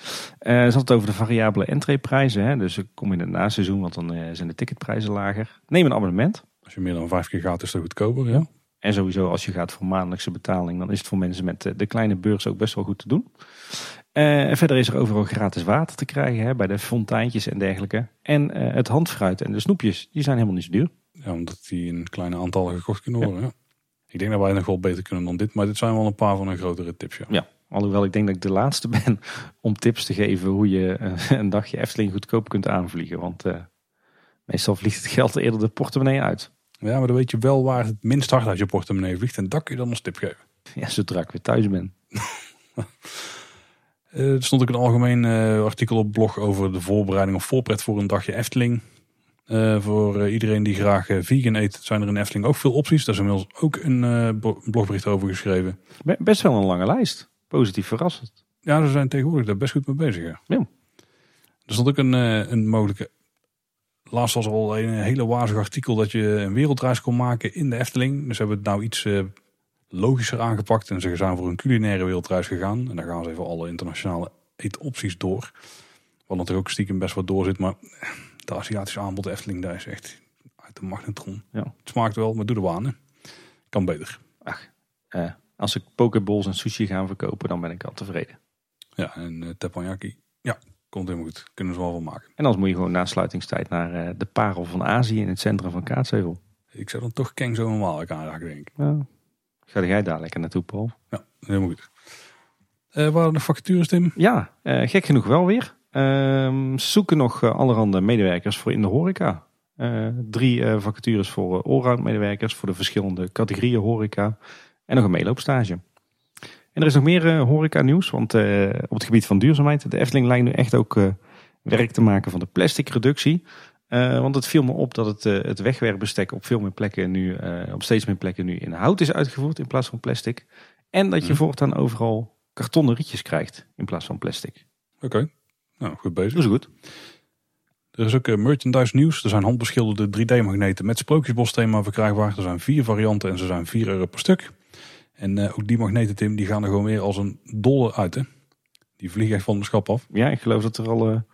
Uh, ze had het over de variabele entreeprijzen. Hè? Dus kom in het naseizoen, want dan uh, zijn de ticketprijzen lager. Neem een abonnement. Als je meer dan vijf keer gaat, is dat goedkoper, ja. En sowieso als je gaat voor maandelijkse betaling, dan is het voor mensen met de kleine beurs ook best wel goed te doen. Uh, verder is er overal gratis water te krijgen, hè, bij de fonteintjes en dergelijke. En uh, het handfruit en de snoepjes, die zijn helemaal niet zo duur. Ja, omdat die in kleine aantallen gekocht kunnen worden. Ja. Ja. Ik denk dat wij nog wel beter kunnen dan dit, maar dit zijn wel een paar van een grotere tips. Ja. Ja, alhoewel ik denk dat ik de laatste ben om tips te geven hoe je uh, een dagje Efteling goedkoop kunt aanvliegen. Want uh, meestal vliegt het geld eerder de portemonnee uit. Ja, maar dan weet je wel waar het minst hard uit je portemonnee vliegt. En dat kun je dan als tip geven. Ja, zodra ik weer thuis ben. uh, er stond ook een algemeen uh, artikel op blog over de voorbereiding of voorpret voor een dagje Efteling. Uh, voor uh, iedereen die graag uh, vegan eet, zijn er in Efteling ook veel opties. Daar is inmiddels ook een uh, blogbericht over geschreven. Best wel een lange lijst. Positief verrassend. Ja, ze zijn tegenwoordig daar best goed mee bezig. Ja. Ja. Er stond ook een, uh, een mogelijke... Laatst was al een hele wazig artikel dat je een wereldreis kon maken in de Efteling. Dus ze hebben het nou iets uh, logischer aangepakt. En ze zijn voor een culinaire wereldreis gegaan. En daar gaan ze even alle internationale eetopties door. Wat natuurlijk ook stiekem best wat door zit. Maar de Aziatische aanbod de Efteling, daar is echt uit de magnetron. Ja. Het smaakt wel, maar doe de waan. Kan beter. Ach, uh, als ik pokeballs en sushi gaan verkopen, dan ben ik al tevreden. Ja, en uh, teppanyaki. Ja, komt helemaal goed. Kunnen ze wel van maken. En anders moet je gewoon na sluitingstijd naar uh, de parel van Azië in het centrum van Kaatsheuvel. Ik zou dan toch Keng zo normaal aanraken, denk ik. Ja. Ga jij daar lekker naartoe, Paul? Ja, helemaal goed. Uh, waren er nog vacatures, Tim? Ja, uh, gek genoeg wel weer. Uh, zoeken nog uh, allerhande medewerkers voor in de horeca. Uh, drie uh, vacatures voor uh, allround medewerkers voor de verschillende categorieën horeca. En nog een meeloopstage. En er is nog meer uh, horeca nieuws. Want uh, op het gebied van duurzaamheid. De Efteling lijkt nu echt ook uh, werk te maken van de plastic reductie. Uh, want het viel me op dat het, uh, het wegwerpbestek op veel meer plekken nu, uh, op steeds meer plekken nu in hout is uitgevoerd in plaats van plastic. En dat je mm. voortaan overal kartonnen rietjes krijgt in plaats van plastic. Oké, okay. Nou goed bezig. Dat is goed. Er is ook uh, merchandise nieuws. Er zijn handbeschilderde drie D magneten met Sprookjesbos-thema verkrijgbaar. Er zijn vier varianten en ze zijn vier euro per stuk. En uh, ook die magneten, Tim, die gaan er gewoon weer als een dolle uit. Hè? Die vliegen echt van de schap af. Ja, ik geloof dat er al uh,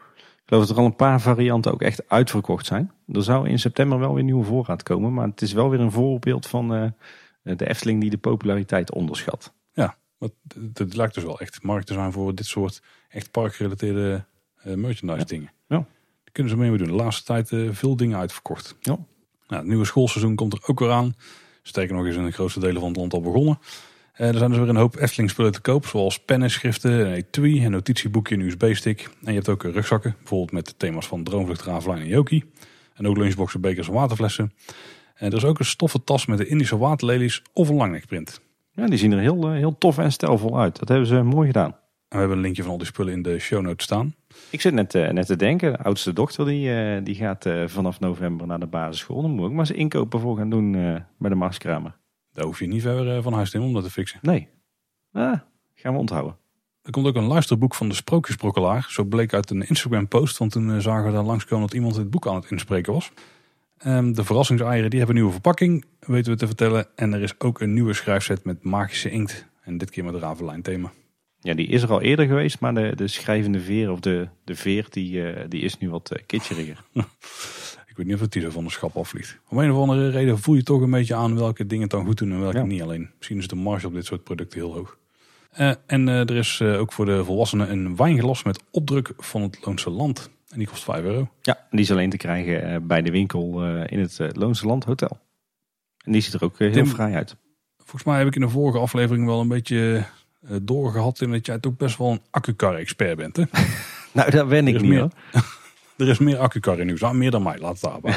Ik geloof dat er al een paar varianten ook echt uitverkocht zijn. Er zou in september wel weer nieuwe voorraad komen. Maar het is wel weer een voorbeeld van uh, de Efteling die de populariteit onderschat. Ja, het lijkt dus wel echt markt te zijn voor dit soort echt parkgerelateerde uh, merchandise ja. dingen. Ja. Daar kunnen ze mee doen. De laatste tijd uh, veel dingen uitverkocht. Ja. Nou, het nieuwe schoolseizoen komt er ook weer aan. Sterker nog is in de grootste delen van het land al begonnen. Uh, er zijn dus weer een hoop Efteling spullen te koop. Zoals pennen, schriften, een etui, een notitieboekje, een U S B-stick. En je hebt ook rugzakken. Bijvoorbeeld met de thema's van Droomvlucht, Ravelijn en Jokie. En ook lunchboxen, bekers en waterflessen. En er is ook een stoffen tas met de Indische waterlelies of een langnekprint. Ja, die zien er heel, heel tof en stijlvol uit. Dat hebben ze mooi gedaan. En we hebben een linkje van al die spullen in de show notes staan. Ik zit net, uh, net te denken, de oudste dochter die, uh, die gaat uh, vanaf november naar de basisschool. Dan moet ik maar eens inkopen voor gaan doen uh, bij de Marskramer. Daar hoef je niet verder uh, van huis te nemen om dat te fixen. Nee, ah, gaan we onthouden. Er komt ook een luisterboek van de Sprookjesbrokkelaar. Zo bleek uit een Instagram post, want toen uh, zagen we daar langskomen dat iemand het boek aan het inspreken was. Um, de verrassingseieren die hebben een nieuwe verpakking, weten we te vertellen. En er is ook een nieuwe schrijfset met magische inkt. En dit keer met het Ravelijn thema. Ja, die is er al eerder geweest, maar de, de schrijvende veer of de, de veer die, uh, die is nu wat uh, kitscheriger. Ik weet niet of het die zo van de schap afvliegt. Om een of andere reden voel je toch een beetje aan welke dingen het dan goed doen en welke ja. niet. Alleen misschien is de marge op dit soort producten heel hoog. Uh, en uh, er is uh, ook voor de volwassenen een wijnglas met opdruk van het Loonse Land. En die kost vijf euro. Ja, die is alleen te krijgen uh, bij de winkel uh, in het uh, Loonse Land Hotel. En die ziet er ook uh, heel Tim, fraai uit. Volgens mij heb ik in de vorige aflevering wel een beetje uh, doorgehad in dat jij toch best wel een accukar-expert bent. Hè? Nou, dat ben ik niet meer, hoor. Er is meer accukar in nieuws. Ah, meer dan mij, laat het daarbij.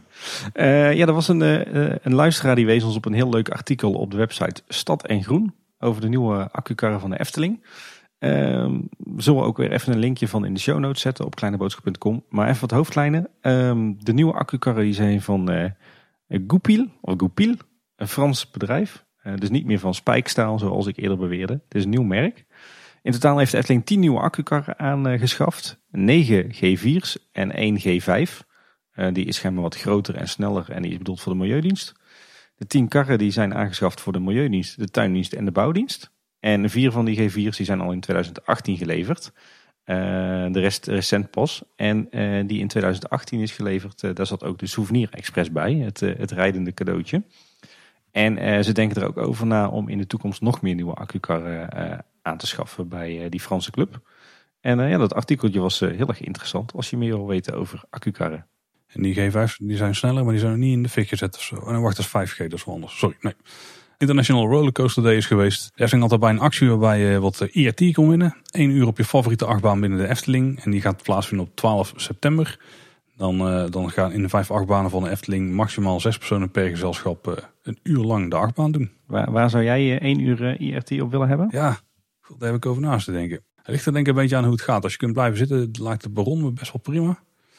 uh, ja, er was een, uh, een luisteraar die wees ons op een heel leuk artikel op de website Stad en Groen. Over de nieuwe accukarren van de Efteling. Uh, we zullen ook weer even een linkje van in de show notes zetten op kleineboodschap punt com. Maar even wat hoofdlijnen. Um, de nieuwe accukarren die zijn van uh, Goupil, of Goupil, een Frans bedrijf. Uh, dus niet meer van spijkstaal zoals ik eerder beweerde. Het is een nieuw merk. In totaal heeft de Efteling tien nieuwe accukarren aangeschaft. negen G vier's en één G vijf. Uh, die is schijnbaar wat groter en sneller en die is bedoeld voor de Milieudienst. De tien karren die zijn aangeschaft voor de Milieudienst, de Tuindienst en de Bouwdienst. En vier van die G vier's die zijn al in twintig achttien geleverd. Uh, de rest recent pas. En uh, die in twintig achttien is geleverd, uh, daar zat ook de Souvenir Express bij. Het, uh, het rijdende cadeautje. En uh, ze denken er ook over na om in de toekomst nog meer nieuwe accukarren uh, aan te schaffen bij uh, die Franse club. En uh, ja, dat artikeltje was uh, heel erg interessant als je meer wil weten over accukarren. En die G vijf's die zijn sneller, maar die zijn nog niet in de fik gezet of zo. En dan wacht, dat is vijf G, dat is wel anders. Sorry, nee. International Rollercoaster Day is geweest. Er is altijd bij een actie waarbij je wat I R T kon winnen. Eén uur op je favoriete achtbaan binnen de Efteling. En die gaat plaatsvinden op twaalf september. Dan, uh, dan gaan in de vijf achtbanen van de Efteling maximaal zes personen per gezelschap uh, een uur lang de achtbaan doen. Waar, waar zou jij uh, één uur uh, I R T op willen hebben? Ja, daar heb ik over naast te denken. Het ligt er denk ik een beetje aan hoe het gaat. Als je kunt blijven zitten, lijkt de Baron me best wel prima.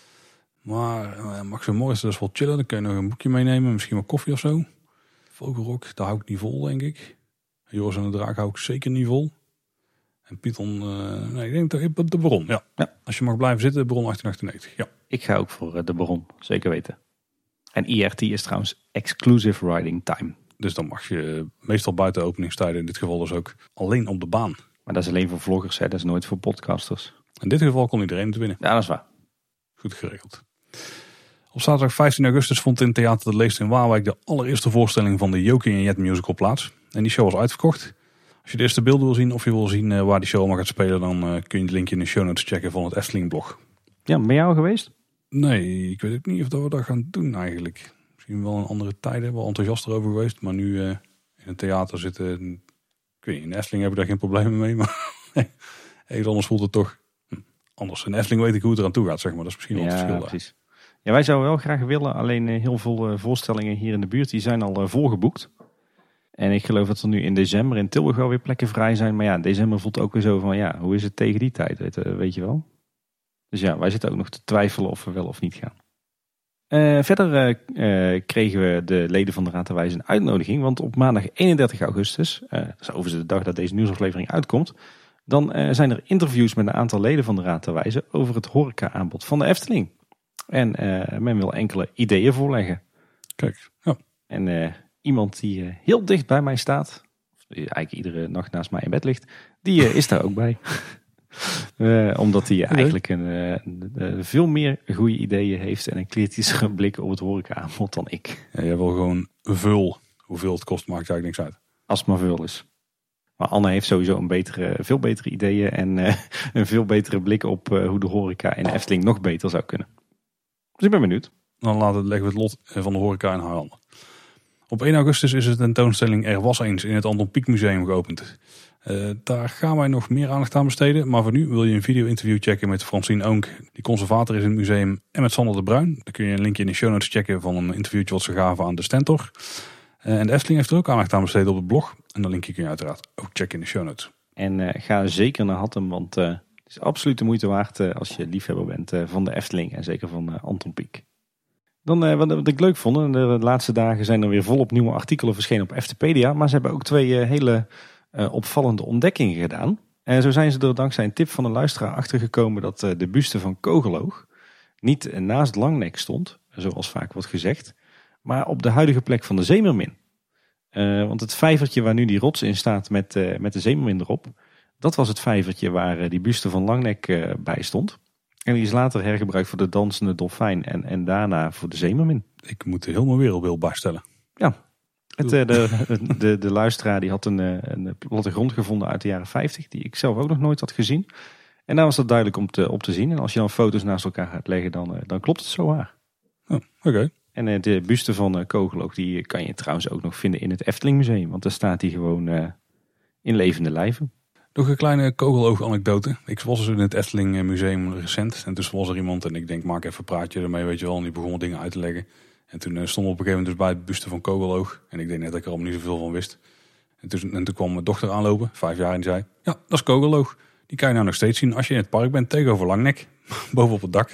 Maar uh, Maximum Mooi is dus wel chillen. Dan kun je nog een boekje meenemen, misschien wat koffie of zo. Vogelrok, daar hou ik niet vol, denk ik. Joris en de Draak hou ik zeker niet vol. En Python, uh, nee, ik denk toch de Baron. Ja. Ja. Als je mag blijven zitten, Baron achttien achtennegentig. Ja. Ik ga ook voor de Baron, zeker weten. En I R T is trouwens exclusive riding time. Dus dan mag je meestal buiten openingstijden, in dit geval dus ook alleen op de baan. Maar dat is alleen voor vloggers, hè? Dat is nooit voor podcasters. In dit geval kon iedereen het winnen. Ja, dat is waar. Goed geregeld. Op zaterdag vijftien augustus vond in Theater de Leest in Waalwijk de allereerste voorstelling van de Jokie en Jet musical plaats. En die show was uitverkocht. Als je de eerste beelden wil zien of je wil zien waar die show allemaal gaat spelen, dan uh, kun je het linkje in de show notes checken van het Efteling blog. Ja, ben jij al geweest? Nee, ik weet ook niet of dat we dat gaan doen eigenlijk. Misschien wel in andere tijden, wel enthousiast erover geweest. Maar nu uh, in het theater zitten, ik weet niet, in de Efteling heb ik daar geen problemen mee. Maar ergens anders voelt het toch hm, anders. In de Efteling weet ik hoe het eraan toe gaat, zeg maar. Dat is misschien wel ja, het verschil daar. Precies. Ja, wij zouden wel graag willen, alleen heel veel voorstellingen hier in de buurt die zijn al volgeboekt. En ik geloof dat er nu in december in Tilburg wel weer plekken vrij zijn. Maar ja, december voelt ook weer zo van, ja, hoe is het tegen die tijd, weet, weet je wel. Dus ja, wij zitten ook nog te twijfelen of we wel of niet gaan. Uh, verder uh, kregen we de leden van de Raad der Wijzen een uitnodiging. Want op maandag eenendertig augustus, uh, dat is overigens de dag dat deze nieuwsaflevering uitkomt. Dan uh, zijn er interviews met een aantal leden van de Raad der Wijzen over het horeca-aanbod van de Efteling. En uh, men wil enkele ideeën voorleggen. Kijk, ja. En uh, iemand die uh, heel dicht bij mij staat, of die eigenlijk iedere nacht naast mij in bed ligt, die uh, is daar ook bij. Uh, omdat hij okay. eigenlijk een, uh, uh, veel meer goede ideeën heeft en een kritischere blik op het horeca-aanbod dan ik. Ja, jij wil gewoon vul. Hoeveel het kost maakt eigenlijk niks uit. Als het maar veel is. Maar Anne heeft sowieso een betere, veel betere ideeën en uh, een veel betere blik op uh, hoe de horeca in de Efteling nog beter zou kunnen. Dus ik ben benieuwd. Dan laten we, leggen we het lot van de horeca in haar handen. Op één augustus is de tentoonstelling Er was eens in het Anton Pieck Museum geopend. Uh, daar gaan wij nog meer aandacht aan besteden. Maar voor nu wil je een video-interview checken met Francine Oonk, die conservator is in het museum, en met Sander de Bruin. Dan kun je een linkje in de show notes checken van een interviewtje wat ze gaven aan de Stentor. Uh, en de Efteling heeft er ook aandacht aan besteed op het blog. En dat linkje kun je uiteraard ook checken in de show notes. En uh, ga zeker naar Hattem, want uh, het is absoluut de moeite waard uh, als je liefhebber bent uh, van de Efteling en zeker van uh, Anton Pieck. Dan uh, wat, wat ik leuk vond, de, de laatste dagen zijn er weer volop nieuwe artikelen verschenen op Eftepedia. Maar ze hebben ook twee uh, hele uh, opvallende ontdekkingen gedaan. En zo zijn ze er dankzij een tip van een luisteraar achtergekomen dat uh, de buste van Kogeloog niet uh, naast Langnek stond, zoals vaak wordt gezegd, maar op de huidige plek van de Zeemermin. Uh, want het vijvertje waar nu die rots in staat met, uh, met de Zeemermin erop, dat was het vijvertje waar uh, die buste van Langnek uh, bij stond. En die is later hergebruikt voor de dansende dolfijn en, en daarna voor de Zeemermin. Ik moet er helemaal wereldbeeld bijstellen. Ja, het, uh, de, de, de luisteraar die had een, een plattegrond gevonden uit de jaren vijftig, die ik zelf ook nog nooit had gezien. En daar was dat duidelijk om te, op te zien. En als je dan foto's naast elkaar gaat leggen, dan, uh, dan klopt het zo waar. Oh, oké. Okay. En uh, de buste van uh, Kogeloog, die kan je trouwens ook nog vinden in het Efteling Museum. Want daar staat die gewoon uh, in levende lijven. Nog een kleine Kogeloog-anekdote. Ik was dus in het Efteling Museum recent. En dus was er iemand en ik denk, maak even een praatje ermee, weet je wel. En die begon dingen uit te leggen. En toen uh, stonden we op een gegeven moment dus bij het buste van Kogeloog. En ik denk net dat ik er allemaal niet zoveel van wist. En toen, en toen kwam mijn dochter aanlopen, vijf jaar, en die zei, ja, dat is Kogeloog. Die kan je nou nog steeds zien als je in het park bent tegenover Langnek. Boven op het dak.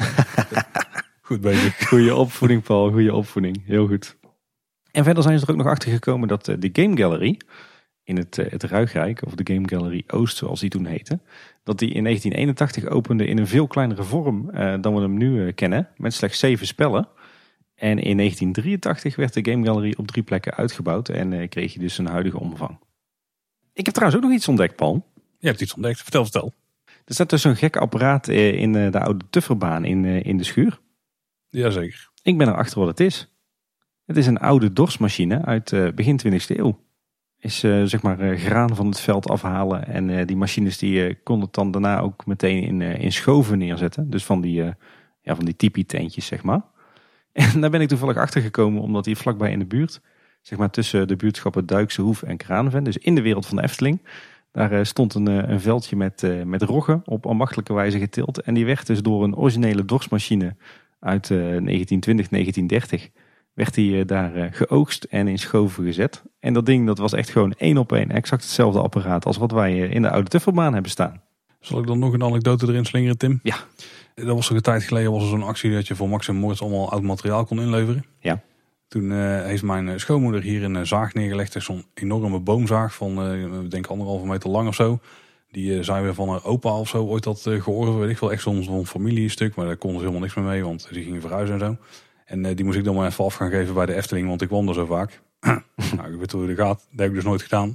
Goed bezig. Goeie opvoeding, Paul. Goeie opvoeding. Heel goed. En verder zijn ze er ook nog achter gekomen dat uh, de Game Gallery in het, uh, het Ruigrijk, of de Game Gallery Oost zoals die toen heette, dat die in negentien eenentachtig opende in een veel kleinere vorm uh, dan we hem nu uh, kennen, met slechts zeven spellen. En in negentien drieëntachtig werd de Game Gallery op drie plekken uitgebouwd en uh, kreeg je dus een huidige omvang. Ik heb trouwens ook nog iets ontdekt, Paul. Je hebt iets ontdekt. Vertel, vertel. Er staat dus zo'n gek apparaat uh, in uh, de oude Tufferbaan in, uh, in de schuur. Jazeker. Ik ben erachter wat het is. Het is een oude dorsmachine uit uh, begin twintigste eeuw. Is uh, zeg maar uh, graan van het veld afhalen. En uh, die machines die uh, konden het dan daarna ook meteen in, uh, in schoven neerzetten. Dus van die, uh, ja, van die tipi-tentjes, zeg maar. En daar ben ik toevallig achter gekomen omdat hier vlakbij in de buurt, zeg maar tussen de buurtschappen Duikse Hoef en Kraanven, dus in de wereld van de Efteling, daar uh, stond een, uh, een veldje met, uh, met roggen op ambachtelijke wijze geteeld. En die werd dus door een originele dorsmachine uit uh, negentien twintig, negentien dertig... werd die uh, daar uh, geoogst en in schoven gezet. En dat ding dat was echt gewoon één op één exact hetzelfde apparaat als wat wij uh, in de oude Tufferbaan hebben staan. Zal ik dan nog een anekdote erin slingeren, Tim? Ja. Dat was er een tijd geleden, was er zo'n actie dat je voor Max en Moritz allemaal oud materiaal kon inleveren. Ja. Toen uh, heeft mijn schoonmoeder hier een zaag neergelegd. Zo'n enorme boomzaag van, uh, ik denk anderhalve meter lang of zo. Die uh, zijn we van haar opa of zo ooit had uh, georven. Weet ik wel, echt zo'n, zo'n familiestuk. Maar daar konden ze helemaal niks meer mee, want die gingen verhuizen en zo. En uh, die moest ik dan maar even af gaan geven bij de Efteling, want ik kwam er zo vaak. Nou, ik weet hoe het gaat. Dat heb ik dus nooit gedaan.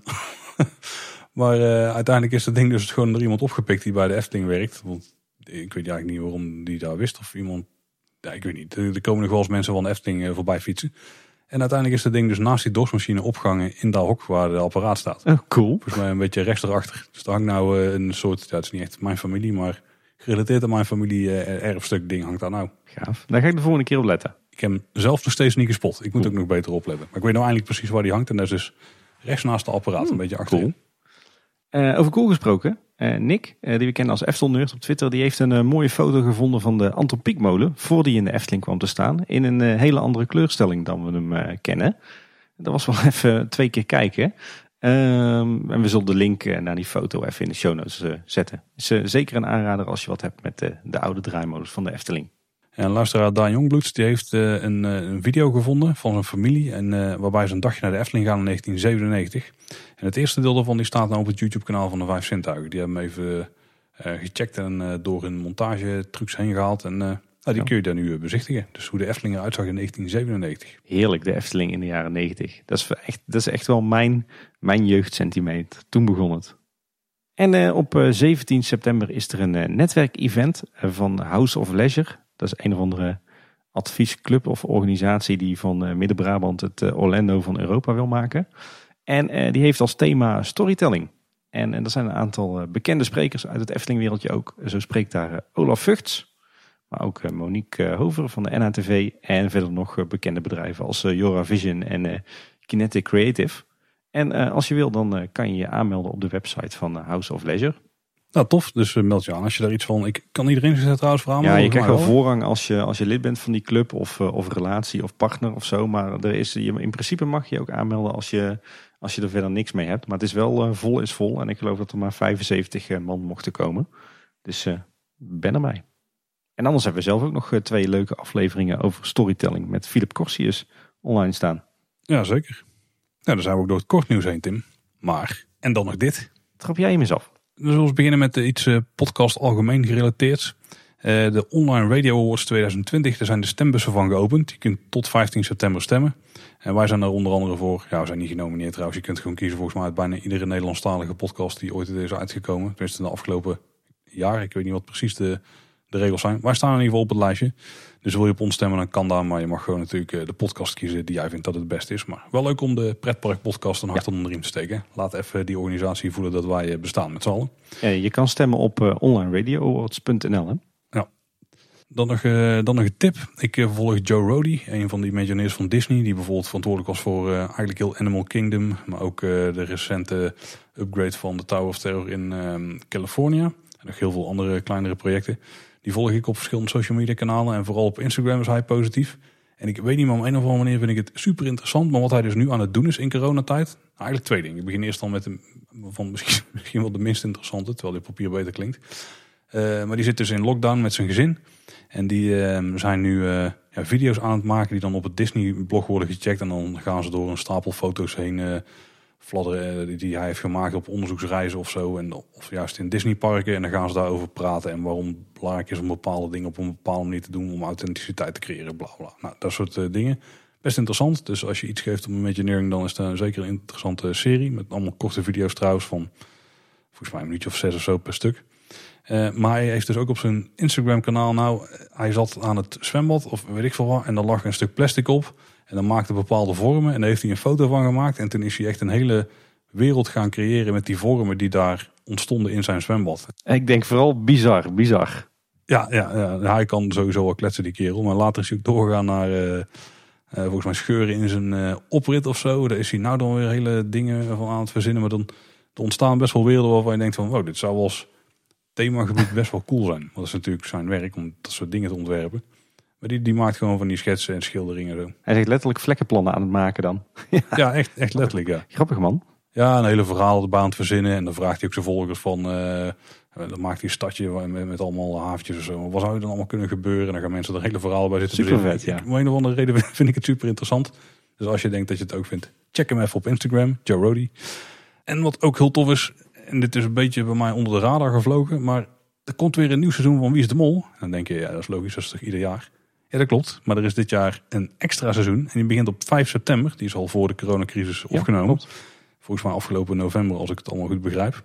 Maar uh, uiteindelijk is dat ding dus gewoon door iemand opgepikt die bij de Efteling werkt. Want ik weet eigenlijk niet waarom die daar wist. Of iemand, ja, ik weet niet. Er komen nog wel eens mensen van de Efteling uh, voorbij fietsen. En uiteindelijk is dat ding dus naast die dorsmachine opgehangen in dat hok waar de apparaat staat. Oh, cool. Volgens mij een beetje rechts erachter. Dus daar hangt nou uh, een soort, ja, het is niet echt mijn familie, maar gerelateerd aan mijn familie uh, erfstuk ding hangt daar nou. Gaaf. Daar ga ik de volgende keer op letten. Ik heb hem zelf nog steeds niet gespot. Ik moet cool. ook nog beter opletten. Maar ik weet nou eindelijk precies waar die hangt. En dat is dus rechts naast de apparaat, hmm, een beetje achterin. Cool. Uh, over cool gesproken. Uh, Nick, uh, die we kennen als Eftelnerd op Twitter, die heeft een uh, mooie foto gevonden van de Anton Pieck molen voor die in de Efteling kwam te staan. In een uh, hele andere kleurstelling dan we hem uh, kennen. Dat was wel even twee keer kijken. Um, en we zullen de link uh, naar die foto even in de show notes uh, zetten. Is uh, zeker een aanrader als je wat hebt met uh, de oude draaimolens van de Efteling. En luisteraar Daan Jongbloeds die heeft uh, een, uh, een video gevonden van zijn familie. En, uh, waarbij ze een dagje naar de Efteling gaan in negentien zevenennegentig. En het eerste deel daarvan die staat nou op het YouTube kanaal van de Vijf Zintuigen. Die hebben hem even uh, gecheckt en uh, door hun montagetrucs heen gehaald. En uh, nou, die ja. kun je daar nu uh, bezichtigen. Dus hoe de Efteling eruit zag in negentien zevenennegentig. Heerlijk, de Efteling in de jaren negentig. Dat is echt, dat is echt wel mijn, mijn jeugdsentiment. Toen begon het. En uh, op uh, zeventien september is er een uh, netwerkevent uh, van House of Leisure. Dat is een of andere adviesclub of organisatie die van uh, Midden-Brabant het uh, Orlando van Europa wil maken. En uh, die heeft als thema storytelling. En, en er zijn een aantal uh, bekende sprekers uit het Efteling-wereldje ook. Zo spreekt daar uh, Olaf Vugts, maar ook uh, Monique uh, Hover van de N H T V. En verder nog uh, bekende bedrijven als uh, Jora Vision en uh, Kinetic Creative. En uh, als je wil, dan uh, kan je je aanmelden op de website van uh, House of Leisure. Nou, tof. Dus uh, meld je aan als je daar iets van... Ik kan iedereen zich trouwens voor aanmelden. Ja, je krijgt wel voorrang als je, als je lid bent van die club of, uh, of relatie of partner of zo. Maar er is, je, in principe mag je ook aanmelden als je, als je er verder niks mee hebt. Maar het is wel uh, vol is vol. En ik geloof dat er maar vijfenzeventig uh, man mochten komen. Dus uh, ben erbij. En anders hebben we zelf ook nog uh, twee leuke afleveringen over storytelling met Philip Corsius online staan. Ja, zeker. Nou, dan zijn we ook door het kort nieuws heen, Tim. Maar, en dan nog dit. Trap jij hem eens af? We zullen beginnen met iets uh, podcast algemeen gerelateerd. Uh, de Online Radio Awards tweeduizend twintig, daar zijn de stembussen van geopend. Je kunt tot vijftien september stemmen. En wij zijn er onder andere voor, ja, we zijn niet genomineerd trouwens. Je kunt gewoon kiezen volgens mij uit bijna iedere Nederlandstalige podcast die ooit is uitgekomen. Tenminste in de afgelopen jaar. Ik weet niet wat precies de, de regels zijn. Wij staan in ieder geval op het lijstje. Dus wil je op ons stemmen, dan kan dat. Maar je mag gewoon natuurlijk de podcast kiezen die jij vindt dat het beste is. Maar wel leuk om de Pretpark podcast een hart ja. onder de riem te steken. Laat even die organisatie voelen dat wij bestaan met z'n allen. Ja, je kan stemmen op uh, online radio awards punt n l. Hè? Ja. Dan nog, uh, dan nog een tip. Ik uh, volg Joe Rohde, een van die Imagineers van Disney. Die bijvoorbeeld verantwoordelijk was voor uh, eigenlijk heel Animal Kingdom. Maar ook uh, de recente upgrade van de Tower of Terror in uh, California. En nog heel veel andere kleinere projecten. Die volg ik op verschillende social media kanalen. En vooral op Instagram is hij positief. En ik weet niet, maar op een of andere manier vind ik het super interessant. Maar wat hij dus nu aan het doen is in coronatijd. Nou, eigenlijk twee dingen. Ik begin eerst al met een, van misschien, misschien wel de minst interessante. Terwijl die papier beter klinkt. Uh, maar die zit dus in lockdown met zijn gezin. En die uh, zijn nu uh, ja, video's aan het maken die dan op het Disney blog worden gecheckt. En dan gaan ze door een stapel foto's heen uh, fladderen uh, die hij heeft gemaakt op onderzoeksreizen of zo. En, of juist in Disneyparken. En dan gaan ze daarover praten. En waarom het belangrijk is om bepaalde dingen op een bepaalde manier te doen. Om authenticiteit te creëren. Bla bla. Nou, dat soort uh, dingen. Best interessant. Dus als je iets geeft om Imagineering, dan is het zeker een interessante serie. Met allemaal korte video's trouwens van volgens mij een minuutje of zes of zo per stuk. Uh, maar hij heeft dus ook op zijn Instagram kanaal, nou, hij zat aan het zwembad of weet ik veel wat. En daar lag een stuk plastic op. En dan maakte bepaalde vormen. En daar heeft hij een foto van gemaakt. En toen is hij echt een hele wereld gaan creëren met die vormen die daar ontstonden in zijn zwembad. Ik denk vooral bizar, bizar. Ja, ja, ja, hij kan sowieso wel kletsen die kerel. Maar later is hij ook doorgegaan naar uh, uh, volgens mij scheuren in zijn uh, oprit of zo. Daar is hij nou dan weer hele dingen van aan het verzinnen. Maar dan er ontstaan best wel werelden waarvan je denkt van, wow, dit zou wel eens themagebied best wel cool zijn. Want dat is natuurlijk zijn werk om dat soort dingen te ontwerpen. Maar die, die maakt gewoon van die schetsen en schilderingen. Zo. Hij zegt letterlijk vlekkenplannen aan het maken dan. ja, ja echt, echt letterlijk, ja. Grappig man. Ja, een hele verhaal erbij aan het verzinnen. En dan vraagt hij ook zijn volgers van... Uh, dan maakt hij een stadje met, met allemaal haventjes of zo. Maar wat zou er dan allemaal kunnen gebeuren? En dan gaan mensen er hele verhalen bij zitten. Super vet, ja. Om een of andere reden vind ik het super interessant. Dus als je denkt dat je het ook vindt, check hem even op Instagram. Joe Rohde. En wat ook heel tof is... En dit is een beetje bij mij onder de radar gevlogen. Maar er komt weer een nieuw seizoen van Wie is de Mol? En dan denk je, ja, dat is logisch, dat is toch ieder jaar. Ja, dat klopt. Maar er is dit jaar een extra seizoen. En die begint op vijf september. Die is al voor de coronacrisis ja, opgenomen. Klopt. Volgens mij afgelopen november, als ik het allemaal goed begrijp.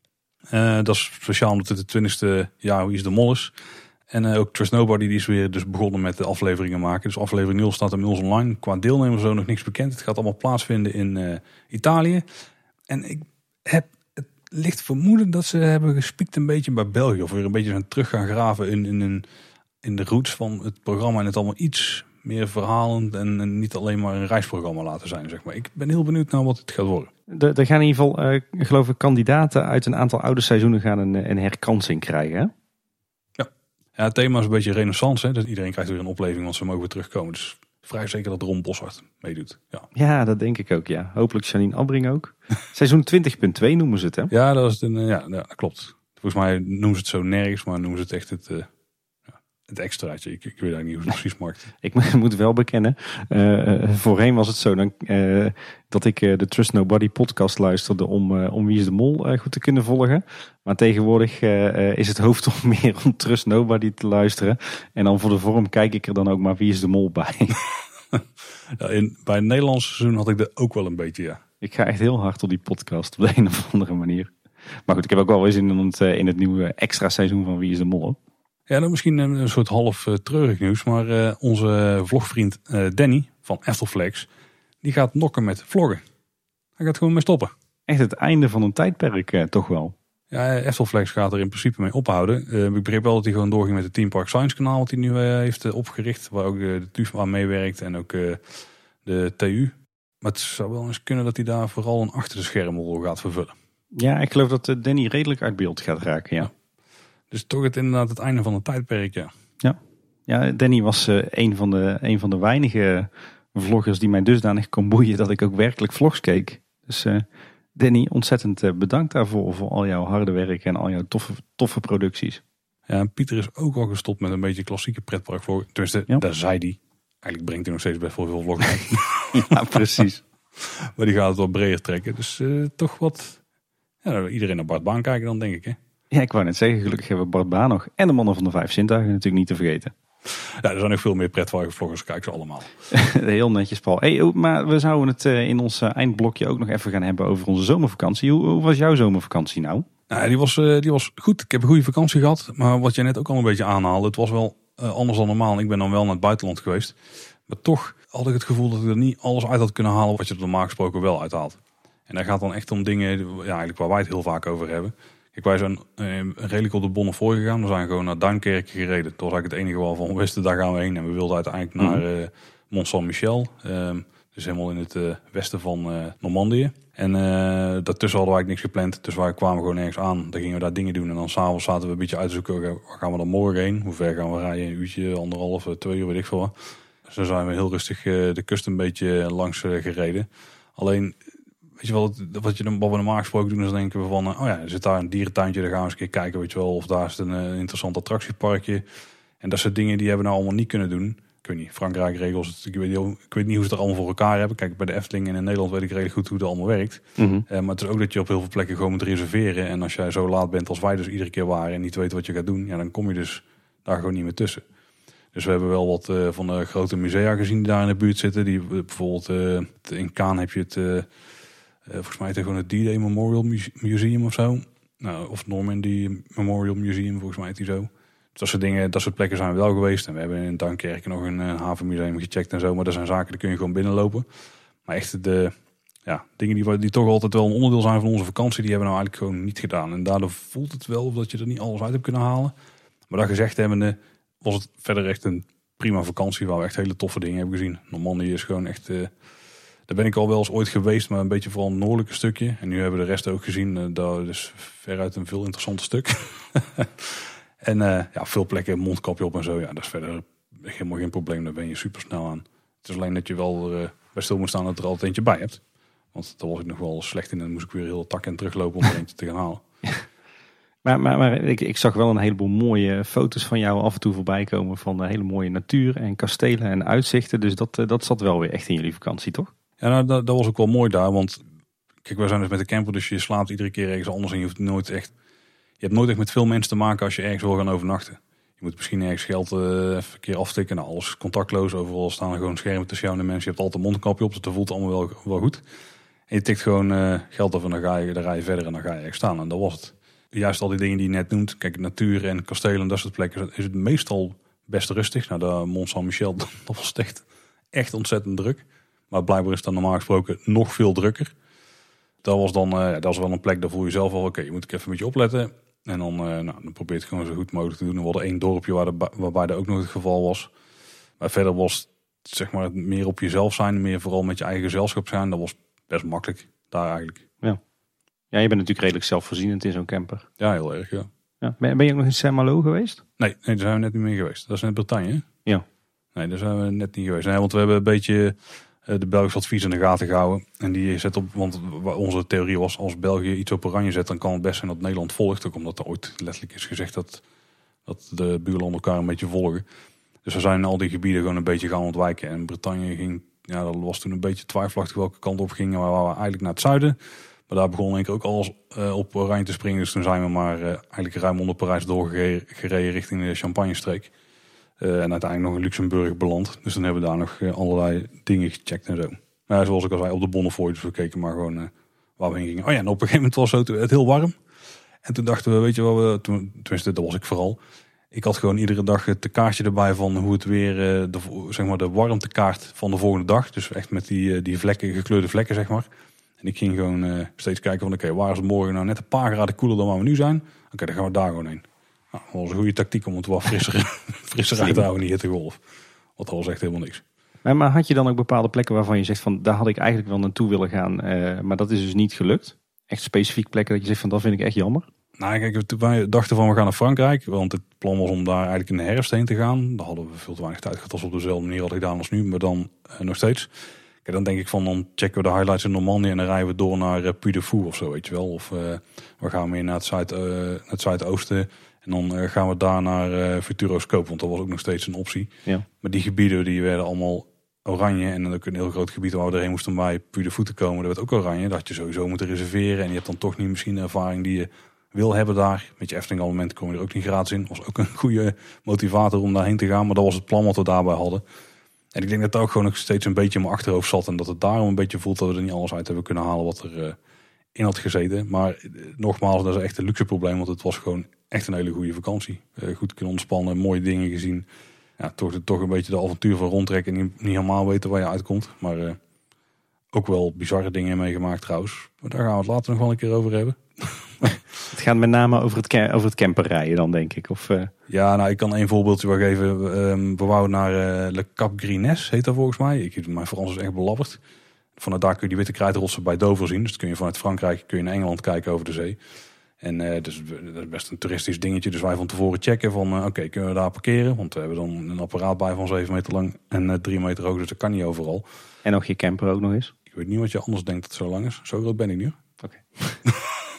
Uh, dat is speciaal omdat het de twintigste jaar Wie is de Mol is. En uh, ook Trust Nobody die is weer dus begonnen met de afleveringen maken. Dus aflevering nul staat inmiddels online. Qua deelnemers zo nog niks bekend. Het gaat allemaal plaatsvinden in uh, Italië. En ik heb het licht vermoeden dat ze hebben gespiekt een beetje bij België. Of weer een beetje zijn terug gaan graven in, in, in, in de roots van het programma. En het allemaal iets meer verhalend en, en niet alleen maar een reisprogramma laten zijn, zeg maar. Ik ben heel benieuwd naar wat het gaat worden. Er gaan in ieder geval, uh, geloof ik, kandidaten uit een aantal oude seizoenen gaan een, een herkansing krijgen, hè? Ja. Ja, het thema is een beetje renaissance, hè? Dus iedereen krijgt weer een opleving, want ze mogen weer terugkomen. Dus vrij zeker dat Ron Bossart meedoet. Ja. ja, dat denk ik ook, ja. Hopelijk Janine Abbring ook. Seizoen twintig punt twee noemen ze het, hè? Ja, dat, is een, ja, ja, dat klopt. Volgens mij noemen ze het zo nergens, maar noemen ze het echt het... Uh, Het extraatje, ik, ik weet eigenlijk niet hoe het precies maakt. Ik moet wel bekennen, uh, voorheen was het zo dan, uh, dat ik uh, de Trust Nobody podcast luisterde om, uh, om Wie is de Mol uh, goed te kunnen volgen. Maar tegenwoordig uh, is het hoofddoel meer om Trust Nobody te luisteren. En dan voor de vorm kijk ik er dan ook maar Wie is de Mol bij. Ja, in, bij het Nederlandse seizoen had ik er ook wel een beetje, ja. Ik ga echt heel hard op die podcast op de een of andere manier. Maar goed, ik heb ook wel weer zin in het, in het nieuwe extra seizoen van Wie is de Mol. Ja, dan misschien een, een soort half uh, treurig nieuws. Maar uh, onze vlogvriend uh, Danny van Eftelflex, die gaat nokken met vloggen. Hij gaat gewoon mee stoppen. Echt het einde van een tijdperk uh, toch wel. Ja, Eftelflex gaat er in principe mee ophouden. Uh, ik begreep wel dat hij gewoon doorging met het Team Park Science kanaal wat hij nu uh, heeft uh, opgericht. Waar ook uh, de T U V aan meewerkt en ook uh, de T U. Maar het zou wel eens kunnen dat hij daar vooral een achter de schermrol gaat vervullen. Ja, ik geloof dat uh, Danny redelijk uit beeld gaat raken, ja. ja. Dus toch het inderdaad het einde van het tijdperk, ja. Ja, ja Danny was uh, een, van de, een van de weinige vloggers die mij dusdanig kon boeien dat ik ook werkelijk vlogs keek. Dus uh, Danny, ontzettend uh, bedankt daarvoor voor al jouw harde werk en al jouw toffe, toffe producties. Ja, Pieter is ook al gestopt met een beetje klassieke pretparkvlog. Tenminste, ja. Daar zei hij. Eigenlijk brengt hij nog steeds best wel veel vlogs uit. Ja, precies. Maar die gaat het wat breder trekken. Dus uh, toch wat... Ja, iedereen naar Bart Baan kijken dan, denk ik, hè? Ja, ik wou net zeggen, gelukkig hebben we Bart Baan nog. En de mannen van de vijf zintuigen natuurlijk niet te vergeten. Ja, er zijn nog veel meer pretparkvloggers, kijk ze allemaal. Heel netjes, Paul. Hey, maar we zouden het uh, in ons uh, eindblokje ook nog even gaan hebben over onze zomervakantie. Hoe, hoe was jouw zomervakantie nou? Nou, die was, uh, die was goed. Ik heb een goede vakantie gehad. Maar wat je net ook al een beetje aanhaalde, het was wel uh, anders dan normaal. Ik ben dan wel naar het buitenland geweest. Maar toch had ik het gevoel dat ik er niet alles uit had kunnen halen wat je er normaal gesproken wel uithaalt. En dat gaat dan echt om dingen ja, eigenlijk waar wij het heel vaak over hebben. Kijk, wij zijn uh, redelijk op de Bonnefoy gegaan. We zijn gewoon naar Duinkerke gereden. Dat was eigenlijk het enige waarvan we wisten, daar gaan we heen. En we wilden uiteindelijk naar uh, Mont Saint-Michel. Uh, dus helemaal in het uh, westen van uh, Normandië. En uh, daartussen hadden we eigenlijk niks gepland. Dus wij kwamen gewoon ergens aan. Dan gingen we daar dingen doen. En dan s'avonds zaten we een beetje uit te zoeken. Waar gaan we dan morgen heen? Hoe ver gaan we rijden? Een uurtje, anderhalf, twee uur, weet ik veel. Dus dan zijn we heel rustig uh, de kust een beetje langs uh, gereden. Alleen... Weet je wel, wat, je, wat we normaal gesproken doen is dan denken we van... oh ja, er zit daar een dierentuintje, daar gaan we eens een keer kijken, weet je wel. Of daar is een uh, interessant attractieparkje. En dat soort dingen die hebben we nou allemaal niet kunnen doen. Ik weet niet, Frankrijk regels, ik weet niet, ik weet niet hoe ze het er allemaal voor elkaar hebben. Kijk, bij de Efteling en in Nederland weet ik redelijk goed hoe dat allemaal werkt. Mm-hmm. Uh, maar het is ook dat je op heel veel plekken gewoon moet reserveren. En als jij zo laat bent als wij dus iedere keer waren en niet weet wat je gaat doen... ja, dan kom je dus daar gewoon niet meer tussen. Dus we hebben wel wat uh, van de grote musea gezien die daar in de buurt zitten. Die, bijvoorbeeld uh, in Cannes heb je het... Uh, Uh, volgens mij is het gewoon het D-Day Memorial Museum of zo. Nou, of Normandy Memorial Museum, volgens mij is die zo. Dus dat soort dingen, dat soort plekken zijn we wel geweest. En we hebben in Duinkerke nog een, een havenmuseum gecheckt en zo. Maar dat zijn zaken, die kun je gewoon binnenlopen. Maar echt de ja, dingen die, die toch altijd wel een onderdeel zijn van onze vakantie, die hebben we nou eigenlijk gewoon niet gedaan. En daardoor voelt het wel dat je er niet alles uit hebt kunnen halen. Maar dat gezegd hebbende, was het verder echt een prima vakantie waar we echt hele toffe dingen hebben gezien. Normandië is gewoon echt... Uh, Daar ben ik al wel eens ooit geweest, maar een beetje vooral het noordelijke stukje. En nu hebben we de rest ook gezien. Dat is veruit een veel interessanter stuk. en uh, ja, veel plekken, mondkapje op en zo. Ja, dat is verder helemaal geen probleem. Daar ben je super snel aan. Het is alleen dat je wel uh, bij stil moet staan dat er altijd eentje bij hebt. Want daar was ik nog wel slecht in. En dan moest ik weer heel tak en teruglopen om er eentje te gaan halen. Maar, maar, maar ik, ik zag wel een heleboel mooie foto's van jou af en toe voorbij komen. Van hele mooie natuur en kastelen en uitzichten. Dus dat, dat zat wel weer echt in jullie vakantie, toch? Ja, nou, dat, dat was ook wel mooi daar, want kijk, wij zijn dus met de camper, dus je slaapt iedere keer ergens anders en je hoeft nooit echt, je hebt nooit echt met veel mensen te maken als je ergens wil gaan overnachten. Je moet misschien ergens geld uh, even een keer aftikken, nou alles contactloos, overal staan er gewoon schermen tussen jou en de mensen, je hebt altijd een mondkapje op, dus dat voelt allemaal wel, wel goed. En je tikt gewoon uh, geld af en dan ga je, dan rij je verder en dan ga je ergens staan en dat was het. Juist al die dingen die je net noemt, kijk, natuur en kastelen en dat soort plekken, is het meestal best rustig. Nou, de Mont Saint-Michel, dat was echt, echt ontzettend druk. Maar blijkbaar is het dan normaal gesproken nog veel drukker. Dat was dan, uh, dat was wel een plek, daar voel je zelf al, oké, okay, je moet ik even een beetje opletten. En dan, uh, nou, dan probeer je het gewoon zo goed mogelijk te doen. Er was één dorpje waar de, waarbij dat ook nog het geval was. Maar verder was zeg maar, het meer op jezelf zijn, meer vooral met je eigen gezelschap zijn. Dat was best makkelijk daar eigenlijk. Ja, ja je bent natuurlijk redelijk zelfvoorzienend in zo'n camper. Ja, heel erg, ja. Ja. Ben je ook nog in Saint-Malo geweest? Nee, nee, daar zijn we net niet meer geweest. Dat is in Bretagne. Ja. Nee, daar zijn we net niet geweest. Nee, want we hebben een beetje de Belgische advies in de gaten gehouden. En die zet op, want onze theorie was, als België iets op oranje zet, dan kan het best zijn dat Nederland volgt. Ook omdat er ooit letterlijk is gezegd dat, dat de buurlanden elkaar een beetje volgen. Dus we zijn in al die gebieden gewoon een beetje gaan ontwijken. En Bretagne ging, ja, dat was toen een beetje twijfelachtig welke kant op gingen. Maar we waren eigenlijk naar het zuiden. Maar daar begon ik ook alles uh, op oranje te springen. Dus toen zijn we maar uh, eigenlijk ruim onder Parijs doorgereden richting de Champagne-streek. Uh, en uiteindelijk nog in Luxemburg beland. Dus dan hebben we daar nog uh, allerlei dingen gecheckt en zo. Maar ja, zoals ik al zei, op de Bonnefoy. Dus we keken maar gewoon uh, waar we heen gingen. Oh ja, en op een gegeven moment was het heel warm. En toen dachten we, weet je wel, we, toen, tenminste dat was ik vooral. Ik had gewoon iedere dag het kaartje erbij van hoe het weer, de, zeg maar de warmtekaart van de volgende dag. Dus echt met die, die vlekken, gekleurde vlekken, zeg maar. En ik ging gewoon uh, steeds kijken van, oké, okay, waar is het morgen nou net een paar graden koeler dan waar we nu zijn? Oké, okay, dan gaan we daar gewoon heen. Nou, dat was een goede tactiek om het wat frisser, frisser uit te houden in die hittegolf. Want dat was echt helemaal niks. Maar, maar had je dan ook bepaalde plekken waarvan je zegt van, daar had ik eigenlijk wel naartoe willen gaan, uh, maar dat is dus niet gelukt? Echt specifiek plekken dat je zegt van, dat vind ik echt jammer? Nou, kijk, toen wij dachten van we gaan naar Frankrijk, want het plan was om daar eigenlijk in de herfst heen te gaan. Daar hadden we veel te weinig tijd gehad als we op dezelfde manier hadden gedaan als nu, maar dan uh, nog steeds. Kijk, dan denk ik van, dan checken we de highlights in Normandië en dan rijden we door naar uh, Puy de Fou of zo, weet je wel. Of uh, we gaan weer naar het, zuid, uh, naar het zuidoosten en dan uh, gaan we daar naar uh, Futuroscope, want dat was ook nog steeds een optie. Ja. Maar die gebieden die werden allemaal oranje en dan ook een heel groot gebied waar we erheen moesten om bij Puy de Fou te komen. Dat werd ook oranje, dat had je sowieso moeten reserveren en je hebt dan toch niet misschien de ervaring die je wil hebben daar. Met je Efteling abonnement kom je er ook niet gratis in. Was ook een goede motivator om daarheen te gaan. Maar dat was het plan wat we daarbij hadden. En ik denk dat dat ook gewoon nog steeds een beetje in mijn achterhoofd zat. En dat het daarom een beetje voelt dat we er niet alles uit hebben kunnen halen wat er uh, in had gezeten. Maar uh, nogmaals, dat is echt een luxe probleem. Want het was gewoon echt een hele goede vakantie. Uh, goed kunnen ontspannen, mooie dingen gezien. Ja, toch, toch een beetje de avontuur van rondtrekken. En niet, niet helemaal weten waar je uitkomt. Maar uh, ook wel bizarre dingen meegemaakt trouwens. Maar daar gaan we het later nog wel een keer over hebben. Het gaat met name over het, over het camperrijden dan, denk ik. Of, uh... Ja, nou, ik kan één voorbeeldje wel geven. Um, we wouden naar uh, Le Cap Grines, heet dat volgens mij. Ik, mijn Frans is echt belabberd. Vanuit daar kun je die witte krijtrotsen bij Dover zien. Dus dan kun je vanuit Frankrijk kun je naar Engeland kijken over de zee. En uh, dus, dat is best een toeristisch dingetje. Dus wij van tevoren checken van, uh, oké, okay, kunnen we daar parkeren? Want we hebben dan een apparaat bij van zeven meter lang en uh, drie meter hoog. Dus dat kan niet overal. En nog je camper ook nog eens? Ik weet niet wat je anders denkt dat het zo lang is. Zo groot ben ik nu. Oké. Okay.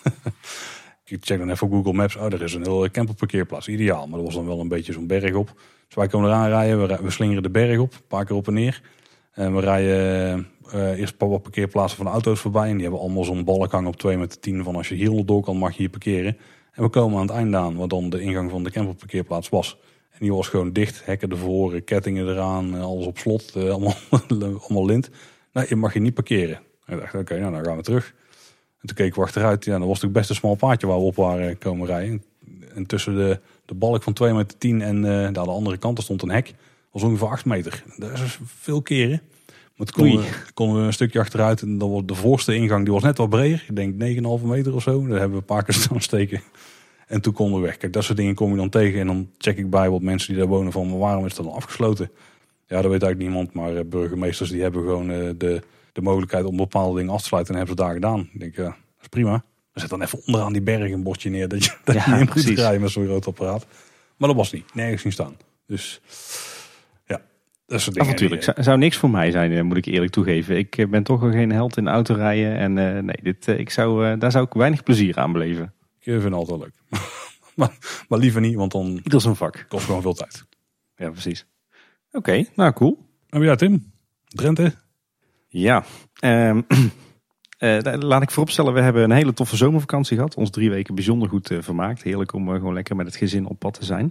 Ik check dan even op Google Maps. Oh, er is een heel camperparkeerplaats. Ideaal. Maar er was dan wel een beetje zo'n berg op. Dus wij komen eraan rijden. We, we slingeren de berg op. Een paar keer op en neer. En we rijden uh, eerst een paar parkeerplaatsen van de auto's voorbij. En die hebben allemaal zo'n balk hangen op twee meter tien. Van als je hier door kan, mag je hier parkeren. En we komen aan het einde aan. Waar dan de ingang van de camperparkeerplaats was. En die was gewoon dicht. Hekken ervoor. Kettingen eraan. Alles op slot. Uh, allemaal, allemaal lint. Nee, je mag je niet parkeren. En ik dacht, oké, okay, nou dan gaan we terug. En toen keken we achteruit. Ja, dat was natuurlijk best een smal paadje waar we op waren komen rijden. En tussen de, de balk van twee meter tien en uh, daar de andere kant stond een hek. Dat was ongeveer acht meter. Dat is veel keren. Maar toen konden we, konden we een stukje achteruit. En dan was de voorste ingang die was net wat breder. Ik denk negen komma vijf meter of zo. Daar hebben we een paar keer staan steken. En toen konden we weg. Kijk, dat soort dingen kom je dan tegen. En dan check ik bij wat mensen die daar wonen van, maar waarom is dat dan afgesloten? Ja, dat weet eigenlijk niemand. Maar uh, burgemeesters die hebben gewoon uh, de... de mogelijkheid om bepaalde dingen af te sluiten en hebben ze daar gedaan. Ik denk, ja, dat is prima. We zetten dan even onderaan die berg een bordje neer dat je, dat ja, je niet moet rijden met zo'n groot apparaat. Maar dat was niet. Nergens zien staan. Dus ja, dat soort dingen. Natuurlijk, zou, zou niks voor mij zijn, moet ik eerlijk toegeven. Ik ben toch wel geen held in autorijden en uh, nee, dit, uh, ik zou, uh, daar zou ik weinig plezier aan beleven. Ik vind het altijd leuk. maar, maar liever niet, want dan dat is een vak. Kost gewoon veel tijd. Ja, precies. Oké, okay, nou cool. En ja, Tim, Drenthe. Ja, um, uh, laat ik vooropstellen, we hebben een hele toffe zomervakantie gehad. Ons drie weken bijzonder goed uh, vermaakt. Heerlijk om uh, gewoon lekker met het gezin op pad te zijn.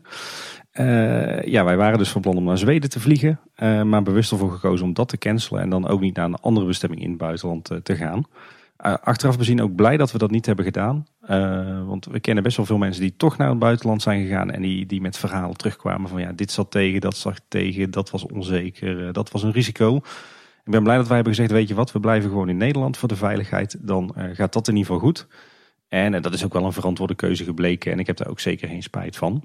Uh, ja, wij waren dus van plan om naar Zweden te vliegen. Uh, maar bewust ervoor gekozen om dat te cancelen. En dan ook niet naar een andere bestemming in het buitenland uh, te gaan. Uh, achteraf bezien ook blij dat we dat niet hebben gedaan. Uh, want we kennen best wel veel mensen die toch naar het buitenland zijn gegaan. En die, die met verhalen terugkwamen van ja, dit zat tegen, dat zat tegen, dat was onzeker, uh, dat was een risico. Ik ben blij dat wij hebben gezegd, weet je wat, we blijven gewoon in Nederland voor de veiligheid. Dan uh, gaat dat in ieder geval goed. En uh, dat is ook wel een verantwoorde keuze gebleken. En ik heb daar ook zeker geen spijt van.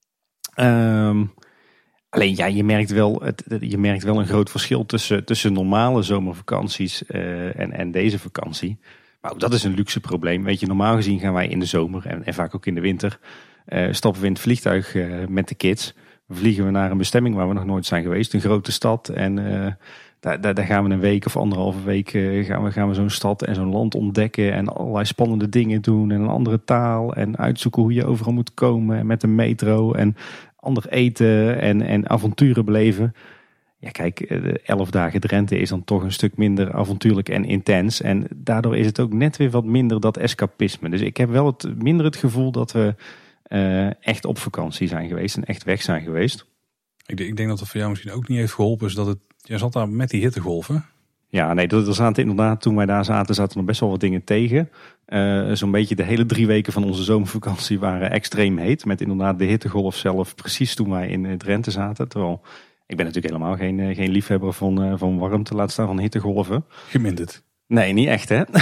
Um, alleen ja, je merkt wel, het, je merkt wel een groot verschil tussen, tussen normale zomervakanties uh, en, en deze vakantie. Maar ook dat is een luxe probleem. Weet je, normaal gezien gaan wij in de zomer en, en vaak ook in de winter uh, stappen we in het vliegtuig uh, met de kids. Vliegen we naar een bestemming waar we nog nooit zijn geweest. Een grote stad en... Uh, Daar, daar, daar gaan we een week of anderhalve week uh, gaan we, gaan we zo'n stad en zo'n land ontdekken en allerlei spannende dingen doen en een andere taal en uitzoeken hoe je overal moet komen en met de metro en ander eten en, en avonturen beleven. Ja, kijk, elf dagen Drenthe is dan toch een stuk minder avontuurlijk en intens en daardoor is het ook net weer wat minder dat escapisme. Dus ik heb wel het, minder het gevoel dat we uh, echt op vakantie zijn geweest en echt weg zijn geweest. Ik denk, ik denk dat het voor jou misschien ook niet heeft geholpen is dat het... Jij zat daar met die hittegolven. Ja, nee, er zaten inderdaad, toen wij daar zaten, zaten er best wel wat dingen tegen. Uh, Zo'n beetje de hele drie weken van onze zomervakantie waren extreem heet. Met inderdaad de hittegolf zelf precies toen wij in Drenthe zaten. Terwijl, ik ben natuurlijk helemaal geen, geen liefhebber van, uh, van warmte, laat staan van hittegolven. Geminderd. Nee, niet echt hè.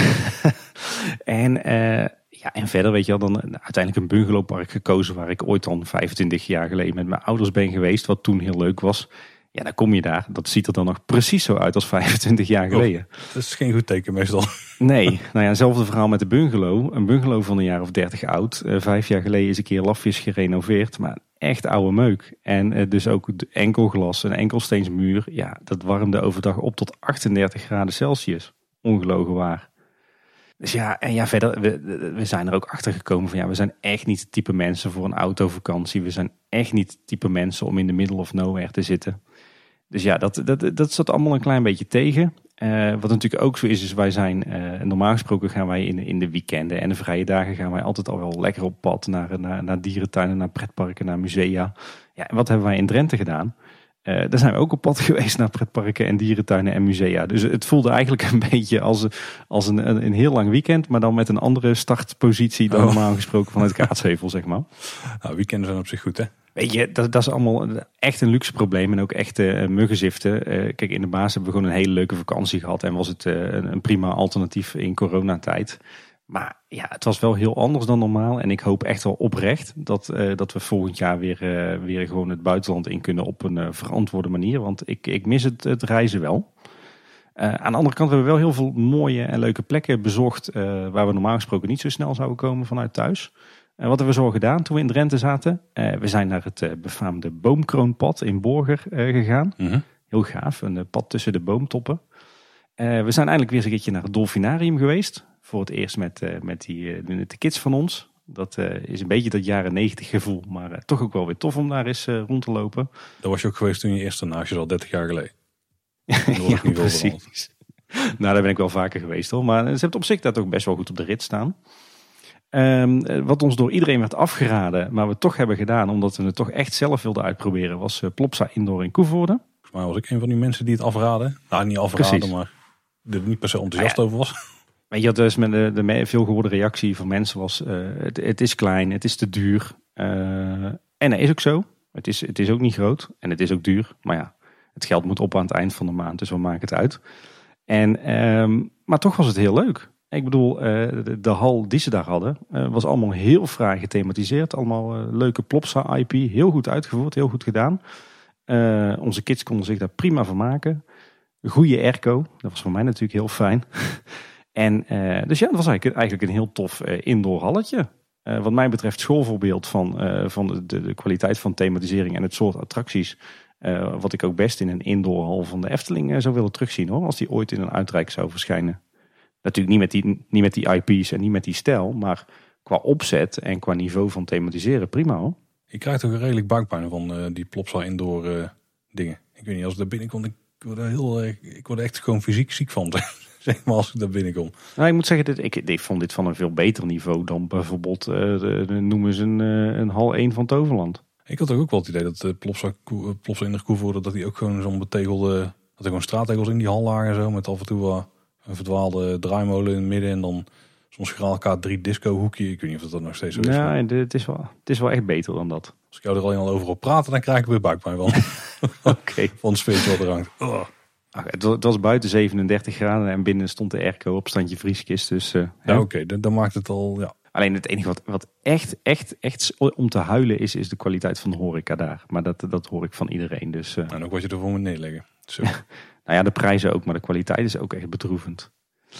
en, uh, ja, en verder weet je wel, dan uiteindelijk een bungalowpark gekozen waar ik ooit dan vijfentwintig jaar geleden met mijn ouders ben geweest. Wat toen heel leuk was. Ja, dan kom je daar. Dat ziet er dan nog precies zo uit als vijfentwintig jaar geleden. Oh, dat is geen goed teken meestal. Nee, nou ja, hetzelfde verhaal met de bungalow. Een bungalow van een jaar of dertig oud. Uh, vijf jaar geleden is een keer lafjes gerenoveerd. Maar echt oude meuk. En uh, dus ook enkel glas, een enkelsteensmuur. Ja, dat warmde overdag op tot achtendertig graden Celsius. Ongelogen waar. Dus ja, en ja, verder, we, we zijn er ook achter gekomen van ja, we zijn echt niet het type mensen voor een autovakantie. We zijn echt niet het type mensen om in de middle of nowhere te zitten. Dus ja, dat, dat, dat zat allemaal een klein beetje tegen. Uh, wat natuurlijk ook zo is, is wij zijn, uh, normaal gesproken gaan wij in, in de weekenden en de vrije dagen gaan wij altijd al wel lekker op pad naar, naar, naar dierentuinen, naar pretparken, naar musea. Ja, en wat hebben wij in Drenthe gedaan? Uh, daar zijn we ook op pad geweest naar pretparken en dierentuinen en musea. Dus het voelde eigenlijk een beetje als, als een, een, een heel lang weekend, maar dan met een andere startpositie dan oh. normaal gesproken vanuit Kaatsheuvel, zeg maar. Nou, weekenden zijn op zich goed, hè? Weet je, dat, dat is allemaal echt een luxe probleem en ook echt uh, muggenziften. Uh, kijk, in de baas hebben we gewoon een hele leuke vakantie gehad en was het uh, een, een prima alternatief in coronatijd. Maar ja, het was wel heel anders dan normaal. En ik hoop echt wel oprecht dat, uh, dat we volgend jaar weer, uh, weer gewoon het buitenland in kunnen op een uh, verantwoorde manier. Want ik, ik mis het, het reizen wel. Uh, aan de andere kant hebben we wel heel veel mooie en leuke plekken bezocht. Uh, waar we normaal gesproken niet zo snel zouden komen vanuit thuis. Uh, wat hebben we zo gedaan toen we in Drenthe zaten? Uh, we zijn naar het uh, befaamde Boomkroonpad in Borger uh, gegaan. Mm-hmm. Heel gaaf, een uh, pad tussen de boomtoppen. Uh, we zijn eindelijk weer eens een keertje naar het Dolfinarium geweest. Voor het eerst met, uh, met die, uh, de kids van ons. Dat uh, is een beetje dat jaren negentig gevoel. Maar uh, toch ook wel weer tof om daar eens uh, rond te lopen. Daar was je ook geweest toen je eerste naastje al dertig jaar geleden. Ja, precies. Nou, daar ben ik wel vaker geweest hoor. Maar ze hebben op zich daar toch best wel goed op de rit staan. Um, wat ons door iedereen werd afgeraden, maar we toch hebben gedaan. Omdat we het toch echt zelf wilden uitproberen. Was uh, Plopsa Indoor in Koevoorde. Volgens mij was ik een van die mensen die het afraden. Nou, niet afraden, precies. Maar er niet per se enthousiast ah, ja. over was. Weet je, dus met de, de veel gehoorde reactie van mensen was, uh, het, het is klein, het is te duur. Uh, en dat is ook zo. Het is, het is ook niet groot en het is ook duur. Maar ja, het geld moet op aan het eind van de maand, dus we maken het uit. En, um, maar toch was het heel leuk. Ik bedoel, uh, de, de hal die ze daar hadden, uh, was allemaal heel fraai gethematiseerd. Allemaal uh, leuke Plopsa I P, heel goed uitgevoerd, heel goed gedaan. Uh, onze kids konden zich daar prima van maken. Goeie airco, dat was voor mij natuurlijk heel fijn. En uh, dus ja, dat was eigenlijk, eigenlijk een heel tof uh, indoor halletje. Uh, wat mij betreft schoolvoorbeeld van, uh, van de, de, de kwaliteit van thematisering en het soort attracties. Uh, wat ik ook best in een indoorhal van de Efteling uh, zou willen terugzien hoor. Als die ooit in een uitreik zou verschijnen. Natuurlijk niet met, die, niet met die I P's en niet met die stijl. Maar qua opzet en qua niveau van thematiseren prima hoor. Ik krijg toch een redelijk buikpijn van uh, die Plopsa indoor uh, dingen. Ik weet niet, als ik daar binnenkom, ik word er heel, uh, ik word er echt gewoon fysiek ziek van. Zeg maar als ik daar binnenkom. Nou, ik moet zeggen, dit, ik, ik vond dit van een veel beter niveau dan bijvoorbeeld, uh, de, de, noemen ze een, uh, een hal één van Toverland. Ik had ook wel het idee dat uh, Plopsa, uh, Plopsa in de Koevoorde, dat die ook gewoon zo'n betegelde, dat er gewoon straattegels in die hal lagen zo, met af en toe uh, een verdwaalde draaimolen in het midden en dan soms graag elkaar drie disco hoekje. Ik weet niet of dat nog steeds zo is. Ja, maar het is wel, het is wel echt beter dan dat. Als ik jou er alleen al over op praten, dan krijg ik weer buikpijn van. Oké. Okay. Van het sfeertje wat er hangt. Oh. Ach, het was buiten zevenendertig graden en binnen stond de airco op standje vrieskist. Dus, uh, ja, oké, okay, dan, dan maakt het al, ja. Alleen het enige wat, wat echt, echt, echt om te huilen is, is de kwaliteit van de horeca daar. Maar dat, dat hoor ik van iedereen. Dus, uh, en ook wat je ervoor moet neerleggen. Zo. nou ja, de prijzen ook, maar de kwaliteit is ook echt bedroevend.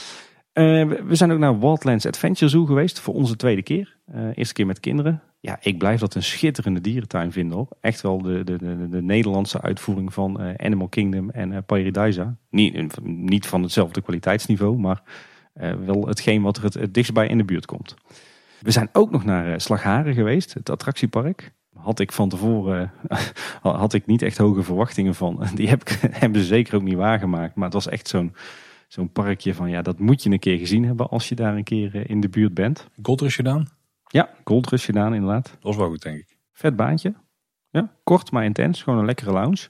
Uh, we zijn ook naar Wildlands Adventure Zoo geweest voor onze tweede keer. Uh, eerste keer met kinderen. Ja, ik blijf dat een schitterende dierentuin vinden hoor. Echt wel de, de, de, de Nederlandse uitvoering van uh, Animal Kingdom en uh, Paradisa. Niet, niet van hetzelfde kwaliteitsniveau, maar uh, wel hetgeen wat er het, het dichtst bij in de buurt komt. We zijn ook nog naar uh, Slagharen geweest, het attractiepark. Had ik van tevoren uh, had ik niet echt hoge verwachtingen van. Die heb ik, hebben ze zeker ook niet waargemaakt. Maar het was echt zo'n Zo'n parkje van, ja, dat moet je een keer gezien hebben als je daar een keer in de buurt bent. Goldrush gedaan? Ja, Goldrush gedaan inderdaad. Dat was wel goed, denk ik. Vet baantje. Ja, kort maar intens. Gewoon een lekkere lounge.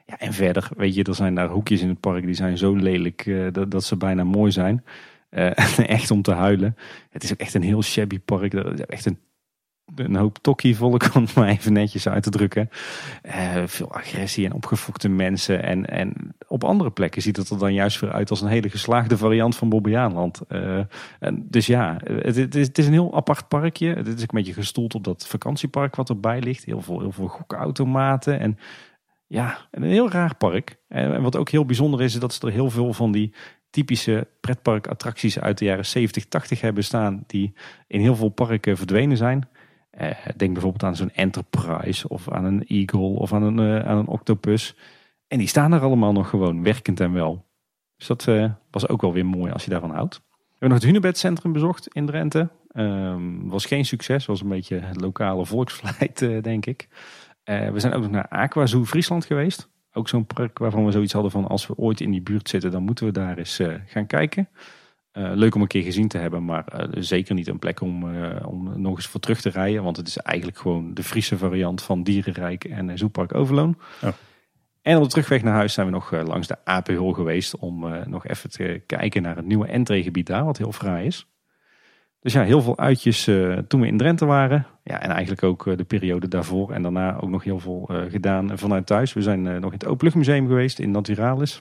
Ja, en verder, weet je, er zijn daar hoekjes in het park die zijn zo lelijk uh, dat, dat ze bijna mooi zijn. Uh, echt om te huilen. Het is ook echt een heel shabby park. Echt een, een hoop tokkievolk, om het maar even netjes uit te drukken. Uh, veel agressie en opgefokte mensen. En, en op andere plekken ziet het er dan juist weer uit als een hele geslaagde variant van Bobbejaanland. Uh, en dus ja, het, het, is, het is een heel apart parkje. Het is ook een beetje gestoeld op dat vakantiepark wat erbij ligt. Heel veel, heel veel gokautomaten en... Ja, een heel raar park. En wat ook heel bijzonder is, is dat ze er heel veel van die typische pretparkattracties uit de jaren zeventig, tachtig hebben staan. Die in heel veel parken verdwenen zijn. Uh, denk bijvoorbeeld aan zo'n Enterprise of aan een Eagle of aan een, uh, aan een Octopus. En die staan er allemaal nog gewoon, werkend en wel. Dus dat uh, was ook wel weer mooi als je daarvan houdt. We hebben nog het Hunebedcentrum bezocht in Drenthe. Um, was geen succes, was een beetje het lokale volksvlijt, uh, denk ik. Uh, we zijn ook nog naar Aquazoo Friesland geweest. Ook zo'n park waarvan we zoiets hadden van als we ooit in die buurt zitten, dan moeten we daar eens uh, gaan kijken. Uh, leuk om een keer gezien te hebben, maar uh, zeker niet een plek om, uh, om nog eens voor terug te rijden. Want het is eigenlijk gewoon de Friese variant van Dierenrijk en uh, Zoepark Overloon. Oh. En op de terugweg naar huis zijn we nog uh, langs de Apenhul geweest om uh, nog even te kijken naar het nieuwe entreegebied daar, wat heel fraai is. Dus ja, heel veel uitjes uh, toen we in Drenthe waren. Ja, en eigenlijk ook uh, de periode daarvoor en daarna ook nog heel veel uh, gedaan vanuit thuis. We zijn uh, nog in het Openluchtmuseum geweest in Naturalis.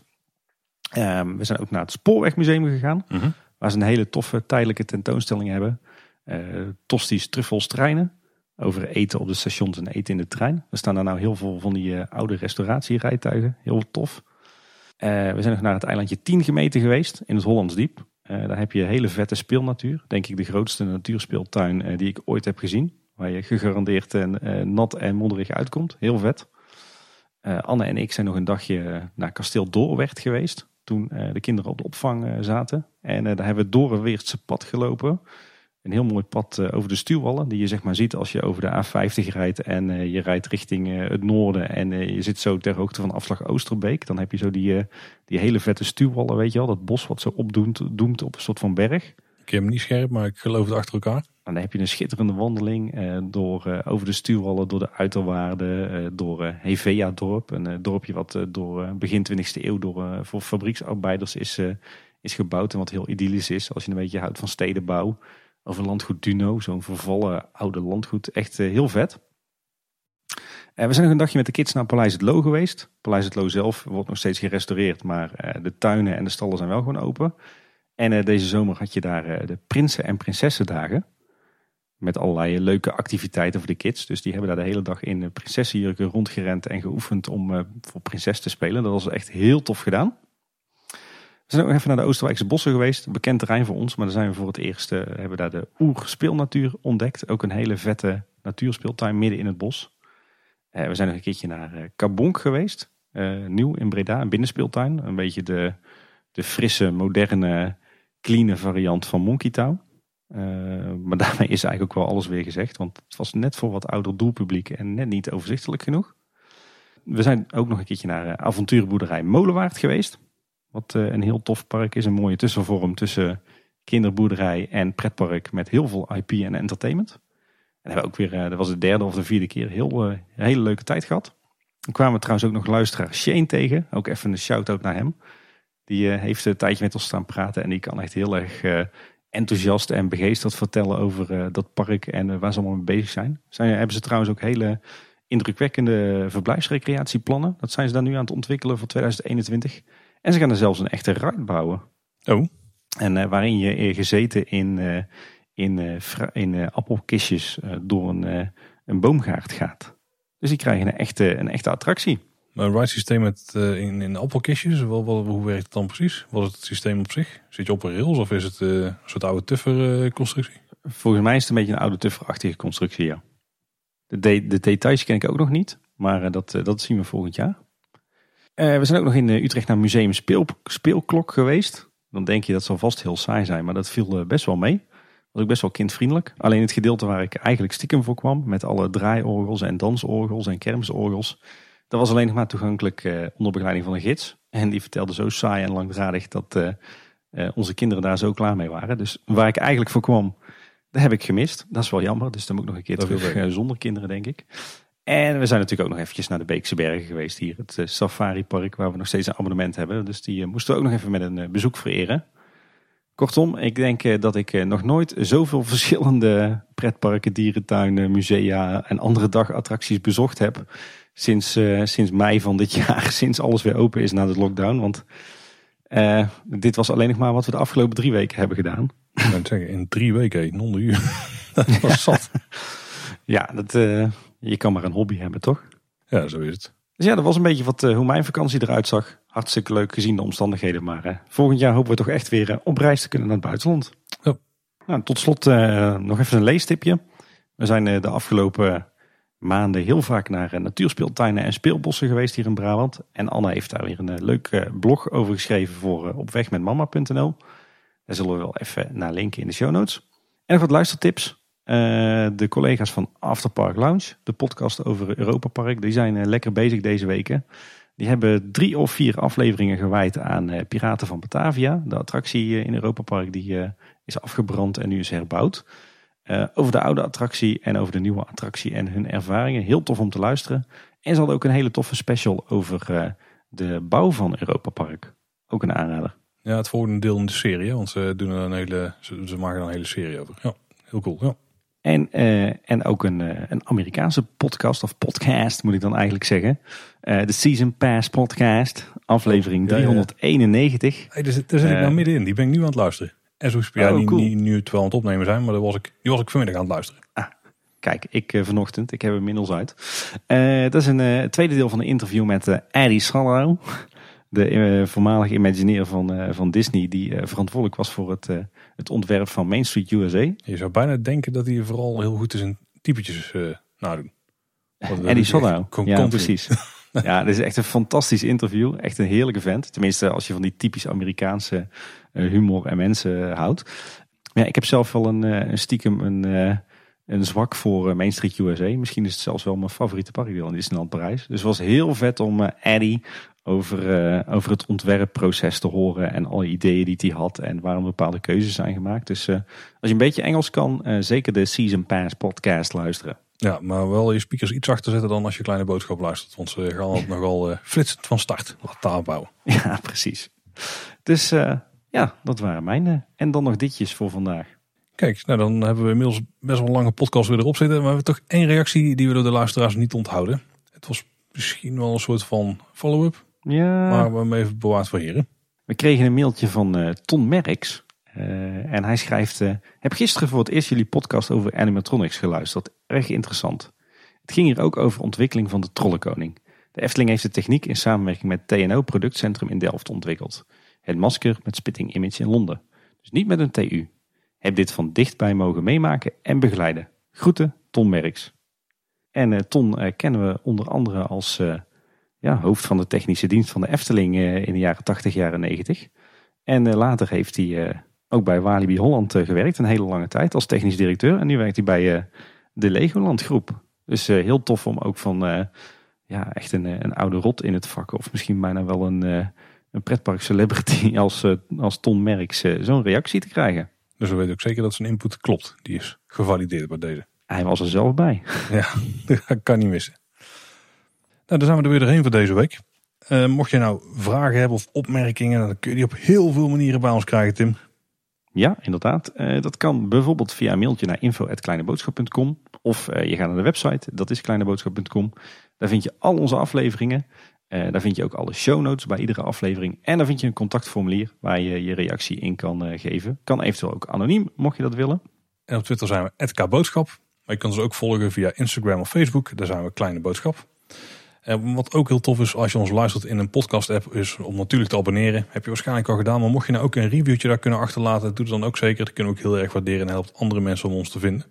Um, we zijn ook naar het Spoorwegmuseum gegaan. Mm-hmm. Waar ze een hele toffe tijdelijke tentoonstelling hebben. Uh, Tosti's Truffels treinen. Over eten op de stations en eten in de trein. Er staan daar nou heel veel van die uh, oude restauratierijtuigen. Heel tof. Uh, we zijn nog naar het eilandje Tien Gemeten geweest in het Hollandsdiep. Uh, daar heb je hele vette speelnatuur. Denk ik de grootste natuurspeeltuin uh, die ik ooit heb gezien. Waar je gegarandeerd uh, nat en modderig uitkomt. Heel vet. Uh, Anne en ik zijn nog een dagje naar kasteel Doorwerth geweest. Toen uh, de kinderen op de opvang uh, zaten. En uh, daar hebben we het Doorwerthse pad gelopen. Een heel mooi pad uh, over de stuwwallen. Die je zeg maar ziet als je over de A vijftig rijdt. En uh, je rijdt richting uh, het noorden. En uh, je zit zo ter hoogte van afslag Oosterbeek. Dan heb je zo die, uh, die hele vette stuwwallen. Weet je wel, dat bos wat zo opdoemt doemt op een soort van berg. Ik heb hem niet scherp, maar ik geloof het achter elkaar. En dan heb je een schitterende wandeling uh, door, uh, over de stuwwallen, door de uiterwaarden, uh, door uh, Hevea-dorp. Een uh, dorpje wat uh, door uh, begin twintigste eeuw door, uh, voor fabrieksarbeiders is, uh, is gebouwd. En wat heel idyllisch is als je een beetje houdt van stedenbouw. Over landgoed Duno, zo'n vervallen oude landgoed. Echt uh, heel vet. Uh, we zijn nog een dagje met de kids naar Paleis het Loo geweest. Paleis het Loo zelf wordt nog steeds gerestaureerd, maar uh, de tuinen en de stallen zijn wel gewoon open. En uh, deze zomer had je daar uh, de Prinsen- en Prinsessendagen. Met allerlei leuke activiteiten voor de kids. Dus die hebben daar de hele dag in prinsessenjurken rondgerend en geoefend om uh, voor prinses te spelen. Dat was echt heel tof gedaan. We zijn ook even naar de Oosterwijkse bossen geweest. Een bekend terrein voor ons, maar daar zijn we voor het eerst uh, hebben we daar de oerspeelnatuur ontdekt. Ook een hele vette natuurspeeltuin midden in het bos. Uh, we zijn nog een keertje naar uh, Kabonk geweest. Uh, nieuw in Breda, een binnenspeeltuin. Een beetje de, de frisse, moderne, clean variant van Monkey Town. Uh, maar daarmee is eigenlijk ook wel alles weer gezegd. Want het was net voor wat ouder doelpubliek en net niet overzichtelijk genoeg. We zijn ook nog een keertje naar uh, avonturenboerderij Molenwaard geweest. Wat uh, een heel tof park is. Een mooie tussenvorm tussen kinderboerderij en pretpark met heel veel I P en entertainment. En hebben we ook weer, uh, dat was de derde of de vierde keer, heel, uh, een hele leuke tijd gehad. Dan kwamen we trouwens ook nog luisteraar Shane tegen. Ook even een shout-out naar hem. Die uh, heeft een tijdje met ons staan praten en die kan echt heel erg uh, enthousiast en begeesterd vertellen over uh, dat park en uh, waar ze allemaal mee bezig zijn. zijn. Hebben ze trouwens ook hele indrukwekkende verblijfsrecreatieplannen. Dat zijn ze daar nu aan het ontwikkelen voor tweeduizend eenentwintig. En ze gaan er zelfs een echte ride bouwen. Oh. En uh, waarin je uh, gezeten in, uh, in, uh, fra- in uh, appelkistjes uh, door een, uh, een boomgaard gaat. Dus die krijgen een echte, een echte attractie. Maar een ride systeem met, uh, in, in appelkistjes, wel, wel, hoe werkt het dan precies? Wat is het systeem op zich? Zit je op een rails of is het uh, een soort oude tuffer uh, constructie? Volgens mij is het een beetje een oude tufferachtige constructie, ja. De, de, de details ken ik ook nog niet, maar uh, dat, uh, dat zien we volgend jaar. Uh, we zijn ook nog in uh, Utrecht naar Museum Speel, Speelklok geweest. Dan denk je dat zal vast heel saai zijn, maar dat viel uh, best wel mee. Was ook best wel kindvriendelijk. Alleen het gedeelte waar ik eigenlijk stiekem voor kwam, met alle draaiorgels en dansorgels en kermisorgels, dat was alleen nog maar toegankelijk uh, onder begeleiding van een gids. En die vertelde zo saai en langdradig dat uh, uh, onze kinderen daar zo klaar mee waren. Dus waar ik eigenlijk voor kwam, dat heb ik gemist. Dat is wel jammer, dus dan moet ik nog een keer dat terug uh, zonder kinderen, denk ik. En we zijn natuurlijk ook nog eventjes naar de Beekse Bergen geweest hier. Het uh, safaripark waar we nog steeds een abonnement hebben. Dus die uh, moesten we ook nog even met een uh, bezoek vereren. Kortom, ik denk uh, dat ik uh, nog nooit zoveel verschillende pretparken, dierentuinen, musea en andere dagattracties bezocht heb. Sinds, uh, sinds mei van dit jaar, sinds alles weer open is na de lockdown. Want uh, dit was alleen nog maar wat we de afgelopen drie weken hebben gedaan. Ik zou zeggen, in drie weken, honderd uur. Dat was zat. Ja, dat, uh, je kan maar een hobby hebben, toch? Ja, zo is het. Dus ja, dat was een beetje wat, uh, hoe mijn vakantie eruit zag. Hartstikke leuk gezien de omstandigheden. Maar uh, volgend jaar hopen we toch echt weer uh, op reis te kunnen naar het buitenland. Ja. Nou, tot slot uh, nog even een leestipje. We zijn uh, de afgelopen maanden heel vaak naar uh, natuurspeeltuinen en speelbossen geweest hier in Brabant. En Anna heeft daar weer een uh, leuk uh, blog over geschreven voor uh, opwegmetmama punt n l. Daar zullen we wel even naar linken in de show notes. En nog wat luistertips. Uh, de collega's van Afterpark Lounge, de podcast over Europa Park, die zijn uh, lekker bezig deze weken. Die hebben drie of vier afleveringen gewijd aan uh, Piraten van Batavia. De attractie uh, in Europa Park die uh, is afgebrand en nu is herbouwd. Uh, over de oude attractie en over de nieuwe attractie en hun ervaringen. Heel tof om te luisteren. En ze hadden ook een hele toffe special over uh, de bouw van Europa Park. Ook een aanrader. Ja, het volgende deel in de serie, want ze, doen er een hele, ze, ze maken er een hele serie over. Ja, heel cool. Ja. En, uh, en ook een, uh, een Amerikaanse podcast, of podcast moet ik dan eigenlijk zeggen. Uh, de Season Pass podcast, aflevering ja, ja. driehonderdeenennegentig. Hey, daar zit, daar zit ik Uh, nou middenin, die ben ik nu aan het luisteren. En zo ja, oh, niet, cool. niet nu het wel aan het opnemen zijn, maar dat was ik, die was ik vanmiddag aan het luisteren. Ah, kijk, ik uh, vanochtend, ik heb hem inmiddels uit. Uh, dat is een uh, tweede deel van een interview met uh, Eddie Sallow. De uh, voormalige Imagineer van, uh, van Disney, die uh, verantwoordelijk was voor het, uh, het ontwerp van Main Street U S A. Je zou bijna denken dat hij vooral heel goed is in typetjes uh, nadoen. Eddie Sallow, ja continu. precies. Ja, dit is echt een fantastisch interview. Echt een heerlijke vent. Tenminste, als je van die typisch Amerikaanse uh, humor en mensen uh, houdt. Ja, ik heb zelf wel een, uh, een stiekem een, uh, een zwak voor uh, Main Street U S A. Misschien is het zelfs wel mijn favoriete parkdeel in Disneyland Parijs. Dus het was heel vet om uh, Eddie over, uh, over het ontwerpproces te horen. En alle ideeën die hij had en waarom bepaalde keuzes zijn gemaakt. Dus uh, als je een beetje Engels kan, uh, zeker de Season Pass podcast luisteren. Ja, maar wel je speakers iets achter zetten dan als je Kleine Boodschap luistert. Want ze gaan het nogal uh, flitsend van start. Laat taal bouwen. Ja, precies. Dus uh, ja, dat waren mijn. Uh, en dan nog ditjes voor vandaag. Kijk, nou dan hebben we inmiddels best wel een lange podcast weer erop zitten. Maar we hebben toch één reactie die we door de luisteraars niet onthouden. Het was misschien wel een soort van follow-up. Ja. Maar we hebben hem even bewaard voor heren. We kregen een mailtje van uh, Ton Merks. Uh, en hij schrijft, uh, heb gisteren voor het eerst jullie podcast over animatronics geluisterd. Erg interessant. Het ging hier ook over ontwikkeling van de Trollenkoning. De Efteling heeft de techniek in samenwerking met T N O Productcentrum in Delft ontwikkeld. Het masker met Spitting Image in Londen. Dus niet met een T U. Heb dit van dichtbij mogen meemaken en begeleiden. Groeten, Ton Merks. En uh, Ton uh, kennen we onder andere als uh, ja, hoofd van de technische dienst van de Efteling uh, in de jaren tachtig, jaren negentig. En uh, later heeft hij uh, ook bij Walibi Holland uh, gewerkt, een hele lange tijd als technisch directeur. En nu werkt hij bij uh, de Legoland groep. Dus uh, heel tof om ook van uh, ja, echt een, een oude rot in het vak, of misschien bijna wel een, uh, een pretpark celebrity als, uh, als Ton Merks uh, zo'n reactie te krijgen. Dus we weten ook zeker dat zijn input klopt. Die is gevalideerd bij deze. Hij was er zelf bij. Ja, dat kan niet missen. Nou, dan zijn we er weer doorheen voor deze week. Uh, mocht je nou vragen hebben of opmerkingen, dan kun je die op heel veel manieren bij ons krijgen, Tim. Ja, inderdaad. Uh, dat kan bijvoorbeeld via een mailtje naar info at kleineboodschap punt com. Of uh, je gaat naar de website, dat is kleineboodschap punt com. Daar vind je al onze afleveringen. Uh, daar vind je ook alle show notes bij iedere aflevering. En daar vind je een contactformulier waar je je reactie in kan uh, geven. Kan eventueel ook anoniem, mocht je dat willen. En op Twitter zijn we at kboodschap. Maar je kan ons ook volgen via Instagram of Facebook. Daar zijn we Kleine Boodschap. En wat ook heel tof is als je ons luistert in een podcast app, is om natuurlijk te abonneren. Heb je waarschijnlijk al gedaan. Maar mocht je nou ook een reviewtje daar kunnen achterlaten, doe het dan ook zeker. Dat kunnen we ook heel erg waarderen en helpt andere mensen om ons te vinden.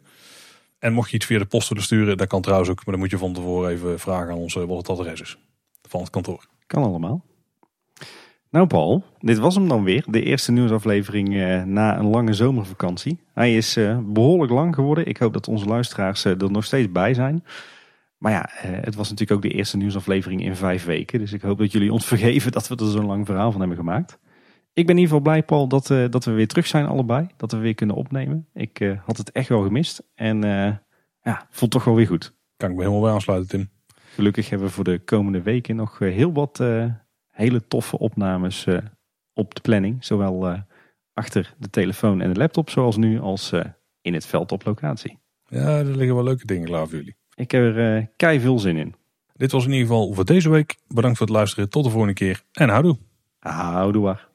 En mocht je iets via de post willen sturen, dat kan trouwens ook. Maar dan moet je van tevoren even vragen aan ons wat het adres is van het kantoor. Kan allemaal. Nou Paul, dit was hem dan weer. De eerste nieuwsaflevering uh, na een lange zomervakantie. Hij is uh, behoorlijk lang geworden. Ik hoop dat onze luisteraars uh, er nog steeds bij zijn. Maar ja, uh, het was natuurlijk ook de eerste nieuwsaflevering in vijf weken. Dus ik hoop dat jullie ons vergeven dat we er zo'n lang verhaal van hebben gemaakt. Ik ben in ieder geval blij, Paul, dat, uh, dat we weer terug zijn allebei. Dat we weer kunnen opnemen. Ik uh, had het echt wel gemist. En uh, ja, voelt toch wel weer goed. Kan ik me helemaal bij aansluiten, Tim. Gelukkig hebben we voor de komende weken nog heel wat uh, hele toffe opnames uh, op de planning. Zowel uh, achter de telefoon en de laptop zoals nu, als uh, in het veld op locatie. Ja, er liggen wel leuke dingen klaar voor jullie. Ik heb er uh, kei veel zin in. Dit was in ieder geval voor deze week. Bedankt voor het luisteren. Tot de volgende keer en houdoe. Houdoe.